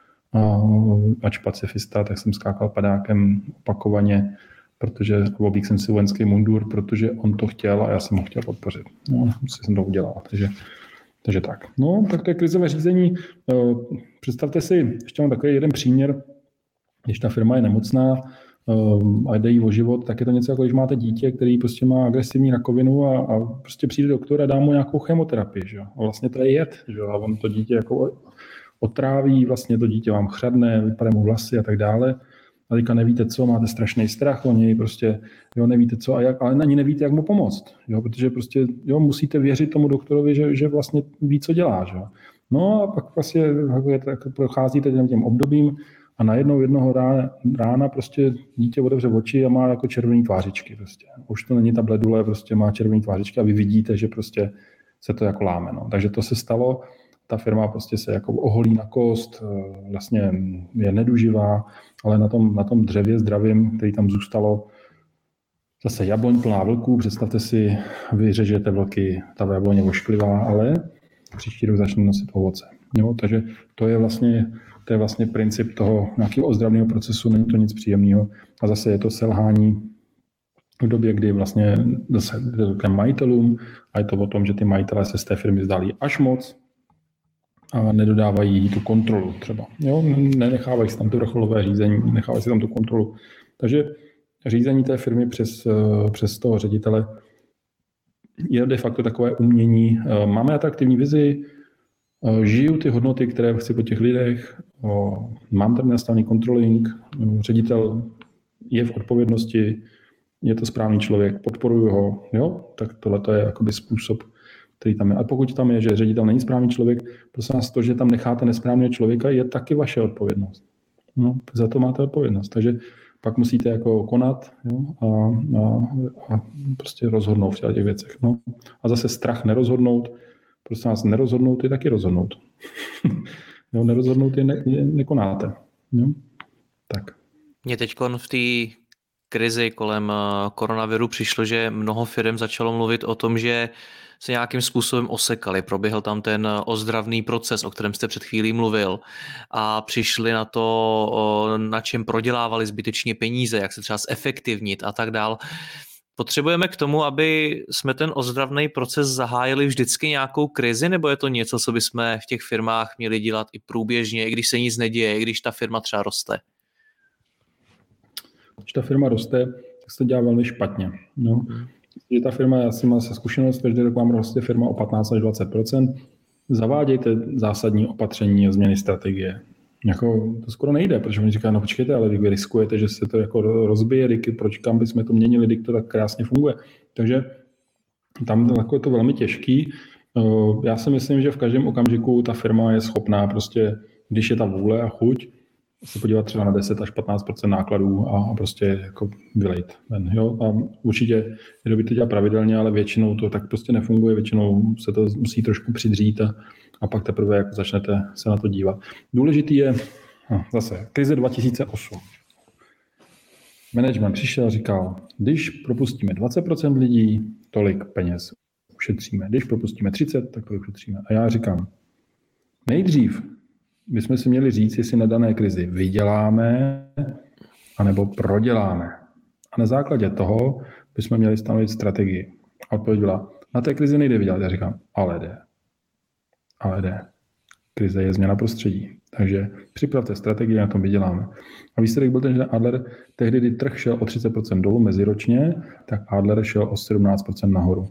ač pacifista, tak jsem skákal padákem opakovaně, protože oblík jsem si vojenský mundur, protože on to chtěl a já jsem ho chtěl podpořit. No, jsem to udělal. Takže, takže tak. No, tak to je krizové řízení. Představte si, ještě mám takový jeden příměr, když ta firma je nemocná, a jde jí o život, tak je to něco jako, když máte dítě, který prostě má agresivní rakovinu a, a prostě přijde doktor a dá mu nějakou chemoterapii, že? A vlastně to je jed, že? A on to dítě jako otráví, vlastně to dítě vám chřadne, vypadá mu vlasy a tak dále. A teďka nevíte co, máte strašný strach o něj, prostě, jo, nevíte co a jak, ale ani nevíte, jak mu pomoct, jo, protože prostě, jo, musíte věřit tomu doktorovi, že, že vlastně ví, co dělá, že? No a pak vlastně procházíte tím obdobím a najednou jednoho rána, rána prostě dítě otevře oči a má jako červený tvářičky. Prostě. Už to není ta bledule, prostě má červený tvářičky a vy vidíte, že prostě se to jako láme. No. Takže to se stalo, ta firma prostě se jako oholí na kost, vlastně je neduživá, ale na tom, na tom dřevě zdravím, který tam zůstalo, zase jabloň plná vlků, představte si, vy řežete vlky, ta jabloň je ošklivá, ale příští rok začne nosit ovoce. Jo? Takže to je vlastně, to je vlastně princip toho nějakého ozdravného procesu, není to nic příjemného. A zase je to selhání v době, kdy vlastně zase těm majitelům a je to o tom, že ty majitelé se z té firmy zdálí až moc a nedodávají tu kontrolu třeba. Jo? Nenechávají si tam to vrcholové řízení, nechávají si tam tu kontrolu. Takže řízení té firmy přes, přes toho ředitele je de facto takové umění. Máme atraktivní vizi, žiju ty hodnoty, které chci po těch lidech, mám tam nastavený controlling, ředitel je v odpovědnosti, je to správný člověk, podporuju ho, jo? Tak tohle je jakoby způsob, který tam je. A pokud tam je, že ředitel není správný člověk, prosím vás, to, že tam necháte nesprávného člověka, je taky vaše odpovědnost. No, za to máte odpovědnost. Takže pak musíte jako konat, jo, a, a, a prostě rozhodnout v těch věcech. No. A zase strach nerozhodnout, prostě nás nerozhodnout je taky rozhodnout. Jo, nerozhodnout je, ne, je nekonáte. Jo. Tak. Mně teď v té krizi kolem koronaviru přišlo, že mnoho firm začalo mluvit o tom, že se nějakým způsobem osekali. Proběhl tam ten ozdravný proces, o kterém jste před chvílí mluvil a přišli na to, na čem prodělávali zbytečně peníze, jak se třeba zefektivnit a tak dál. Potřebujeme k tomu, aby jsme ten ozdravný proces zahájili vždycky nějakou krizi, nebo je to něco, co bychom v těch firmách měli dělat i průběžně, i když se nic neděje, i když ta firma třeba roste? Když ta firma roste, tak se to dělá velmi špatně. No. Hmm. Že ta firma, já si mám se zkušenost, každý rok vám roste firma o patnáct až dvacet procent, zavádějte zásadní opatření a změny strategie. Jako, to skoro nejde, protože oni říkají, no počkejte, ale vy riskujete, že se to jako rozbije, Riky, proč kam bychom to měnili, když to tak krásně funguje. Takže tam jako je to velmi těžký. Já si myslím, že v každém okamžiku ta firma je schopná prostě, když je ta vůle a chuť, se podívat třeba na deset až patnáct procent nákladů a prostě jako vylejt ven. Jo? A určitě je dobré to dělat pravidelně, ale většinou to tak prostě nefunguje, většinou se to musí trošku přidřít a, a pak teprve jako začnete se na to dívat. Důležitý je no, zase krize dva tisíce osm. Management přišel a říkal, když propustíme dvacet procent lidí, tolik peněz ušetříme. Když propustíme třicet, tak tolik ušetříme. A já říkám, nejdřív bychom si měli říct, jestli na dané krizi vyděláme anebo proděláme. A na základě toho bychom měli stanovit strategii. A odpověď byla, na té krizi nejde vydělat. Já říkám, ale jde. Ale jde. Krize je změna prostředí. Takže připravte strategii, na tom vyděláme. A výsledek byl ten, že Adler tehdy, kdy trh šel o třicet procent dolů meziročně, tak Adler šel o sedmnáct procent nahoru.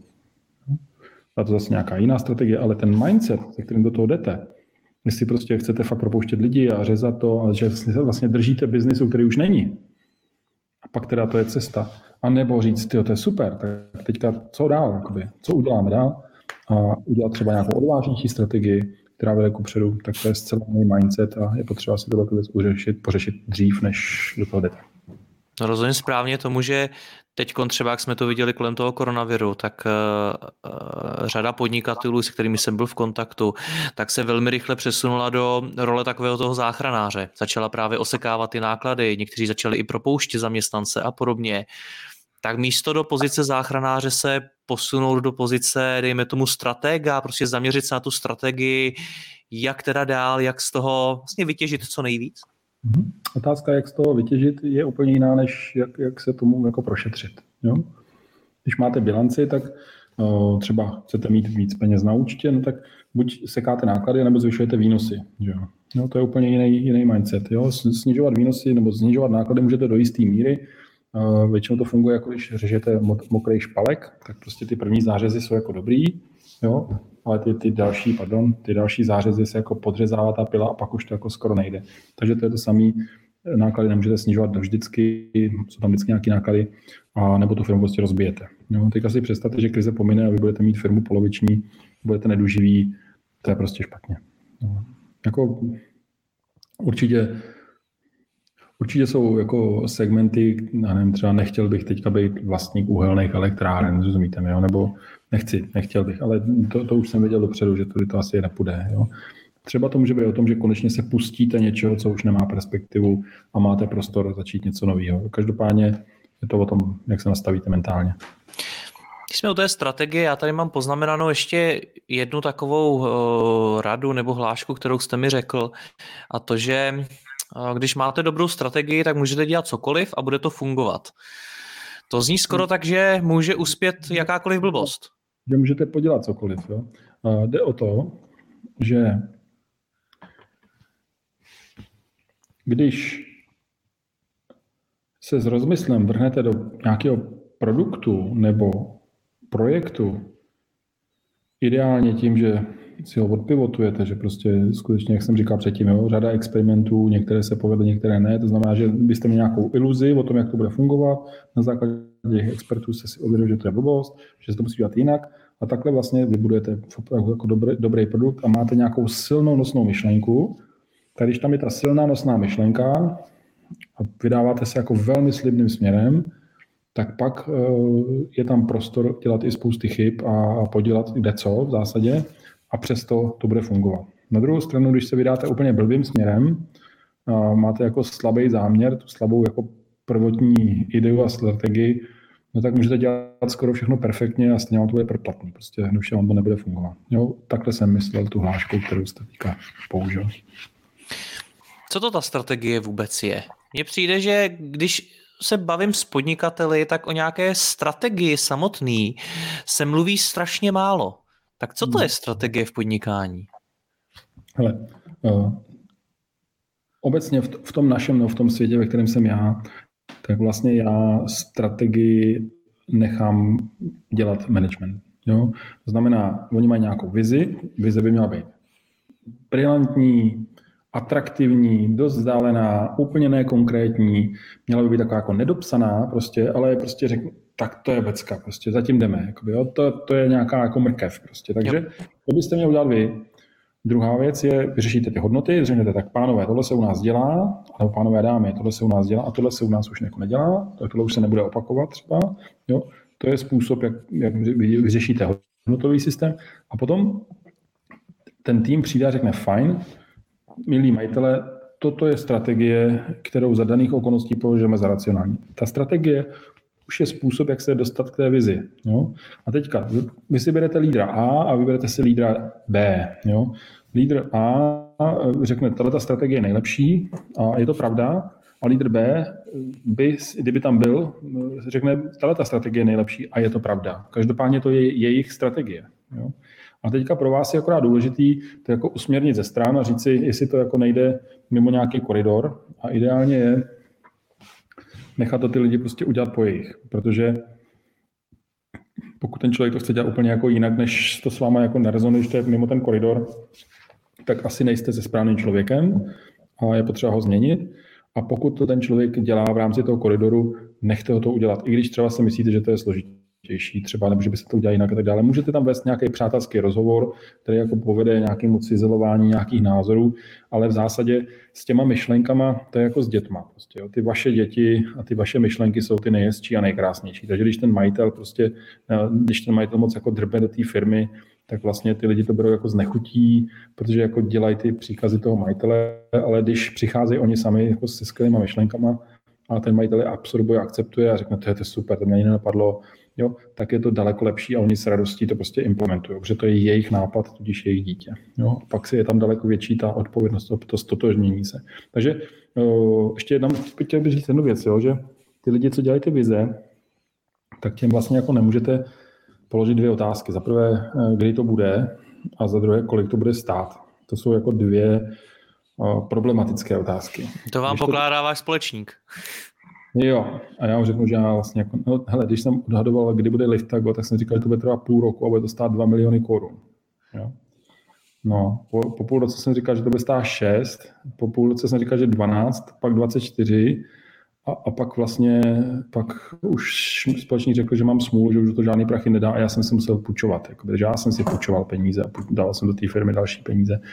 A to zase nějaká jiná strategie, ale ten mindset, se kterým do toho jdete, jestli prostě chcete fakt propouštět lidi a řezat to, a že vlastně držíte biznisu, který už není. A pak teda to je cesta. A nebo říct, tyjo, to je super, tak teďka co dál, jakoby, co uděláme dál? A udělat třeba nějakou odvážnější strategii, která vede kupředu, tak to je zcela můj mindset a je potřeba si to věc uřešit, pořešit dřív, než do toho jdete. No, rozumím správně tomu, že teď třeba, jak jsme to viděli kolem toho koronaviru, tak uh, uh, řada podnikatelů, se kterými jsem byl v kontaktu, tak se velmi rychle přesunula do role takového toho záchranáře. Začala právě osekávat ty náklady, někteří začali i propouštět zaměstnance a podobně. Tak místo do pozice záchranáře se posunout do pozice, dejme tomu, stratega, prostě zaměřit se na tu strategii, jak teda dál, jak z toho vlastně vytěžit co nejvíc. Mhm. Otázka, jak z toho vytěžit, je úplně jiná, než jak, jak se tomu jako prošetřit. Jo? Když máte bilanci, tak uh, třeba chcete mít víc peněz na účtě, no tak buď sekáte náklady, nebo zvyšujete výnosy. Jo? Jo, to je úplně jiný, jiný mindset. Jo? Snižovat výnosy nebo snižovat náklady můžete do jisté míry. Uh, většinou to funguje, jako když řežete mokrý špalek, tak prostě ty první zářezy jsou jako dobrý, jo? Ale ty, ty další, pardon, ty další zářezy se jako podřezává ta pila a pak už to jako skoro nejde. Takže to je to samé. Náklady nemůžete snižovat vždycky, jsou tam vždycky nějaké náklady, a nebo tu firmu prostě rozbijete. Jo? Teďka si představte, že krize pomine a vy budete mít firmu poloviční, budete neduživí, to je prostě špatně. No. Jako určitě Určitě jsou jako segmenty, já nevím, třeba nechtěl bych teďka být vlastník uhelných elektráren, rozumíte mi, jo? Nebo nechci, nechtěl bych, ale to, to už jsem věděl dopředu, že to, to asi nepůjde. Jo? Třeba to může být o tom, že konečně se pustíte něčeho, co už nemá perspektivu a máte prostor začít něco nového. Každopádně je to o tom, jak se nastavíte mentálně. Když jsme u té strategie, já tady mám poznamenanou ještě jednu takovou uh, radu nebo hlášku, kterou jste mi řekl, a to, že když máte dobrou strategii, tak můžete dělat cokoliv a bude to fungovat. To zní skoro tak, že může uspět jakákoliv blbost. Že můžete podělat cokoliv. Jo? A jde o to, že když se s rozmyslem vrhnete do nějakého produktu nebo projektu, ideálně tím, že si ho odpivotujete, že prostě skutečně, jak jsem říkal předtím, jo, řada experimentů, některé se povedly, některé ne, to znamená, že byste měli nějakou iluzi o tom, jak to bude fungovat, na základě těch expertů se si uvědomí, že to je blbost, že se to musí dělat jinak a takhle vlastně vybudujete jako dobrý, dobrý produkt a máte nějakou silnou nosnou myšlenku, tak když tam je ta silná nosná myšlenka a vydáváte se jako velmi slibným směrem, tak pak je tam prostor dělat i spousty chyb a podělat kde co v zásadě, a přesto to bude fungovat. Na druhou stranu, když se vydáte úplně blbým směrem, a máte jako slabý záměr, tu slabou jako prvotní ideu a strategii, no tak můžete dělat skoro všechno perfektně a stejně vám to bude proplatný. Prostě už vám to nebude fungovat. Jo, takhle jsem myslel tu hlášku, kterou jste teďka použil. Co to ta strategie vůbec je? Mně přijde, že když se bavím s podnikateli, tak o nějaké strategii samotný se mluví strašně málo. Tak co to je strategie v podnikání? Hele, uh, obecně v, v tom našem, no, v tom světě, ve kterém jsem já, tak vlastně já strategii nechám dělat management. Jo? To znamená, oni mají nějakou vizi, vize by měla být brilantní, atraktivní, dost vzdálená, úplně nekonkrétní, měla by být taková jako nedopsaná, prostě, ale prostě řeknu, tak to je becka, prostě zatím jdeme, jakoby, jo? To, to je nějaká jako mrkev, prostě, takže jo. To byste měli udělat vy. Druhá věc je, vyřešíte ty hodnoty, řeknete, tak pánové, tohle se u nás dělá, nebo pánové dámy, tohle se u nás dělá a tohle se u nás už jako nedělá, tak tohle už se nebude opakovat třeba, jo? To je způsob, jak, jak vyřešíte hodnotový systém a potom ten tým přijde a řekne, fajn, milí majitele, toto je strategie, kterou za daných okolností považujeme za racionální. Ta strategie už je způsob, jak se dostat k té vizi. Jo? A teďka, vy si berete lídra A a vyberete si lídra B. Jo? Lídr A řekne, tato strategie je nejlepší a je to pravda, a lídr B, by, kdyby tam byl, řekne, tato strategie je nejlepší a je to pravda. Každopádně to je jejich strategie. Jo? A teďka pro vás je akorát důležitý to jako usměrnit ze stran a říct si, jestli to jako nejde mimo nějaký koridor a ideálně je nechat to ty lidi prostě udělat po jejich, protože pokud ten člověk to chce dělat úplně jako jinak, než to s váma jako nerezonuje, že to je mimo ten koridor, tak asi nejste se správným člověkem a je potřeba ho změnit. A pokud to ten člověk dělá v rámci toho koridoru, nechte ho to udělat, i když třeba si myslíte, že to je složitější, třeba nebo že by se to udělal jinak a tak dále. Můžete tam vést nějaký přátelský rozhovor, který jako povede nějakému cizelování nějakých názorů, ale v zásadě s těma myšlenkama to je jako s dětma. Prostě, jo. Ty vaše děti a ty vaše myšlenky jsou ty nejhezčí a nejkrásnější. Takže když ten majitel prostě, když ten majitel moc jako drbe do té firmy, tak vlastně ty lidi to berou jako znechutí, protože jako dělají ty příkazy toho majitele, ale když přicházejí oni sami jako se skvělýma myšlenkama a ten majitel je absorbuje, akceptuje a řekne, to je to super, to mě ani nenapadlo, jo, tak je to daleko lepší a oni s radostí to prostě implementují, protože to je jejich nápad, tudíž jejich dítě. Jo. Pak si je tam daleko větší ta odpovědnost, to stotožnění se. Takže uh, ještě jednou chtěl bych říct jednu věc, jo, že ty lidi, co dělají ty vize, tak těm vlastně jako nemůžete položit dvě otázky. Za prvé, kdy to bude a za druhé, kolik to bude stát. To jsou jako dvě uh, problematické otázky. To vám když pokládá to... váš společník. Jo, a já mu řeknu, že já vlastně jako, no, hele, když jsem odhadoval, kdy bude Liftago, tak jsem říkal, že to bude trvat půl roku a bude to stát dva miliony korun. Jo. No, po, po půl roce jsem říkal, že to bude stát šest, po půl roce jsem říkal, že dvanáct, pak dvacet čtyři a, a pak vlastně, pak už společník řekl, že mám smůlu, že už to žádný prachy nedá a já jsem si musel půjčovat. Jakoby, že já jsem si půjčoval peníze a dával jsem do té firmy další peníze.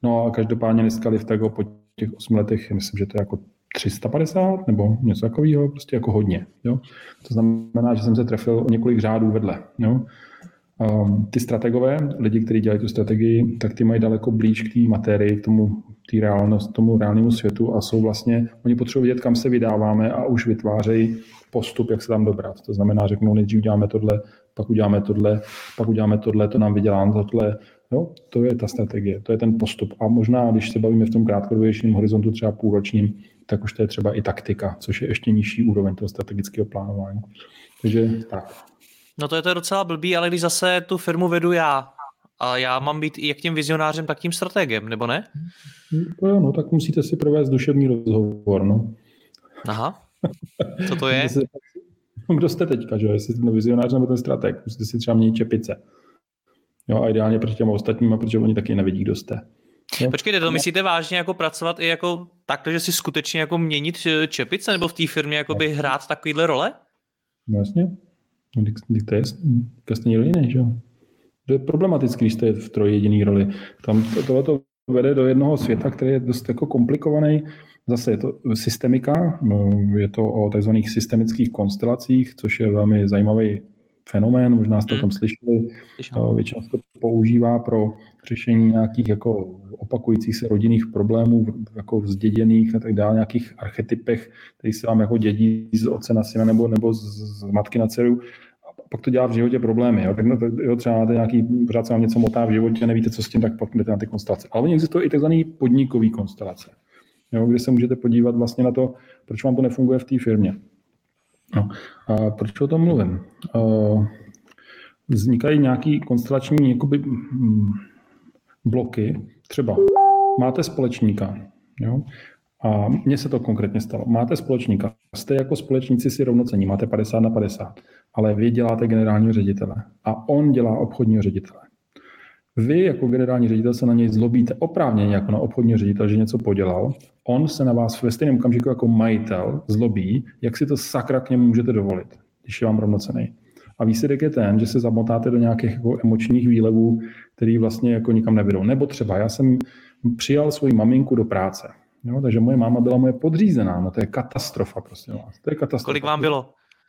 No a každopádně dneska Livtego po těch osmi letech, myslím, že to je jako tři sta padesát nebo něco takového, prostě jako hodně. Jo? To znamená, že jsem se trefil o několik řádů vedle. Jo? Um, ty strategové, lidi, kteří dělají tu strategii, tak ty mají daleko blíž k té matérii, k tomu, tý reálnost, tomu reálnému světu a jsou vlastně, oni potřebují vědět, kam se vydáváme a už vytvářejí postup, jak se tam dobrat. To znamená, řeknou, nejdřív uděláme tohle, pak uděláme tohle, pak uděláme tohle, to nám vydělá tohle. Jo, to je ta strategie, to je ten postup. A možná, když se bavíme v tom krátkodobějším horizontu, třeba půlročním, tak už to je třeba i taktika, což je ještě nižší úroveň toho strategického plánování. Takže tak. No to je to docela blbý, ale když zase tu firmu vedu já a já mám být i jak tím vizionářem, tak tím strategem, nebo ne? No jo, no tak musíte si provést duševní rozhovor, no. Aha, co to je? Kdo jste teďka, že? Jestli jste ten vizionář nebo ten strateg, musíte si třeba měnit čepice. Jo, a ideálně proti těm ostatním, protože oni taky nevidí, kdo jste. Jo? Počkejte, to myslíte vážně jako pracovat i jako takhle, že si skutečně jako měnit čepice, nebo v té firmě jakoby hrát takovýhle role? No jasně. No, to je stejně jiný, že jo. To je problematický, když jste v trojjediný roli. Tam to, tohleto vede do jednoho světa, který je dost jako komplikovaný. Zase je to systemika, je to o takzvaných systemických konstelacích, což je velmi zajímavý fenomén, možná jste o tom slyšeli. Většinou se to používá pro řešení nějakých jako opakujících se rodinných problémů, jako zděděných a tak dále, nějakých archetypech, který se vám jako dědí z otce na syna nebo, nebo z, z matky na dceru. A pak to dělá v životě problémy. Jo? Tak, no, jo, třeba máte nějaký, pořád se vám něco motá v životě, nevíte, co s tím, tak pak jdete na ty konstelace. Ale oni existují i takzvaný podnikový konstelace, jo? Kde se můžete podívat vlastně na to, proč vám to nefunguje v té firmě. No. A proč o tom mluvím? Vznikají nějaký konstelační jakoby, bloky. Třeba máte společníka. Jo? A mně se to konkrétně stalo. Máte společníka. Jste jako společníci si rovnocení. Máte padesát na padesát. Ale vy děláte generálního ředitele. A on dělá obchodního ředitele. Vy jako generální ředitel se na něj zlobíte oprávněně jako na obchodního ředitele, že něco podělal. On se na vás ve stejném okamžiku jako majitel zlobí, jak si to sakra k němu můžete dovolit, když je vám rovnocenný. A výsledek je ten, že se zamotáte do nějakých jako emočních výlevů, který vlastně jako nikam nevedou. Nebo třeba já jsem přijal svoji maminku do práce. Jo? Takže moje máma byla moje podřízená. No to je katastrofa, prostě. To je katastrofa. Kolik vám bylo?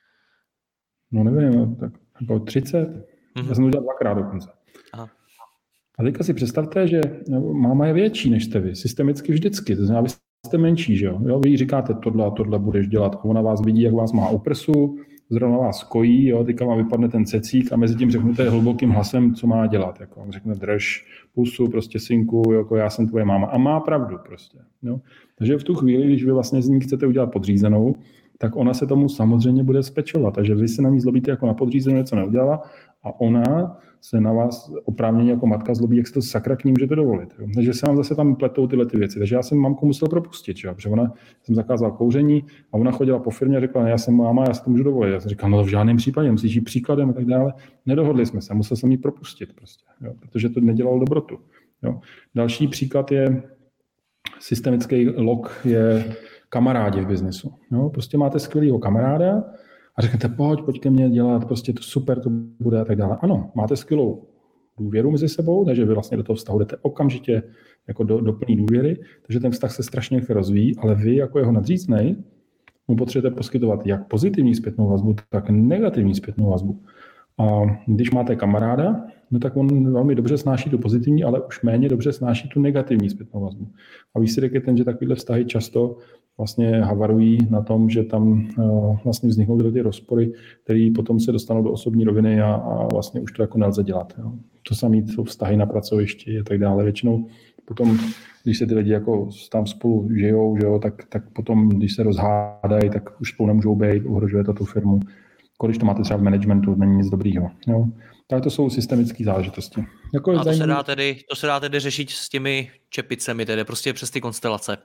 No nevím, tak jako třicet. Mm-hmm. Já jsem to udělal dvakrát dokonce. Aha. A teďka si představte, že máma je větší než jste vy, systemicky vždycky, to znamená, vy jste menší, že jo? Jo, vy jí říkáte, tohle a tohle budeš dělat a ona vás vidí, jak vás má u prsu, zrovna vás kojí, jo, teďka vám vypadne ten cecík a mezi tím řeknete hlubokým hlasem, co má dělat, jako řekne drž pusu, prostě synku, jako já jsem tvoje máma a má pravdu prostě, jo? Takže v tu chvíli, když vy vlastně z ní chcete udělat podřízenou, tak ona se tomu samozřejmě bude spečovat, takže vy se na ní zlobíte jako na podřízenou, něco neudělala a ona se na vás oprávněně jako matka zlobí, jak se to sakra k ní můžete dovolit. Jo? Takže se vám zase tam pletou tyhle ty věci. Takže já jsem mamku musel propustit, jo? Protože ona, jsem zakázal kouření a ona chodila po firmě a řekla, já jsem máma, já si to můžu dovolit. Já jsem říkal, no v žádném případě, musíš jít příkladem a tak dále. Nedohodli jsme se, musel jsem jí propustit prostě, jo? Protože to nedělalo dobrotu. Jo? Další příklad je systemický log, je kamarádi v biznesu. Jo? Prostě máte skvělýho kamaráda, a řeknete, pojď, pojď ke mně dělat, prostě to super, to bude a tak dále. Ano, máte skvělou důvěru mezi sebou, takže vy vlastně do toho vztahu jdete okamžitě jako do, do plný důvěry, takže ten vztah se strašně rozvíjí, ale vy jako jeho nadřízený mu potřebujete poskytovat jak pozitivní zpětnou vazbu, tak negativní zpětnou vazbu. A když máte kamaráda, no tak on velmi dobře snáší tu pozitivní, ale už méně dobře snáší tu negativní zpětnou vazbu. A výsledek je ten, že takovéhle vztahy často vlastně havarují na tom, že tam uh, vlastně vzniknou tyhle ty rozpory, které potom se dostanou do osobní roviny a, a vlastně už to jako nelze dělat. Jo. To samé jsou vztahy na pracovišti a tak dále. Většinou potom, když se ty lidi jako tam spolu žijou, že jo, tak, tak potom, když se rozhádají, tak už spolu nemůžou být, ohrožuje to tu firmu. Když to máte třeba v managementu, není nic dobrýho. Jo. Tak to jsou systemické záležitosti. Jako a to se, dá tedy, to se dá tedy řešit s těmi čepicemi, tedy prostě přes ty konstelace.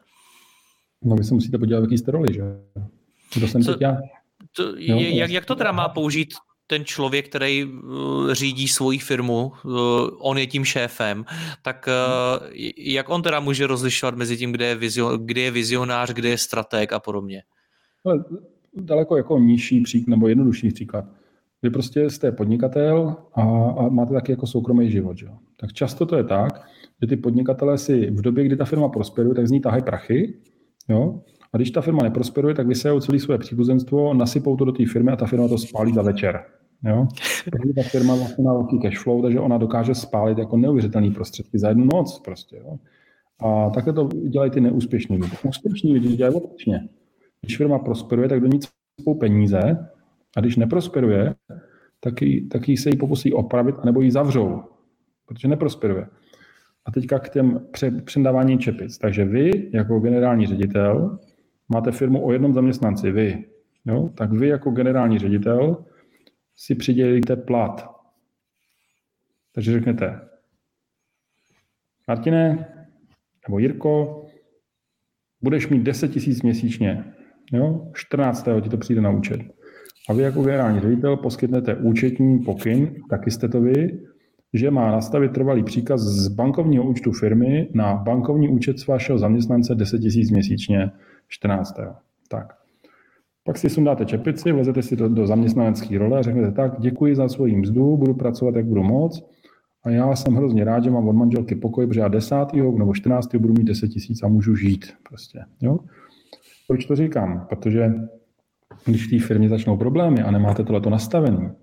No vy se musíte podívat, v jaký jste roli, že? To jsem Co, teď já. To, jo, jak, jak to teda má použít ten člověk, který uh, řídí svoji firmu, uh, on je tím šéfem, tak uh, jak on teda může rozlišovat mezi tím, kde je, vizio, kde je vizionář, kde je stratég a podobně? Ale daleko jako nižší příklad, nebo jednodušší příklad. Vy prostě jste podnikatel a, a máte taky jako soukromý život. Že? Tak často to je tak, že ty podnikatelé si v době, kdy ta firma prosperuje, tak z ní tahají prachy, jo? A když ta firma neprosperuje, tak vysejou celé své příbuzenstvo, nasypou to do té firmy a ta firma to spálí za večer. Jo? Protože ta firma vlastně má velký cash flow, takže ona dokáže spálit jako neuvěřitelné prostředky za jednu noc prostě. Jo? A takhle to dělají ty neúspěšní lidi. Úspěšní lidi dělají opačně. Když firma prosperuje, tak do ní spou peníze a když neprosperuje, tak, jí, tak jí se jí pokusí opravit anebo ji zavřou, protože neprosperuje. A teďka k těm předávání čepic. Takže vy jako generální ředitel máte firmu o jednom zaměstnanci, vy. Jo? Tak vy jako generální ředitel si přidělíte plat. Takže řeknete, Martine nebo Jirko, budeš mít deset tisíc měsíčně. Jo? čtrnáctého ti to přijde na účet. A vy jako generální ředitel poskytnete účetní pokyn, taky jste to vy, že má nastavit trvalý příkaz z bankovního účtu firmy na bankovní účet z vašeho zaměstnance deset tisíc měsíčně čtrnáctého Tak. Pak si sundáte čepici, vlezete si do, do zaměstnanecké role a řeknete tak, děkuji za svoji mzdu, budu pracovat, jak budu moc a já jsem hrozně rád, že mám od manželky pokoj, protože já desátého nebo čtrnáctého budu mít deset tisíc a můžu žít. Prostě, jo? Proč to říkám? Protože když v té firmě začnou problémy a nemáte tohleto nastavené,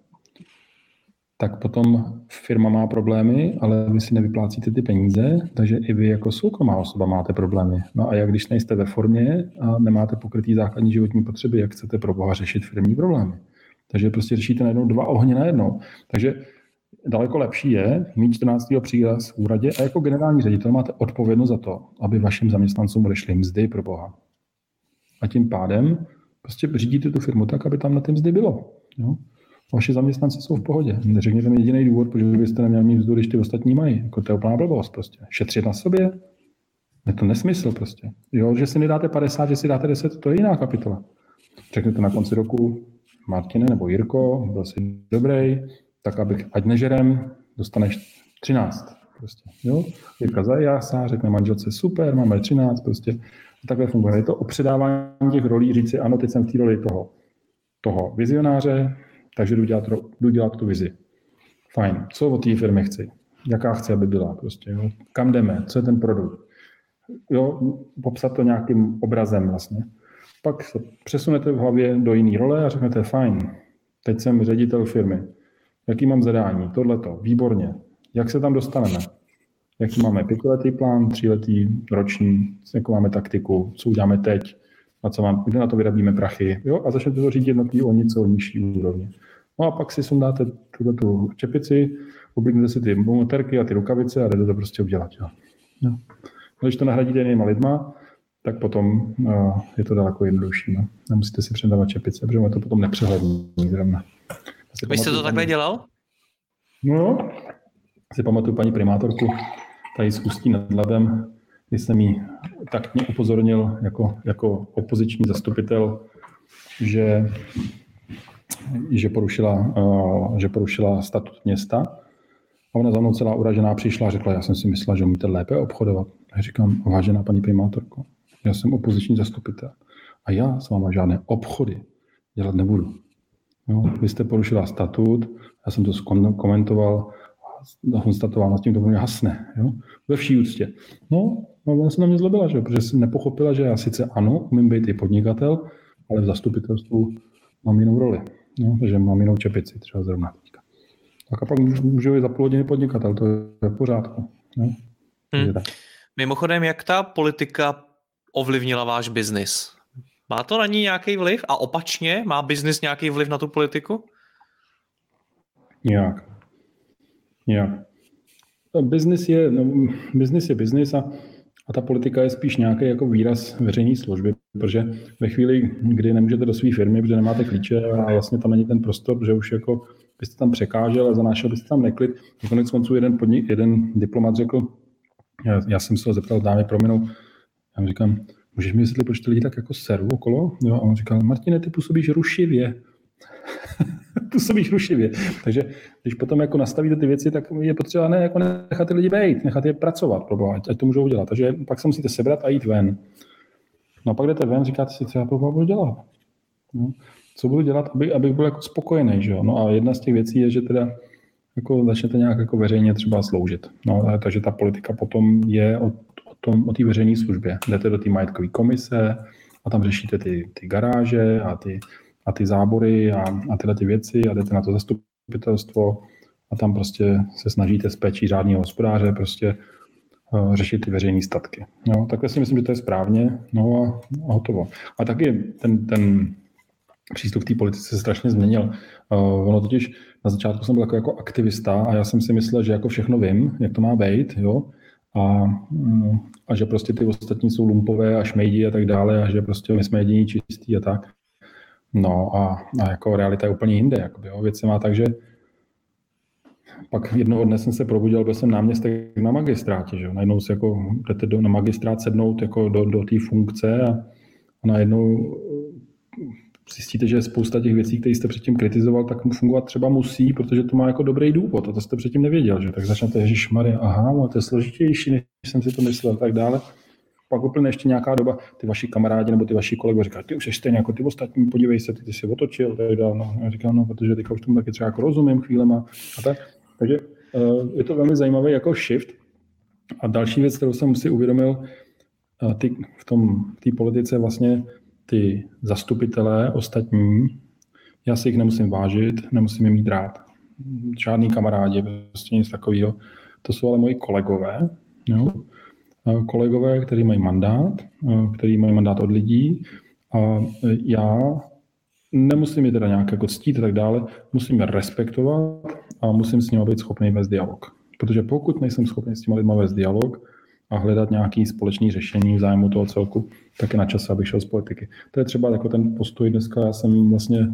tak potom firma má problémy, ale vy si nevyplácíte ty peníze, takže i vy jako soukromá osoba máte problémy. No a jak když nejste ve formě a nemáte pokrytý základní životní potřeby, jak chcete pro Boha řešit firmní problémy? Takže prostě řešíte najednou dva ohně najednou. Takže daleko lepší je mít čtrnáctého příkaz v úradě a jako generální ředitel máte odpovědnost za to, aby vašim zaměstnancům odešly mzdy pro Boha. A tím pádem prostě řídíte tu firmu tak, aby tam na ty mzdy bylo. Jo? Vaši zaměstnanci jsou v pohodě. Neřekněte mi jediný důvod, proč byste neměli mít mzdu, když ty ostatní mají. Jako to je úplná blbost prostě. Šetřit na sobě? Je to nesmysl prostě. Jo, že si nedáte padesát, že si dáte deset, to je jiná kapitola. Řeknete na konci roku, Martine nebo Jirko, byl jsi dobrý, tak abych, ať nežerem, dostaneš třináct. Prostě, jo? Jirka zajásá, řekne manželce super, máme třináct prostě. A takhle funguje. Je to o předávání těch rolí, říct si, ano, teď jsem v té roli toho, toho vizionáře, takže jdu dělat, jdu dělat tu vizi. Fajn. Co od té firmy chci? Jaká chci, aby byla? Prostě, jo? Kam jdeme? Co je ten produkt? Jo? Popsat to nějakým obrazem vlastně. Pak se přesunete v hlavě do jiné role a řeknete, fajn, teď jsem ředitel firmy. Jaký mám zadání? Tohleto. Výborně. Jak se tam dostaneme? Jaký máme pětiletý plán, tříletý, roční, jakou máme taktiku, co uděláme teď, a co mám, kde na to vyrabíme prachy, jo? A začnete to řídit na té o něco nižší úrovni. No a pak si sundáte tu čepici, oblíknete si ty motorky a ty rukavice a jdete to prostě udělat. Jo? Jo. Když to nahradíte jinýma lidma, tak potom uh, je to daleko jednodušší. No? Nemusíte si předávat čepice, protože je to potom nepřehledný. Zrovna. Vy jste to takhle dělal? No jo. Si pamatuju paní primátorku, tady z Ústí nad Labem, když jsem jí taktně upozornil jako, jako opoziční zastupitel, že, že, porušila, uh, že porušila statut města. A ona za mnou celá uražená přišla a řekla, já jsem si myslela, že umíte lépe obchodovat. A já říkám, vážená paní primátorko, já jsem opoziční zastupitel a já s váma žádné obchody dělat nebudu. Jo, vy jste porušila statut, já jsem to komentoval a konstatoval, nad tím to mě hasne. Jo? Ve vší úctě. No, no, ona se na mě zlobila, že? Protože jsem nepochopila, že já sice ano, umím být i podnikatel, ale v zastupitelstvu mám jinou roli. Jo? Takže mám jinou čepici, třeba zrovna teďka. Tak a pak můžu i za půl hodiny podnikatel, to je v pořádku. Jo? Hmm. Mimochodem, jak ta politika ovlivnila váš biznis? Má to na ní nějaký vliv? A opačně, má biznis nějaký vliv na tu politiku? Nějak. Nějak. Biznis je, no, biznis je biznis a, a ta politika je spíš nějaký jako výraz veřejné služby, protože ve chvíli, kdy nemůžete do své firmy, protože nemáte klíče a vlastně tam není ten prostor, že už jako byste tam překážel a zanášel byste tam neklid. Konec konců jeden, podnik, jeden diplomat řekl, já, já jsem se ho zeptal, dámy prominou, já mu říkám, můžeš mi vysvětlit, proč ty lidi tak jako seru okolo? Jo, a on říkal, Martine, ty působíš rušivě. působíš rušivě. Takže když potom jako nastavíte ty věci, tak je potřeba ne jako nechat ty lidi být, nechat je pracovat, proboha, ať to můžou udělat. Takže pak se musíte sebrat a jít ven. No a pak jdete ven, říkáte si, co já proboha budu dělat. No, co budu dělat, aby, abych byl jako spokojený. Že jo? No a jedna z těch věcí je, že teda jako začnete nějak jako veřejně třeba sloužit. No, takže ta politika potom je o, o tom, o té veřejné službě. Jdete do té majetkové komise a tam řešíte ty, ty garáže a ty, a ty zábory a, a tyhle ty věci a jdete na to zastupitelstvo a tam prostě se snažíte z péčí řádného hospodáře prostě uh, řešit ty veřejné statky. No, takhle si myslím, že to je správně, no a, a hotovo. A taky ten, ten přístup k té politice se strašně změnil. Uh, ono totiž na začátku jsem byl jako, jako aktivista a já jsem si myslel, že jako všechno vím, jak to má být, jo, a, a že prostě ty ostatní jsou lumpové a šmejdi a tak dále a že prostě my jsme jediní čistí a tak. No a, a jako realita je úplně jinde. Jakoby, jo. Věc se má tak, že pak jednoho dne jsem se probudil, byl jsem náměstek na magistrátě. Že? Najednou se jako jdete do, na magistrát sednout jako do, do té funkce a, a najednou zjistíte, že spousta těch věcí, které jste předtím kritizoval, tak mu fungovat třeba musí, protože to má jako dobrý důvod a to jste předtím nevěděl. Že? Tak začnete, ježišmarja, aha, no, to je složitější, než jsem si to myslel a tak dále. Pak úplně ještě nějaká doba, ty vaši kamarádi nebo ty vaši kolegové říkají, ty už jsi stejně jako ty ostatní, podívej se, ty, ty jsi otočil, tak dále. No, já říkám, no, protože teďka už tomu taky třeba jako rozumím chvílema a tak. Takže uh, je to velmi zajímavý jako shift. A další věc, kterou jsem si uvědomil, uh, ty, v tom v té politice vlastně ty zastupitelé ostatní, já si jich nemusím vážit, nemusím je mít rád. Žádný kamarádi, prostě nic takového. To jsou ale moji kolegové, jo? kolegové, kteří mají mandát, kteří mají mandát od lidí a já nemusím je teda nějak jako ctít a tak dále, musím je respektovat a musím s nimi být schopný vést dialog. Protože pokud nejsem schopný s těma lidma vést dialog a hledat nějaké společné řešení v zájmu toho celku, tak je na čase, abych šel z politiky. To je třeba jako ten postoj dneska, já jsem vlastně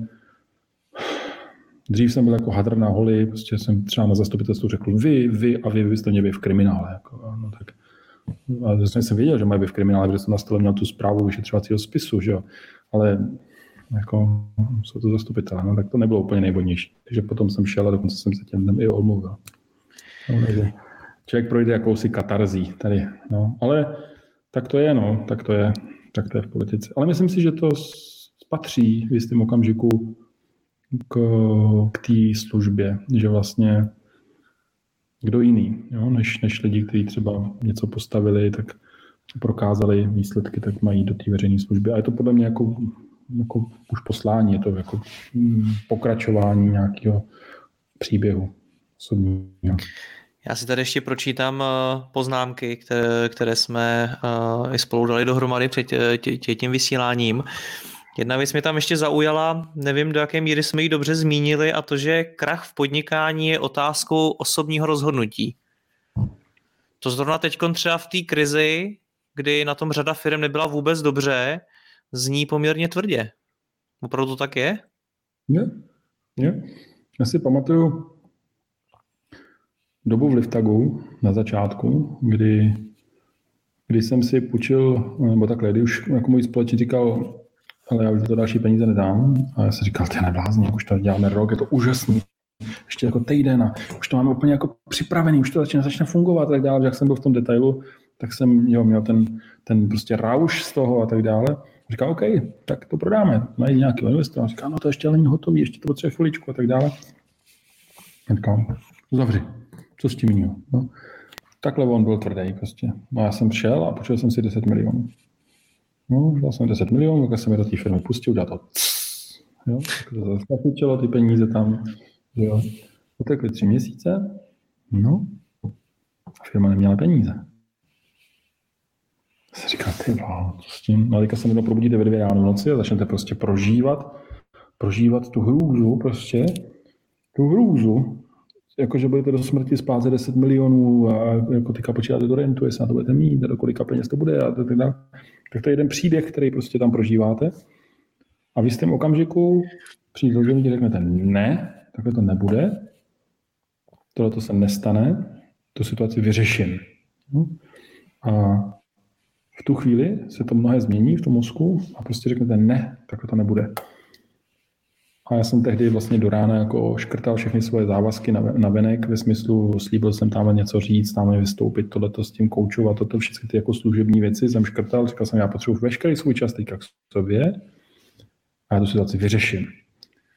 dřív jsem byl jako hadr na holi, prostě jsem třeba na zastupitelstvu řekl vy, vy a vy, vy jste mě byli v kriminále. Jako, no tak. A vlastně jsem věděl, že mají být v kriminále, protože jsem na stole měl tu zprávu vyšetřovacího spisu, že jo. Ale jako jsou to zastupitelé, no tak to nebylo úplně nejvodnější. Takže potom jsem šel a dokonce jsem se těm i omluvil. No, takže člověk projde jakousi katarzí tady, no. Ale tak to je, no, tak to je, tak to je v politice. Ale myslím si, že to patří v jistém okamžiku k, k té službě, že vlastně kdo jiný, jo, než, než lidi, kteří třeba něco postavili, tak prokázali výsledky, tak mají do té veřejné služby. A je to podle mě jako, jako už poslání, je to jako pokračování nějakého příběhu osobního. Já si tady ještě pročítám poznámky, které, které jsme i spolu dali dohromady před tím vysíláním. Jedna věc mě tam ještě zaujala, nevím, do jaké míry jsme ji dobře zmínili, a to, že krach v podnikání je otázkou osobního rozhodnutí. To zrovna teďkon třeba v té krizi, kdy na tom řada firm nebyla vůbec dobře, zní poměrně tvrdě. Opravdu to tak je? Je, je. Já si pamatuju dobu v Liftagu na začátku, kdy, kdy jsem si půjčil, nebo takhle, kdy už jako můj společník říkal, ale já už to další peníze nedám. A já jsem říkal, ty neblázní, už to děláme rok, je to úžasný. Ještě jako týden a už to máme úplně jako připravený, už to začne, začne fungovat a tak dále. Jak jsem byl v tom detailu, tak jsem jo, měl ten, ten prostě rauš z toho a tak dále. Říkal, OK, tak to prodáme. Najít nějakého investora. Říkal, no to ještě není hotový, ještě to potřebuje chviličku a tak dále. A říkal, zavři, co s tím jinýho. No. Takhle on byl tvrdý prostě. No já jsem šel a počul jsem si deset milionů. No, dal jsem deset milionů, tak jsem je do té firmy pustil, udělal to css, jo, tak to zastavičilo ty peníze tam, jo. Utekly tři měsíce, no, a firma neměla peníze. Já jsem říkal, ty wow, co s tím? No, teďka se jednou probudíte ve dvě ráno v noci a začnete prostě prožívat, prožívat tu hrůzu prostě, tu hrůzu, jakože budete do smrti splácet deset milionů a jako teďka počítáte do rentu, jestli na to budete mít, a do kolika peněz to bude a tak dále. Tak to je jeden příběh, který prostě tam prožíváte. A v jistém okamžiku přijde lidi, kdy řeknete ne, takhle to nebude, tohle to se nestane, tu situaci vyřeším. A v tu chvíli se to mnohé změní v tom mozku a prostě řeknete ne, takhle to nebude. A já jsem tehdy vlastně do rána jako škrtal všechny svoje závazky na, na venek, ve smyslu slíbil jsem tam něco říct, tam vystoupit, tohleto s tím koučovat, toto všechny ty jako služební věci jsem škrtal, říkal jsem, já potřebuji veškerý svůj čas teďka k sobě a já tu situaci vyřeším.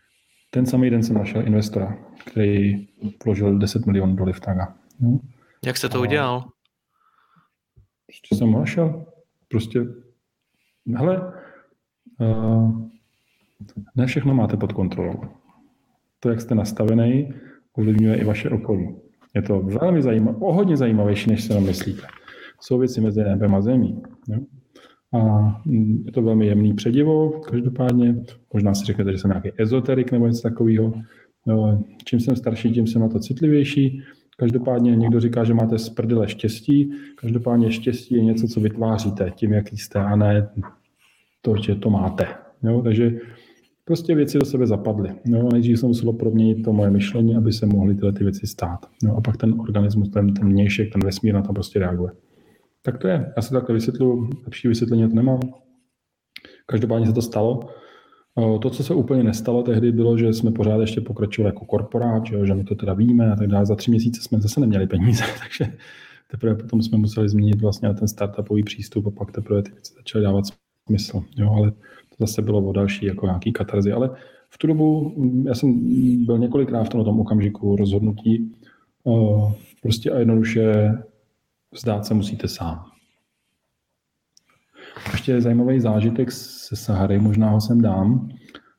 ten samý den jsem našel investora, který vložil deset milionů do Liftaga. No. Jak jste to udělal? Prostě jsem ho našel. Prostě, hele, uh, ne všechno máte pod kontrolou. To, jak jste nastavený, ovlivňuje i vaše okolí. Je to velmi zajímavé, o hodně zajímavější, než se myslíte. Jsou věci mezi nebem a zemí. Jo? A je to velmi jemný předivo, každopádně. Možná si řeknete, že jsem nějaký ezoterik nebo něco takového. Čím jsem starší, tím jsem na to citlivější. Každopádně někdo říká, že máte z prdele štěstí. Každopádně štěstí je něco, co vytváříte tím, jaký jste, a ne to, že to máte. Jo? Takže prostě věci do sebe zapadly. Jo? Nejdřív jsem musel proměnit to moje myšlení, aby se mohly tyhle ty věci stát. Jo? A pak ten organismus, ten, ten vnějšek, ten vesmír na to prostě reaguje. Tak to je. Já se takhle vysvětluji, lepší vysvětlení to nemám. Každopádně se to stalo. To, co se úplně nestalo tehdy, bylo, že jsme pořád ještě pokračovali jako korporát, že, že my to teda víme a tak dále. Za tři měsíce jsme zase neměli peníze, takže teprve potom jsme museli změnit vlastně ten startupový přístup a pak teprve ty věci začaly dávat smysl. Jo, ale to zase bylo o další jako nějaký katarzy. Ale v tu dobu, já jsem byl několikrát v tom, tom okamžiku rozhodnutí, prostě a jednoduše vzdát se musíte sám. Ještě je zajímavý zážitek se Sahary, možná ho sem dám.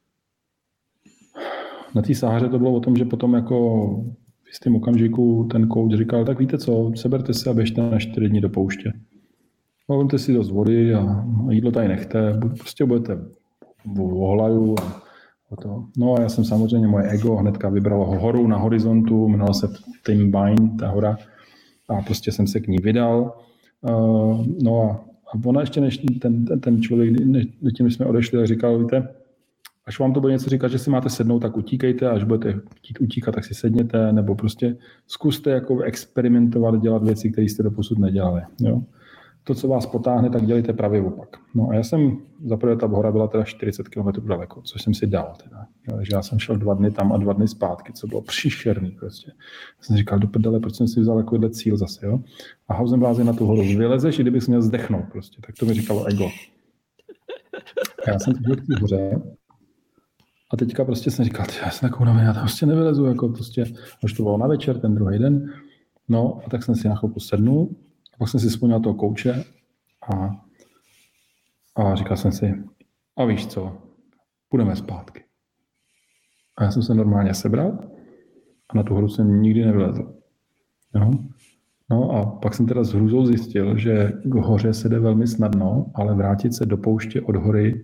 Na té Sahaře to bylo o tom, že potom jako v jistém okamžiku ten coach říkal, tak víte co, seberte se a běžte na čtyři dny do pouště. Vemte si dost vody a jídlo tady nechte, prostě budete v ohlaju a o to. No a já jsem samozřejmě, moje ego hnedka vybralo horu na horizontu, jmenovala se Timbain, ta hora, a prostě jsem se k ní vydal. No a A ona ještě než ten, ten, ten člověk, než tím, než jsme odešli, tak říkal, víte, až vám to bude něco říkat, že si máte sednout, tak utíkejte, až budete chtít utíkat, tak si sedněte, nebo prostě zkuste jako experimentovat, dělat věci, které jste doposud nedělali. Jo? To, co vás potáhne, tak dělejte pravý opak. No a já jsem, zaprvé ta hora byla teda čtyřicet kilometrů daleko, což jsem si dal. Teda. Takže já jsem šel dva dny tam a dva dny zpátky, co bylo příšerný prostě. Já jsem říkal, do prdele, proč jsem si vzal takovýhle cíl zase, jo? A Hausenblázen na tu horu vylezeš, i kdybych měl zdechnout prostě, tak to mi říkalo ego. A já jsem teď k té hoře a teďka prostě jsem říkal, já jsem takovou navěděl, já tam prostě nevylezu, jako prostě, až to bylo na večer, ten druhý den. No a tak jsem si na chvilku sednul. Pak jsem si vzpomněl toho kouče a, a říkal jsem si, a víš co, půjdeme zpátky. A já jsem se normálně sebral a na tu horu jsem nikdy nevylezl. Jo? No a pak jsem teda s hrůzou zjistil, že k hoře se jde velmi snadno, ale vrátit se do pouště od hory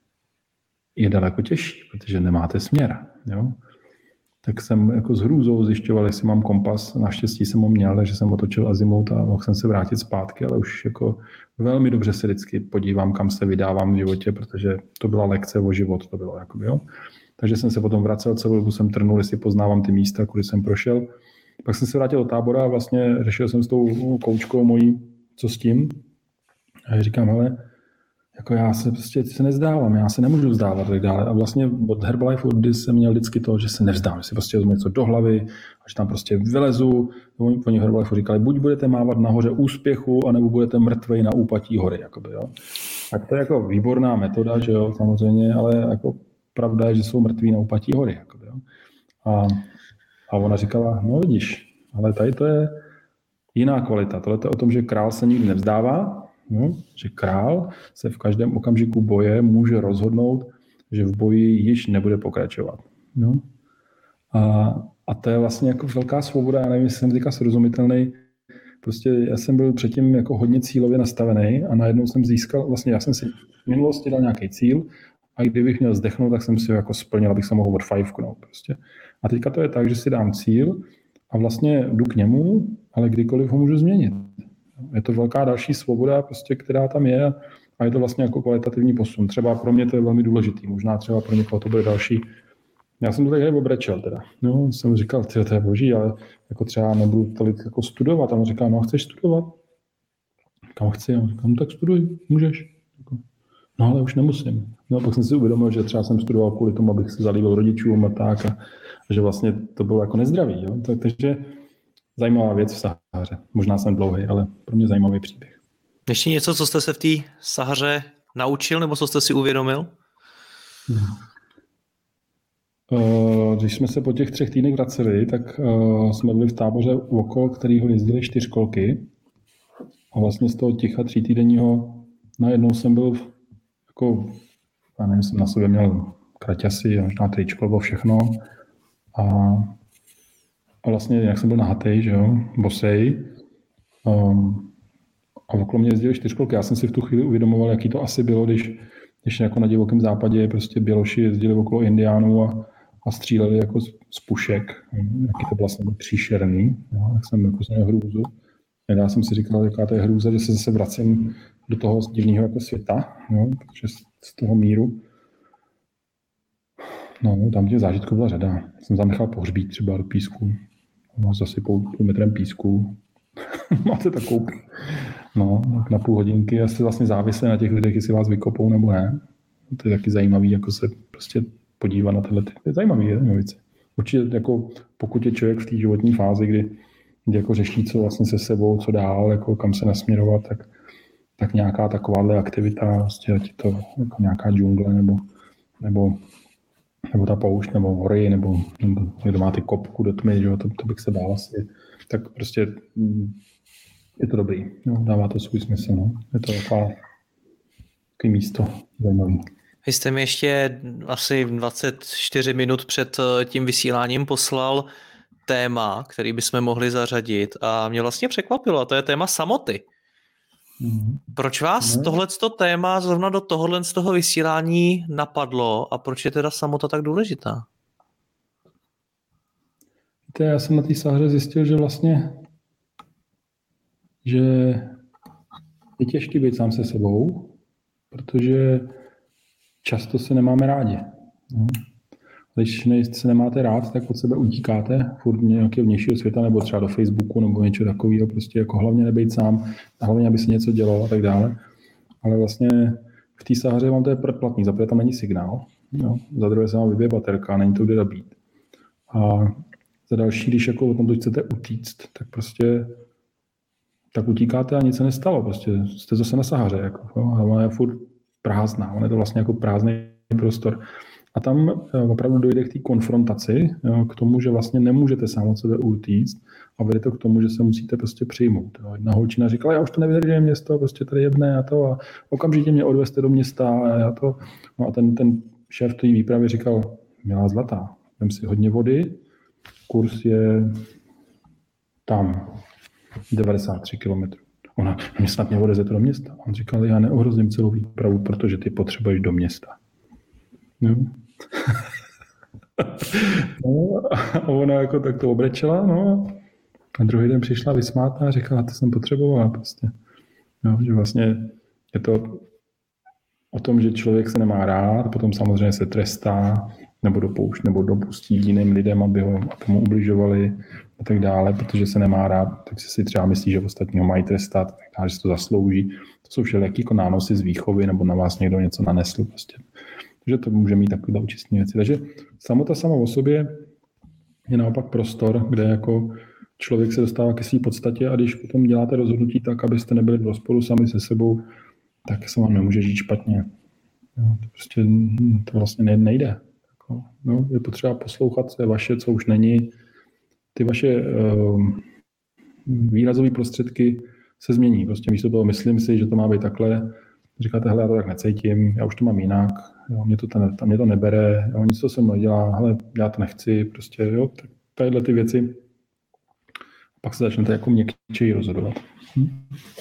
je daleko těžší, protože nemáte směr. Jo? Tak jsem jako s hrůzou zjišťoval, jestli mám kompas. Naštěstí jsem ho měl, takže jsem otočil azimut a mohl jsem se vrátit zpátky, ale už jako velmi dobře se vždycky podívám, kam se vydávám v životě, protože to byla lekce o život, to bylo jakoby, jo. Takže jsem se potom vracel, celou dobu jsem trnul, jestli poznávám ty místa, kudy jsem prošel. Pak jsem se vrátil do tábora a vlastně řešil jsem s tou koučkou mojí, co s tím. A já říkám, hele, jako já se prostě se nezdávám, já se nemůžu vzdávat tak dále. A vlastně od Herbalife kdy jsem měl vždycky to, že se nevzdám, že si prostě vezmu něco do hlavy, až tam prostě vylezu. Oni v Herbalife říkali, buď budete mávat nahoře úspěchu, anebo budete mrtvej na úpatí hory. Jakoby, jo. Tak to je jako výborná metoda, že jo, samozřejmě, ale jako pravda je, že jsou mrtví na úpatí hory. Jakoby, jo. A, a ona říkala, no vidíš, ale tady to je jiná kvalita. Tohle je o tom, že král se nikdy nevzdává, no, že král se v každém okamžiku boje může rozhodnout, že v boji již nebude pokračovat. No. A, a to je vlastně jako velká svoboda, já nevím, jestli jsem teďka srozumitelný. Prostě já jsem byl předtím jako hodně cílově nastavený a najednou jsem získal, vlastně já jsem si v minulosti dal nějaký cíl a kdybych měl zdechnout, tak jsem si ho jako splnil, abych se mohl odfajfknout prostě. A teďka to je tak, že si dám cíl a vlastně jdu k němu, ale kdykoliv ho můžu změnit. Je to velká další svoboda, prostě, která tam je a je to vlastně jako kvalitativní posun. Třeba pro mě to je velmi důležitý, možná třeba pro někoho to bude další. Já jsem to tady obrečel teda. No, jsem říkal, tyjo, to je boží, ale jako třeba nebudu tolik jako studovat. A on říkal, no chceš studovat? Kam chci? A on říkal, no tak studuj, můžeš. No ale už nemusím. No pak jsem si uvědomil, že třeba jsem studoval kvůli tomu, abych se zalíbil rodičům a tak a, a že vlastně to bylo jako nezdravý. Jo? Tak, takže zajímavá věc v Sahaře. Možná jsem dlouhý, ale pro mě zajímavý příběh. Ještě něco, co jste se v té Sahaře naučil, nebo co jste si uvědomil? Když jsme se po těch třech týdnech vraceli, tak jsme byli v táboře okolo, kterýho jezdili čtyřkolky. A vlastně z toho ticha třítýdenního najednou jsem byl jako, já nevím, jsem na sobě měl kraťasy, možná tričko nebo všechno. A, a vlastně jak jsem byl nahatej, že jo, bosej. Um, a okolo mě jezdili čtyřkolky. Já jsem si v tu chvíli uvědomoval, jaký to asi bylo, když, když jako na divokém západě prostě Běloši jezdili okolo Indiánů a, a stříleli jako z, z pušek. Jaký to vlastně byl příšerný. Jo, tak jsem jako z něho hrůzu. Já jsem si říkal, jaká to je hrůza, že se zase vracím do toho divného jako světa, jo, protože z toho míru. No, tam těch zážitků byla řada. Jsem tam nechal pohřbít třeba do písku. No, zasypou půl metrem písku. Máte takovou, no, na půl hodinky a jste vlastně závislí na těch lidech, jestli vás vykopou nebo ne. To je taky zajímavý, jako se prostě podívat na tyhle. To je zajímavý, je věci. Určitě, jako pokud je člověk v té životní fázi, kdy, kdy jako řeší, co vlastně se sebou, co dál, jako kam se nasměrovat, tak, tak nějaká takováhle aktivita, vlastně ať je to jako nějaká džungle nebo, nebo, nebo ta poušť, nebo hory, nebo, nebo někdo má ty kopku do tmy, že jo, to, to bych se bál asi. Tak prostě je to dobrý. No, dává to svůj smysl. No. Je to taková, takový místo zajímavý. Vy jste mi ještě asi dvacet čtyři minut před tím vysíláním poslal téma, který bychom mohli zařadit a mě vlastně překvapilo, a to je téma samoty. Mm. Proč vás no. tohleto téma zrovna do tohohle z toho vysílání napadlo a proč je teda samota tak důležitá? Víte, já jsem na té sáhře zjistil, že vlastně že je těžký být sám se sebou, protože často se nemáme rádi. No. Když se nemáte rád, tak od sebe utíkáte furt nějakého vnějšího světa, nebo třeba do Facebooku, nebo něco takového, prostě jako hlavně nebejt sám, a hlavně, aby se něco dělo a tak dále. Ale vlastně v té sáhře vám to je předplatný, za prvé tam není signál, no. Za druhé se vám vybije baterka, není to kde nabít. A za další, když jako o tom chcete utíct, tak prostě tak utíkáte a nic se nestalo, prostě jste zase na sáhře, jako, no. A ona je furt prázdná, ona je to vlastně jako prázdný prostor. A tam opravdu dojde k té konfrontaci, k tomu, že vlastně nemůžete sám od sebe utíct a vede to k tomu, že se musíte prostě přijmout. Jedna holčina říkala, já už to nevydržím město, prostě tady jebne a to a okamžitě mě odvezte do města a já to. No a ten, ten šéf té výpravy říkal, milá zlatá, vem si hodně vody, kurz je tam devadesát tři kilometrů. Ona, mě snad mě odvezete do města. On říkal, já neohrozím celou výpravu, protože ty potřebuješ do města. No. No, a ona jako tak to obrečela, no, a druhý den přišla vysmátá a říkala, to jsem potřebovala prostě. No, že vlastně je to o tom, že člověk se nemá rád, potom samozřejmě se trestá, nebo dopouští, nebo dopustí jiným lidem, aby, ho, aby mu ubližovali a tak dále, protože se nemá rád, tak si třeba myslí, že ostatní ho mají trestat, tak dále, že se to zaslouží. To jsou všelijaký jako nánosy z výchovy, nebo na vás někdo něco nanesl prostě. Takže to může mít takové účastní věci. Takže samota sama o sobě je naopak prostor, kde jako člověk se dostává ke své podstatě a když potom děláte rozhodnutí tak, abyste nebyli v rozporu sami se sebou, tak se vám nemůže žít špatně. Jo, to prostě to vlastně nejde. Jako, no, je potřeba poslouchat, co je vaše, co už není. Ty vaše uh, výrazové prostředky se změní. Prostě místo toho myslím si, že to má být takhle. Říkáte, hele, já to tak necítím, já už to mám jinak, jo, mě, to ten, mě to nebere, jo, nic to se mnou dělá, hele, já to nechci, prostě, jo, tak tadyhle ty věci. Pak se začnete jako měkčeji rozhodovat. Hm?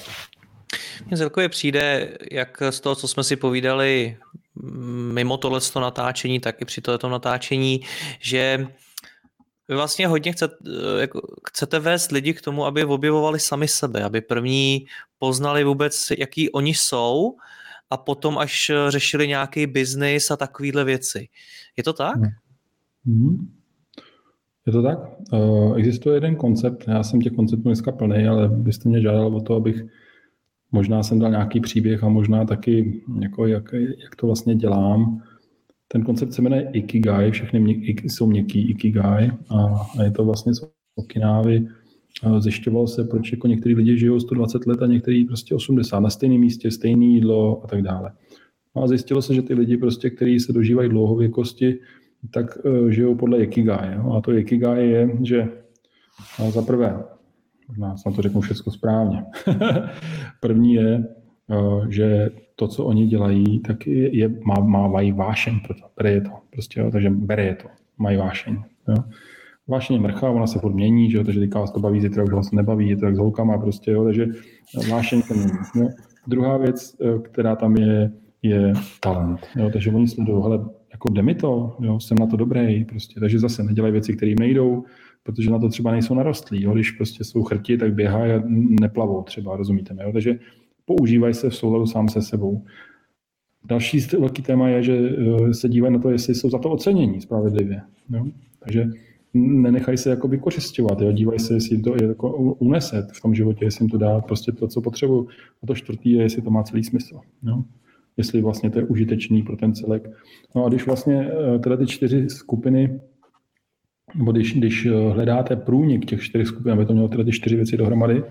Mně celkově přijde, jak z toho, co jsme si povídali mimo tohleto natáčení, tak i při tohleto natáčení, že vy vlastně hodně chcete, jako, chcete vést lidi k tomu, aby objevovali sami sebe, aby první poznali vůbec, jaký oni jsou a potom až řešili nějaký biznis a takovýhle věci. Je to tak? Hmm. Je to tak. Uh, existuje jeden koncept, já jsem těch konceptů dneska plný, ale byste mě žádal o to, abych možná jsem dal nějaký příběh a možná taky, jako jak, jak to vlastně dělám. Ten koncept se jmenuje Ikigai, všechny měk, jsou měkký Ikigai a, a je to vlastně z Okinávy. Zjišťoval se, proč jako některý lidi žijou sto dvacet let a některý prostě osmdesát na stejném místě, stejné jídlo a tak dále. No a zjistilo se, že ty lidi, prostě, kteří se dožívají dlouhověkosti, tak uh, žijou podle ikigai. Jo? A to ikigai je, že uh, za prvé, možná jsem to řeknu všechno správně, první je, uh, že to, co oni dělají, tak je, je má, mávají vášeň pro to, bere je to, prostě, jo? Takže bere je to, mají vášeň. Jo? Vášeň je mrcha, ona se furt mění, že jo? Takže teďka vás to baví, zítra už vás nebaví, je to tak s holkama, prostě, jo? Takže vášeň se mění. Jo? Druhá věc, která tam je, je talent. Jo? Takže oni sledují, hele, jako jde mi to, jo? Jsem na to dobrý, prostě. Takže zase nedělají věci, které jim nejdou, protože na to třeba nejsou narostlí. Jo? Když prostě jsou chrti, tak běhají a neplavou třeba, rozumíte mi? Jo? Takže používají se v souladu sám se sebou. Další velký téma je, že se dívají na to, jestli jsou za to ocenění spravedlivě. Jo? Takže nenechají se jako vykořisťovat, jo? Dívají se, jestli to je jako unese v tom životě, jestli jim to dá prostě to, co potřebují. A to čtvrtý je, jestli to má celý smysl. Jo? Jestli vlastně to je užitečný pro ten celek. No a když vlastně teda ty čtyři skupiny, nebo když, když hledáte průnik těch čtyř skupin, aby to mělo teda ty čtyři věci dohromady,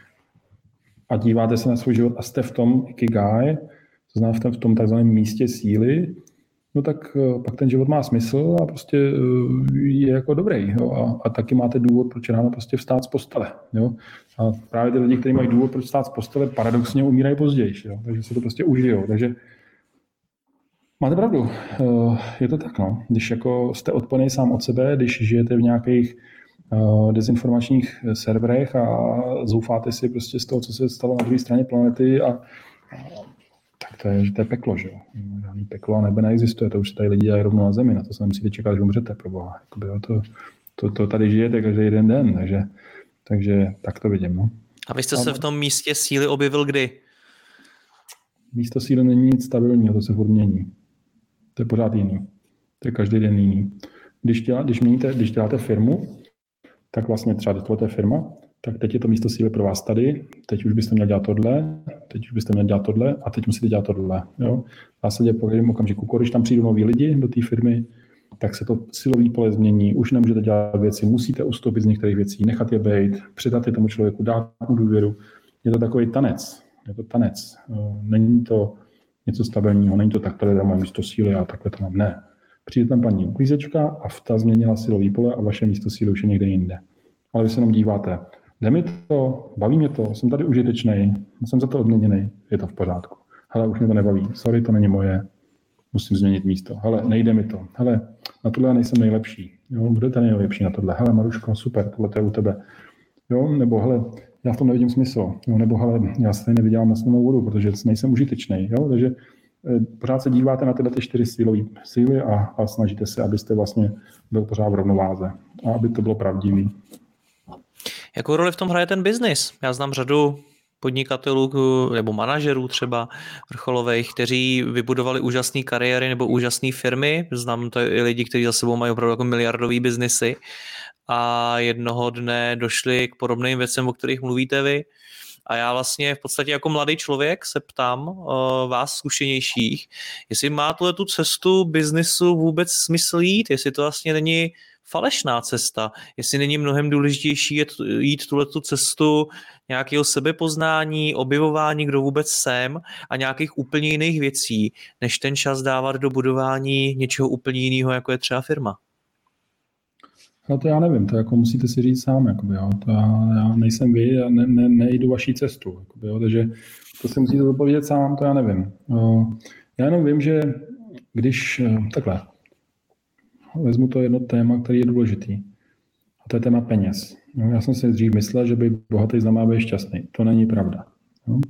a díváte se na svůj život a jste v tom ikigai, to znamená v tom, v tom takzvaném místě síly, no tak pak ten život má smysl a prostě je jako dobrý. Jo? A, a taky máte důvod, proč ráno prostě vstát z postele. Jo? A právě ty lidi, kteří mají důvod, proč vstát z postele, paradoxně umírají později. Jo? Takže se to prostě užijou. Takže máte pravdu. Je to tak, no. Když jako jste odpojený sám od sebe, když žijete v nějakých dezinformačních serverech a zoufáte si prostě z toho, co se stalo na druhé straně planety, a, a tak to je, to je peklo, že jo. Žádný peklo a nebe neexistuje, to už tady lidi dělají rovnou na zemi, na to se nemusíte čekat, že umřete, pro boha. Jakoby, jo, to, to, to tady žijete každý jeden den, takže, takže tak to vidím. No. A vy jste se v tom místě síly objevil kdy? Místo síly není nic stabilního, to se furt mění. To je pořád jiný. To je každý den jiný. Když, dělá, když, měníte, když děláte firmu, tak vlastně třeba tohle je firma, tak teď je to místo síly pro vás tady, teď už byste měli dělat tohle, teď už byste měli dělat tohle a teď musíte dělat tohle. Jo? V zásadě po každém okamžiku, když tam přijdou noví lidi do té firmy, tak se to silový pole změní, už nemůžete dělat věci, musíte ustoupit z některých věcí, nechat je být, předat je tomu člověku, dát mu důvěru. Je to takový tanec, je to tanec. Není to něco stabilního, není to tak, tady je moje místo síly a takhle to mám. Ne. Přijde tam paní uklízečka a ta změnila silový pole a vaše místo síly už je někde jinde. Ale vy se jenom díváte. Jde mi to, baví mě to, jsem tady užitečný, jsem za to odměněný, je to v pořádku. Hele, už mě to nebaví, sorry, to není moje, musím změnit místo. Hele, nejde mi to. Hele, na tohle já nejsem nejlepší. Jo, budete nejlepší na tohle. Hele, Maruško, super, tohle to je u tebe. Jo, nebo hele, já v tom nevidím smysl. Jo, nebo hele, já se tady nevydělám na sněnou vodu, protože nejsem užitečný. Jo, takže pořád se díváte na tyhle ty čtyři síly, síly a, a snažíte se, abyste vlastně byl pořád v rovnováze a aby to bylo pravdivý. Jakou roli v tom hraje ten biznis? Já znám řadu podnikatelů nebo manažerů třeba vrcholových, kteří vybudovali úžasné kariéry nebo úžasné firmy. Znám to i lidi, kteří za sebou mají opravdu jako miliardový biznisy a jednoho dne došli k podobným věcem, o kterých mluvíte vy. A já vlastně v podstatě jako mladý člověk se ptám uh, vás zkušenějších, jestli má tuhle tu cestu biznisu vůbec smysl jít, jestli to vlastně není falešná cesta, jestli není mnohem důležitější jít, jít tuhletu cestu nějakého sebepoznání, objevování, kdo vůbec jsem a nějakých úplně jiných věcí, než ten čas dávat do budování něčeho úplně jiného, jako je třeba firma. No to já nevím, to jako musíte si říct sám, jakoby, jo. To já, já nejsem vy a ne, ne, nejdu vaší cestu, jakoby, jo. Takže to si musíte odpovědět sám, to já nevím. Já jenom vím, že když takhle, vezmu to jedno téma, který je důležitý, a to je téma peněz. No, já jsem si dřív myslel, že by bohatý znamená být šťastný. To není pravda. No.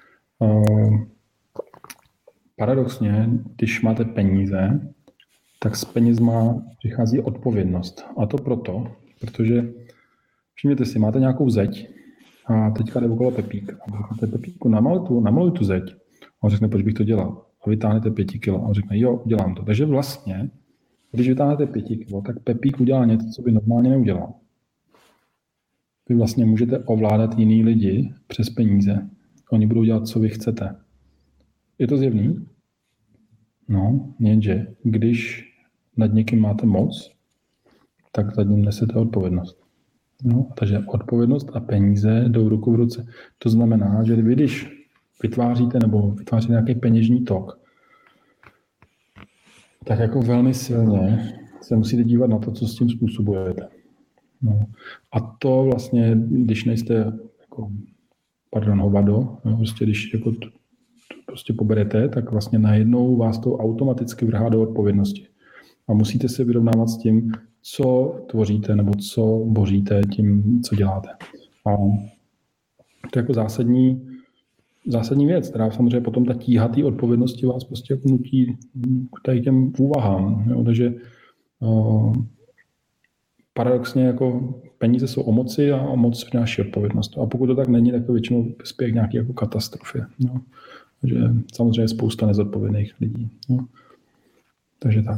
Paradoxně, když máte peníze, tak s penězma přichází odpovědnost. A to proto, protože všimněte si, máte nějakou zeď a teďka jde okolo Pepík. A řeknete Pepíku, namaluj tu, namaluj tu zeď. A on řekne, proč bych to dělal? A vytáhnete pěti kilo. A on řekne, jo, udělám to. Takže vlastně, když vytáhnete pěti kilo, tak Pepík udělá něco, co by normálně neudělal. Vy vlastně můžete ovládat jiný lidi přes peníze. Oni budou dělat, co vy chcete. Je to zjevný? No, jenže když nad někým máte moc, tak nad ním nesete odpovědnost. No, takže odpovědnost a peníze jdou ruku v ruce. To znamená, že vy, když vytváříte nebo vytváříte nějaký peněžní tok, tak jako velmi silně se musíte dívat na to, co s tím způsobujete. No. A to vlastně, když nejste jako, pardon, hovado, no, prostě když jako to, to prostě poberete, tak vlastně najednou vás to automaticky vrhá do odpovědnosti. A musíte se vyrovnávat s tím, co tvoříte nebo co boříte tím, co děláte. A to je jako zásadní, zásadní věc, která samozřejmě potom ta tíha té odpovědnosti vás prostě nutí k tady těm úvahám. Jo? Takže uh, paradoxně jako peníze jsou o moci a o moc přináší odpovědnost. A pokud to tak není, tak to většinou spěje k nějaké jako katastrofě. Jo? Takže samozřejmě je spousta nezodpovědných lidí. Jo? Takže tak.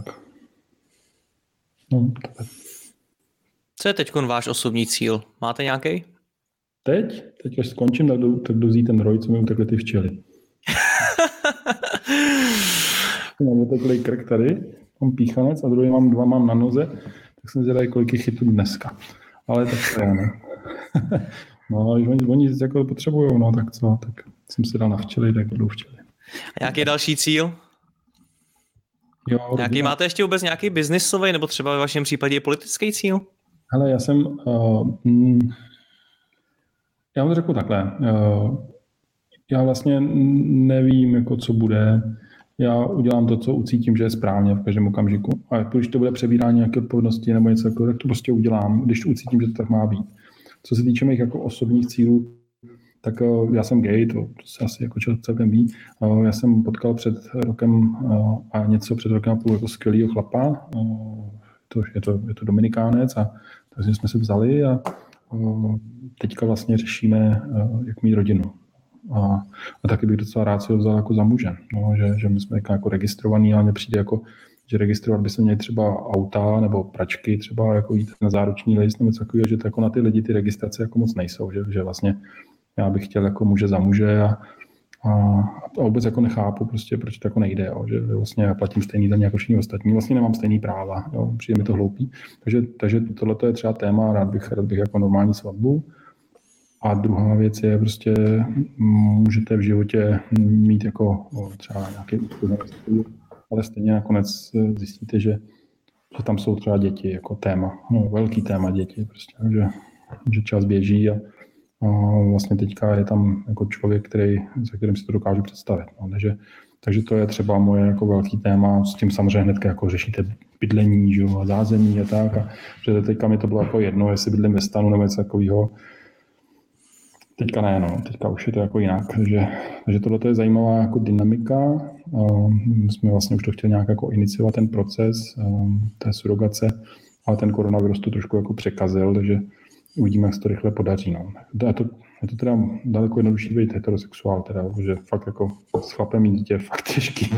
No, tak. Co je teď váš osobní cíl? Máte nějaký? Teď? Teď, až skončím, tak, do, tak dozí ten roj, co mi utekly ty včely. Mám uteklý krk tady, mám píchanec a druhý mám dva mám na noze, tak jsem zvědavý, kolik jich chytu dneska. Ale tak to je, ne. No, když oni, oni jako potřebujou, no tak co, tak jsem si dal na včely, tak budou včely. A nějaký další cíl? Jo, nějaký, rodina. máte ještě vůbec nějaký biznisový, nebo třeba ve vašem případě politický cíl? Hele, já jsem, uh, mm, já vám to řeknu takhle, uh, já vlastně nevím, jako co bude, já udělám to, co ucítím, že je správně v každém okamžiku. A když to bude přebírání nějaké odpovědnosti nebo něco takového, tak to prostě udělám, když ucítím, že to tak má být. Co se týče mých jako osobních cílů, tak uh, já jsem gay, to, to se asi jako člověk celkem ví. Uh, já jsem potkal před rokem uh, a něco před rokem a půl jako skvělýho chlapa. Uh, to, je, to, je to Dominikánec a takže jsme se vzali a uh, teďka vlastně řešíme, uh, jak mít rodinu. A, a taky bych docela rád si ho vzal jako za muže. No, že, že my jsme jako registrovaný, ale mně přijde jako, že registrovat by se měli třeba auta nebo pračky, třeba jako jít na záruční list nebo něco takového, že to jako na ty lidi ty registrace jako moc nejsou, že, že vlastně já bych chtěl jako muže za muže a, a, a vůbec jako nechápu prostě, proč to jako nejde, jo, že vlastně já platím stejný daň jako všichni ostatní, vlastně nemám stejný práva, jo, přijde mi to hloupý. Takže, takže tohle je třeba téma, rád bych, rád bych jako normální svatbu. A druhá věc je prostě, můžete v životě mít jako třeba nějaký úspěch, ale stejně nakonec zjistíte, že, že tam jsou třeba děti jako téma, no, velký téma děti, prostě, že, že čas běží a, a vlastně teďka je tam jako člověk, který, se kterým si to dokážu představit. No, takže, takže to je třeba moje jako velký téma, s tím samozřejmě hnedka jako řešíte bydlení, že jo, a zázemí a tak, a že teďka mi to bylo jako jedno, jestli bydlím ve stanu nebo něco takového. Teďka ne, no. Teďka už je to jako jinak. Takže, takže tohle je zajímavá jako dynamika. My jsme vlastně už to chtěli nějak jako iniciovat ten proces té surrogace, ale ten koronavirus to trošku jako překazil, takže uvidíme, jak se to rychle podaří. No. Je, to, je to teda daleko jednodušší být heterosexuál, teda, že fakt jako s chlapem mít dítě je fakt těžký.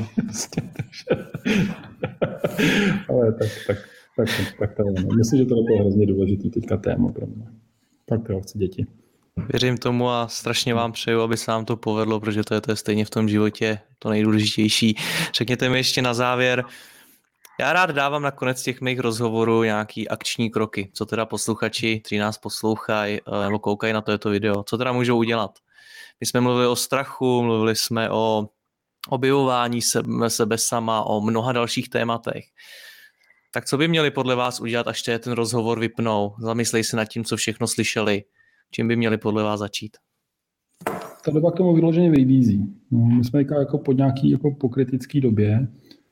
Ale tak, tak, tak, tak to je. Myslím, že to je hrozně důležitý teďka téma pro mě. Tak jo, chci děti. Věřím tomu a strašně vám přeju, aby se vám to povedlo, protože to je, to je stejně v tom životě to nejdůležitější. Řekněte mi ještě na závěr, já rád dávám na konec těch mých rozhovorů nějaký akční kroky, co teda posluchači, kteří nás poslouchají nebo koukají na toto video, co teda můžou udělat. My jsme mluvili o strachu, mluvili jsme o objevování sebe, sebe sama, o mnoha dalších tématech. Tak co by měli podle vás udělat, až ten rozhovor vypnou? Zamyslej se nad tím, co všechno slyšeli. Čím by měli podle vás začít? Ta doba k tomu vyloženě vybízí. No, my jsme jako pod nějaký jako pokritický době.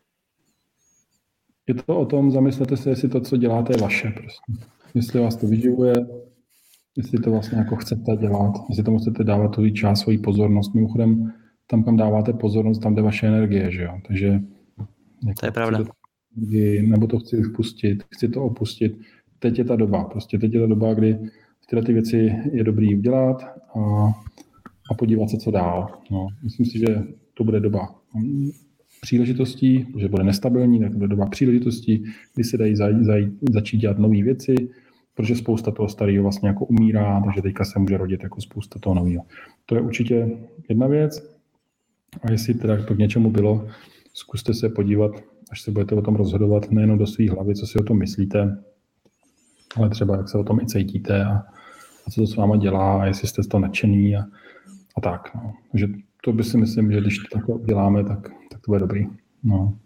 Je to o tom, zamyslete se, jestli to, co děláte, je vaše. Prostě. Jestli vás to vyživuje, jestli to vlastně jako chcete dělat, jestli tomu chcete dávat svůj čas, svoji pozornost. Mimochodem, tam, kam dáváte pozornost, tam jde vaše energie, že jo? Takže jako to je pravda. Energii, nebo to chci vpustit, chci to opustit. Teď je ta doba. Prostě teď je ta doba, kdy tyhle ty věci je dobrý udělat a, a podívat se, co dál. No, myslím si, že to bude doba příležitostí, že bude nestabilní, tak to bude doba příležitostí, kdy se dají zaj, zaj, začít dělat nové věci, protože spousta toho starého vlastně jako umírá, takže teďka se může rodit jako spousta toho nového. To je určitě jedna věc. A jestli teda to k něčemu bylo, zkuste se podívat, až se budete o tom rozhodovat, nejenom do své hlavy, co si o tom myslíte, ale třeba jak se o tom i cítíte a, a co to s váma dělá a jestli jste z toho nadšený a, a tak. No. Takže to by si myslím, že když to takhle uděláme, tak, tak to bude dobrý. No.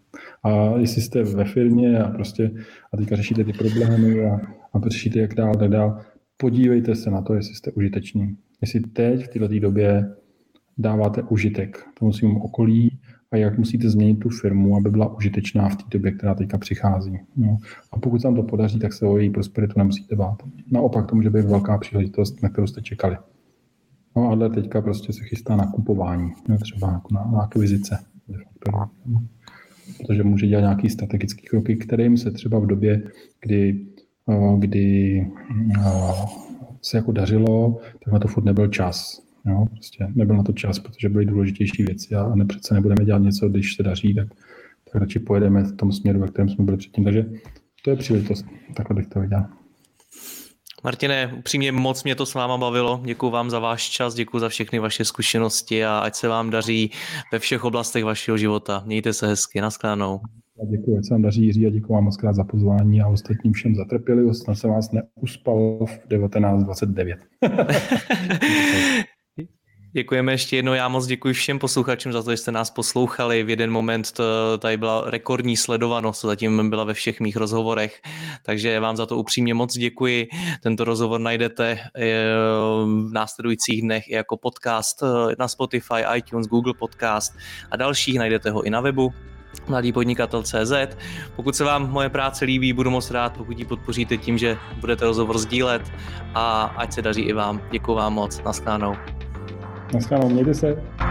A jestli jste ve firmě a prostě a teďka řešíte ty problémy a, a řešíte jak dál, tak dál, podívejte se na to, jestli jste užiteční. Jestli teď v této době dáváte užitek tomu svým okolí a jak musíte změnit tu firmu, aby byla užitečná v té době, která teďka přichází. No. A pokud se vám to podaří, tak se o její prosperitu nemusíte bát. Naopak to může být velká příležitost, na kterou jste čekali. No ale teďka prostě se chystá na kupování, no, třeba jako na, na akvizice. Protože může dělat nějaký strategický kroky, kterým se třeba v době, kdy, kdy se jako dařilo, tak na to furt nebyl čas. Jo, prostě nebyl na to čas, protože byly důležitější věci a ne, přece nebudeme dělat něco, když se daří, tak, tak radši pojedeme v tom směru, ve kterém jsme byli předtím. Takže to je příležitost, takhle bych to viděl. Martine, upřímně moc mě to s váma bavilo. Děkuji vám za váš čas, děkuji za všechny vaše zkušenosti a ať se vám daří ve všech oblastech vašeho života. Mějte se hezky, nashledanou. Děkuji, ať se vám daří, Jiří, a děkuji vám moc krát za pozvání a ostatním všem za trpělivost. Snad jsem vás neuspal v devatenáct dvacet devět. Děkujeme ještě jednou, já moc děkuji všem posluchačům za to, že jste nás poslouchali. V jeden moment to, tady byla rekordní sledovanost, zatím byla ve všech mých rozhovorech, takže vám za to upřímně moc děkuji. Tento rozhovor najdete v následujících dnech i jako podcast na Spotify, iTunes, Google Podcast a dalších, najdete ho i na webu mladý podnikatel tečka cé zet. Pokud se vám moje práce líbí, budu moc rád, pokud ji podpoříte tím, že budete rozhovor sdílet a ať se daří i vám. Děkuji vám moc, nashledanou. Nashledanou, mějte se.